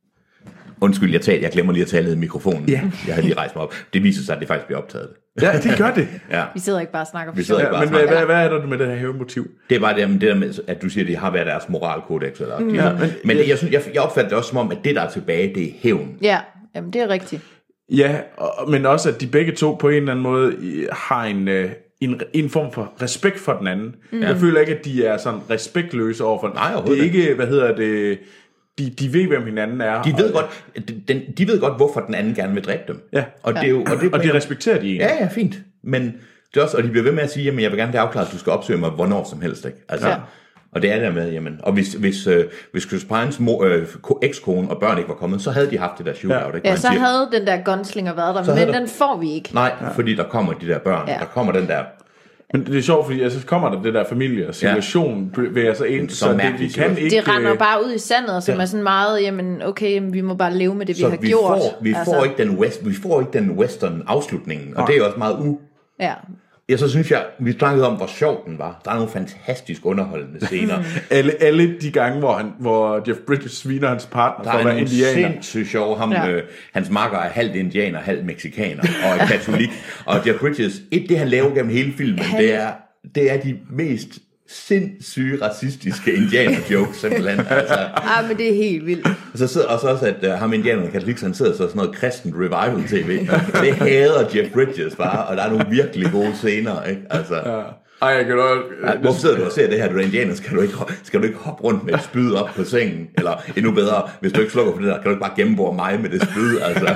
Undskyld, jeg, taler, jeg glemmer lige at tale i mikrofonen. Ja. Jeg har lige rejst mig op. Det viser sig, at det faktisk bliver optaget. Ja, det gør det. Ja. Vi sidder ikke bare og snakker for Vi sidder sjov. ikke Ja, bare men hvad, snakker. hvad, hvad er der med det her hævnmotiv? Det er bare det, det der med, at du siger, at de har været deres moralkodex. Eller, de Ja, har, men- men det, jeg, synes, jeg, jeg opfatter det også som om, at det, der er tilbage, det er hævn. Ja, jamen det er rigtigt. Ja, og, men også at de begge to på en eller anden måde i- har en, øh, en, en form for respekt for den anden. Mm. Jeg føler ikke, at de er sådan respektløse overfor den. Nej, overhovedet det er ikke, hvad hedder det, de, de ved, hvem hinanden er. De ved, og, godt, den, de ved godt, hvorfor den anden gerne vil dræbe dem. Ja. Og det er jo, og det, er på og de en- respekterer de egentlig. Ja, ja, fint. Men det er også, og de bliver ved med at sige, jamen jeg vil gerne have afklaret, at du skal opsøge mig hvornår som helst. Ikke? Altså, Ja. Og det er der med, jamen, og hvis, hvis, øh, hvis Chris Pines mor, øh, ekskone og børn ikke var kommet, så havde de haft det der shootout. Ja. Ikke? Ja, Man så siger, havde den der gunslinger været der, Så men havde der- den får vi ikke. nej, ja. fordi der kommer de der børn, Ja. der kommer den der, Men det er sjovt, fordi altså, så kommer der det der familie og situation ja. ved altså ind, Så så, det, mærkelig de kan situation. ikke... Det render øh, bare ud i sandet, og som Ja. er sådan meget, jamen okay, jamen, vi må bare leve med det, vi så har vi gjort. får, vi, altså, får ikke den west, vi får ikke den western afslutningen, og det er også meget u... Ja. Ja, så synes jeg, vi snakkede om, hvor sjov den var. Der er nogle fantastisk underholdende scener. alle, alle de gange, hvor, han, hvor Jeff Bridges sviner hans partner Der for er at være nogle indianer. sindssygt sjove. Ham, Ja. øh, hans makker er halvt indianer, halvt mexikaner og er katolik. Og Jeff Bridges, et det han laver gennem hele filmen, Han- det er, det er de mest sindssyge racistiske indianer-jokes simpelthen. Altså, Ah, men det er helt vildt. og så sidder også også, at uh, ham indianerne katolik, han sidder så sådan noget kristent revival-tv. Det hader Jeff Bridges bare, og der er nogle virkelig gode scener, ikke? Altså, Ja. Ej, jeg kan godt... ja, hvorfor sidder du og ser det her, du er indianer, skal du ikke, skal du ikke hoppe rundt med et spyd op på sengen? Eller endnu bedre, hvis du ikke slukker for det der, kan du ikke bare gennembore mig med det spyd? Altså.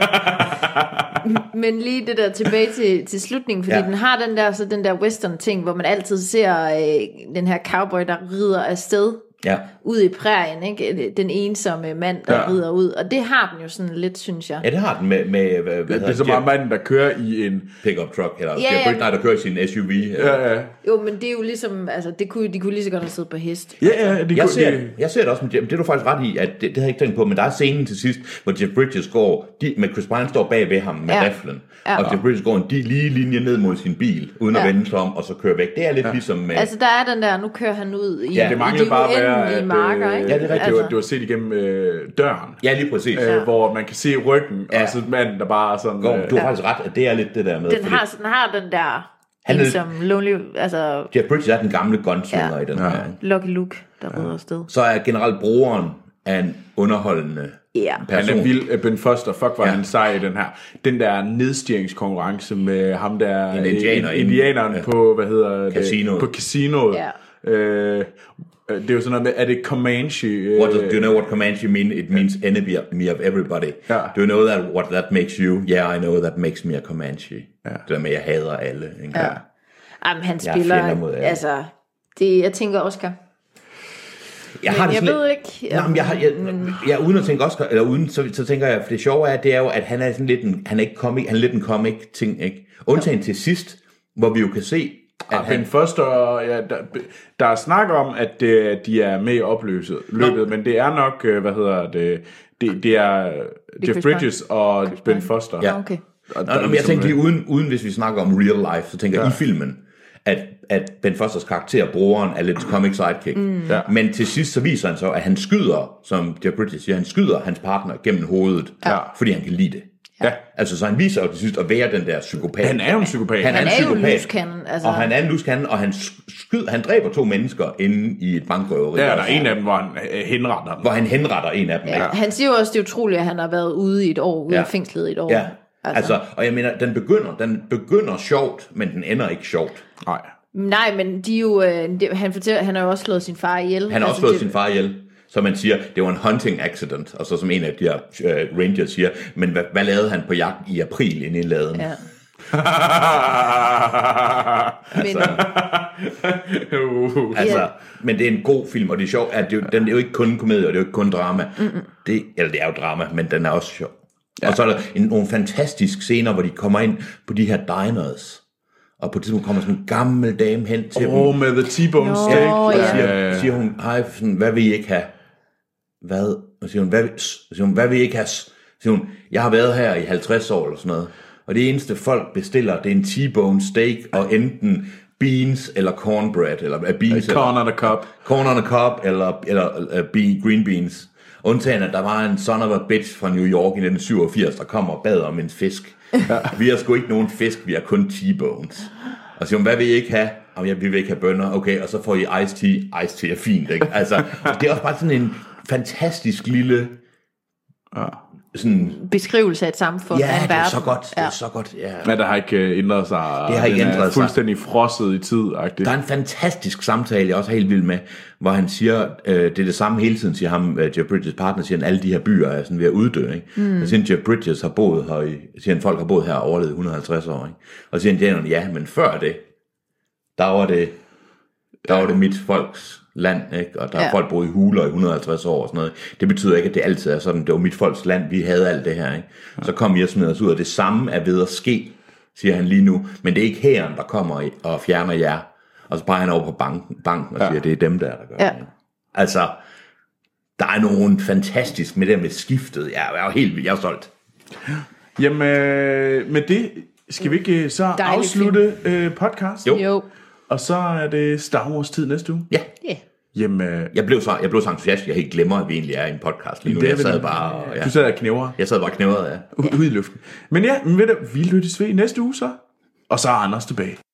Men lige det der tilbage til, til slutningen, fordi Ja. ja. den har den der, så den der western ting, hvor man altid ser øh, den her cowboy, der rider afsted Ja. ud i prærien, ikke? Den ensomme mand, der Ja. ja. rider ud. Og det har den jo sådan lidt, synes jeg. Ja, det har den med, med hvad, hvad Det er så meget manden, der kører i en... pickup truck, eller Ja, ja, ja. Jeff nej, der kører i sin S U V. Ja, ja. Jo, men det er jo ligesom, altså, det kunne, de kunne lige så godt have siddet på hest. Ja, ja, det, Jeg kunne, ser, det, jeg ser det også med Jeff, det er du faktisk ret i, at det, det havde jeg ikke tænkt på, men der er scenen til sidst, hvor Jeff Bridges går, de, med Chris Pine står bag ved ham med Ja. riflen, Ja. og Jeff Bridges går en de, lige linje ned mod sin bil, uden at Ja. vende sig om, og så kører væk. Det er lidt ja. ligesom med... Altså, der er den der, nu kører han ud i, Ja, ja, det i manglede de bare at være, uendelige at, marker, øh, ikke? Ja, det er rigtigt. det, var, det var set igennem øh, døren, ja, lige præcis. øh, hvor man kan se ryggen, Ja. og så manden, der bare er sådan... Går, Øh, du har faktisk ret, at det er lidt det der med... Den fordi har, den har den der, Han er- som lonely, altså, Jeff Bridges er den gamle gunslinger Ja. i den Ja. her. Lucky Luke, der rider afsted. Så er generelt brugeren af en underholdende Ja. Han person. er vild, øh, Ben Foster, fuck var Ja. ja. han sej i den her. Den der nedstiringskonkurrence med ham der... En indianer øh, inde- indianeren ja. på, hvad hedder Casinoet. det? På casinoet. Ja. Øh, øh, det er jo sådan noget med, er det Comanche? Øh, What does, do you know what Comanche mean? It means enemy of, me of everybody. Ja. Do you know that what that makes you? Yeah, I know that makes me a Comanche. Ja. Det der med, at jeg hader alle. Ikke? Ja. Jamen, han Jeg er spiller, fjender mod alle. altså, det, jeg tænker Oscar. Jeg Men har det jeg sådan ved lidt- ikke, Nå, men jeg, har, jeg, jeg, uden at tænke Oscar, eller uden, så, så tænker jeg, for det sjove er, det er jo, at han er sådan lidt en, han er ikke comic, han er lidt en comic ting, ikke? Undtagen til sidst, hvor vi jo kan se, at Og han, Ben Foster, ja, der, der er snak om, at det, de er med i opløbet, løbet, men det er nok, øh, hvad hedder det, det, det er Jeff Chris Bridges og Chris Ben Pine. Foster. Ja. Okay. Og Nå, der men jeg ligesom, tænker lige, uden, uden hvis vi snakker om real life, så tænker jeg Ja. i filmen, at, at Ben Fosters karakter, broren, er lidt comic sidekick. Mm. Ja. Men til sidst så viser han så, at han skyder, som Jeff Bridges siger, han skyder hans partner gennem hovedet, Ja. fordi han kan lide det. Ja. Altså, så han viser jo til sidst at være den der psykopat. Han er jo en psykopat. Han er, Han en er jo psykopat. luskanden, altså. Og han er en luskanden, og han skyd, han dræber to mennesker inde i et bankrøveri. Ja, der er en af dem, hvor han øh, henretter dem. Hvor han henretter en af dem. Ja, Ikke? han siger jo også, det er utroligt, at han har været ude i et år, ude Ja. af fængslet i et år. Ja, altså, og jeg mener, den begynder, den begynder sjovt, men den ender ikke sjovt. Nej. Nej, men de er jo, øh, det, han, fortæller, han har jo også slået sin far ihjel. Han har også altså, slået det, sin far ihjel. Så man siger, det var en hunting accident, og så som en af de her uh, rangers siger, men hvad, hvad lavede han på jagt i april inde i laden? Ja. altså, Men, uh. altså, Ja. men det er en god film, og det er sjovt, at det, den er jo ikke kun komedie, og det er jo ikke kun drama. Mm-mm. Det, eller det er jo drama, men den er også sjov. Ja. Og så er der en, nogle fantastiske scener, hvor de kommer ind på de her diners, og på det tidspunkt kommer sådan en gammel dame hen til Åh, dem. med the T-bone Nå, steak. ja. Og Ja. siger, siger hun, hej, sådan, hvad vil I ikke have? Hvad? Og siger hun, hvad, vil- siger hun, hvad vil I ikke have? Siger hun, jeg har været her i halvtreds år eller sådan noget, og det eneste folk bestiller, det er en T-bone steak, og enten beans eller cornbread, eller uh, beans, Corn eller, on the cob. corn on the cob, eller, eller uh, bean, green beans. Undtagen, at der var en son of a bitch fra New York i nitten syvogfirs, der kom og bad om en fisk. Ja. Vi har sgu ikke nogen fisk, vi har kun T-bones. Og siger hun, hvad vil I ikke have? Jamen, ja, vi vil ikke have bønner. Okay, og så får I iced tea. Iced tea er fint, ikke? Altså, det er også bare sådan en fantastisk lille... Ja. Sådan, beskrivelse af et samfund, af ja, en det er verden. så godt. Det Ja. er så godt, ja. Men der har ikke øh, ændret sig. Det har ikke Den er ændret sig. fuldstændig frosset i tid-agtigt. Der er en fantastisk samtale, jeg er også helt vild med, hvor han siger, øh, det er det samme hele tiden, siger ham, øh, Jeff Bridges partner, siger han, alle de her byer er sådan ved at uddø, ikke? Mm. Og siger Jeff Bridges har boet her, i, siger han, folk har boet her og overlevet et hundrede og halvtreds år, ikke? Og siger han, ja, men før det, der var det, der var det mit folks land, ikke? Og der er Ja. folk boet i huler i et hundrede og halvtreds år og sådan noget. Det betyder ikke, at det altid er sådan, det var mit folks land, vi havde alt det her, ikke? Så kom I og smed os ud, og det samme er ved at ske, siger han lige nu, men det er ikke hæren, der kommer og fjerner jer. Og så peger han over på banken, banken og siger, ja. Det er dem der, der gør Ja. det. Altså, der er nogen fantastisk med det med skiftet. Jeg er jo helt vildt, jeg er solgt. Jamen, øh, med det skal vi ikke øh, så Dejlig afslutte øh, podcast? Jo. Jo. Og så er det Star Wars tid næste uge. Ja, Yeah. Jamen, øh, jeg blev så, jeg blev så entusiastisk, jeg helt glemmer, at vi egentlig er i en podcast lige nu. det er Jeg vel- sad bare og, ja. du sad og knæver Jeg sad bare og knævrede, ja. ud i luften. Men ja, men ved du, vi lyttes ved i næste uge så. Og så er Anders tilbage.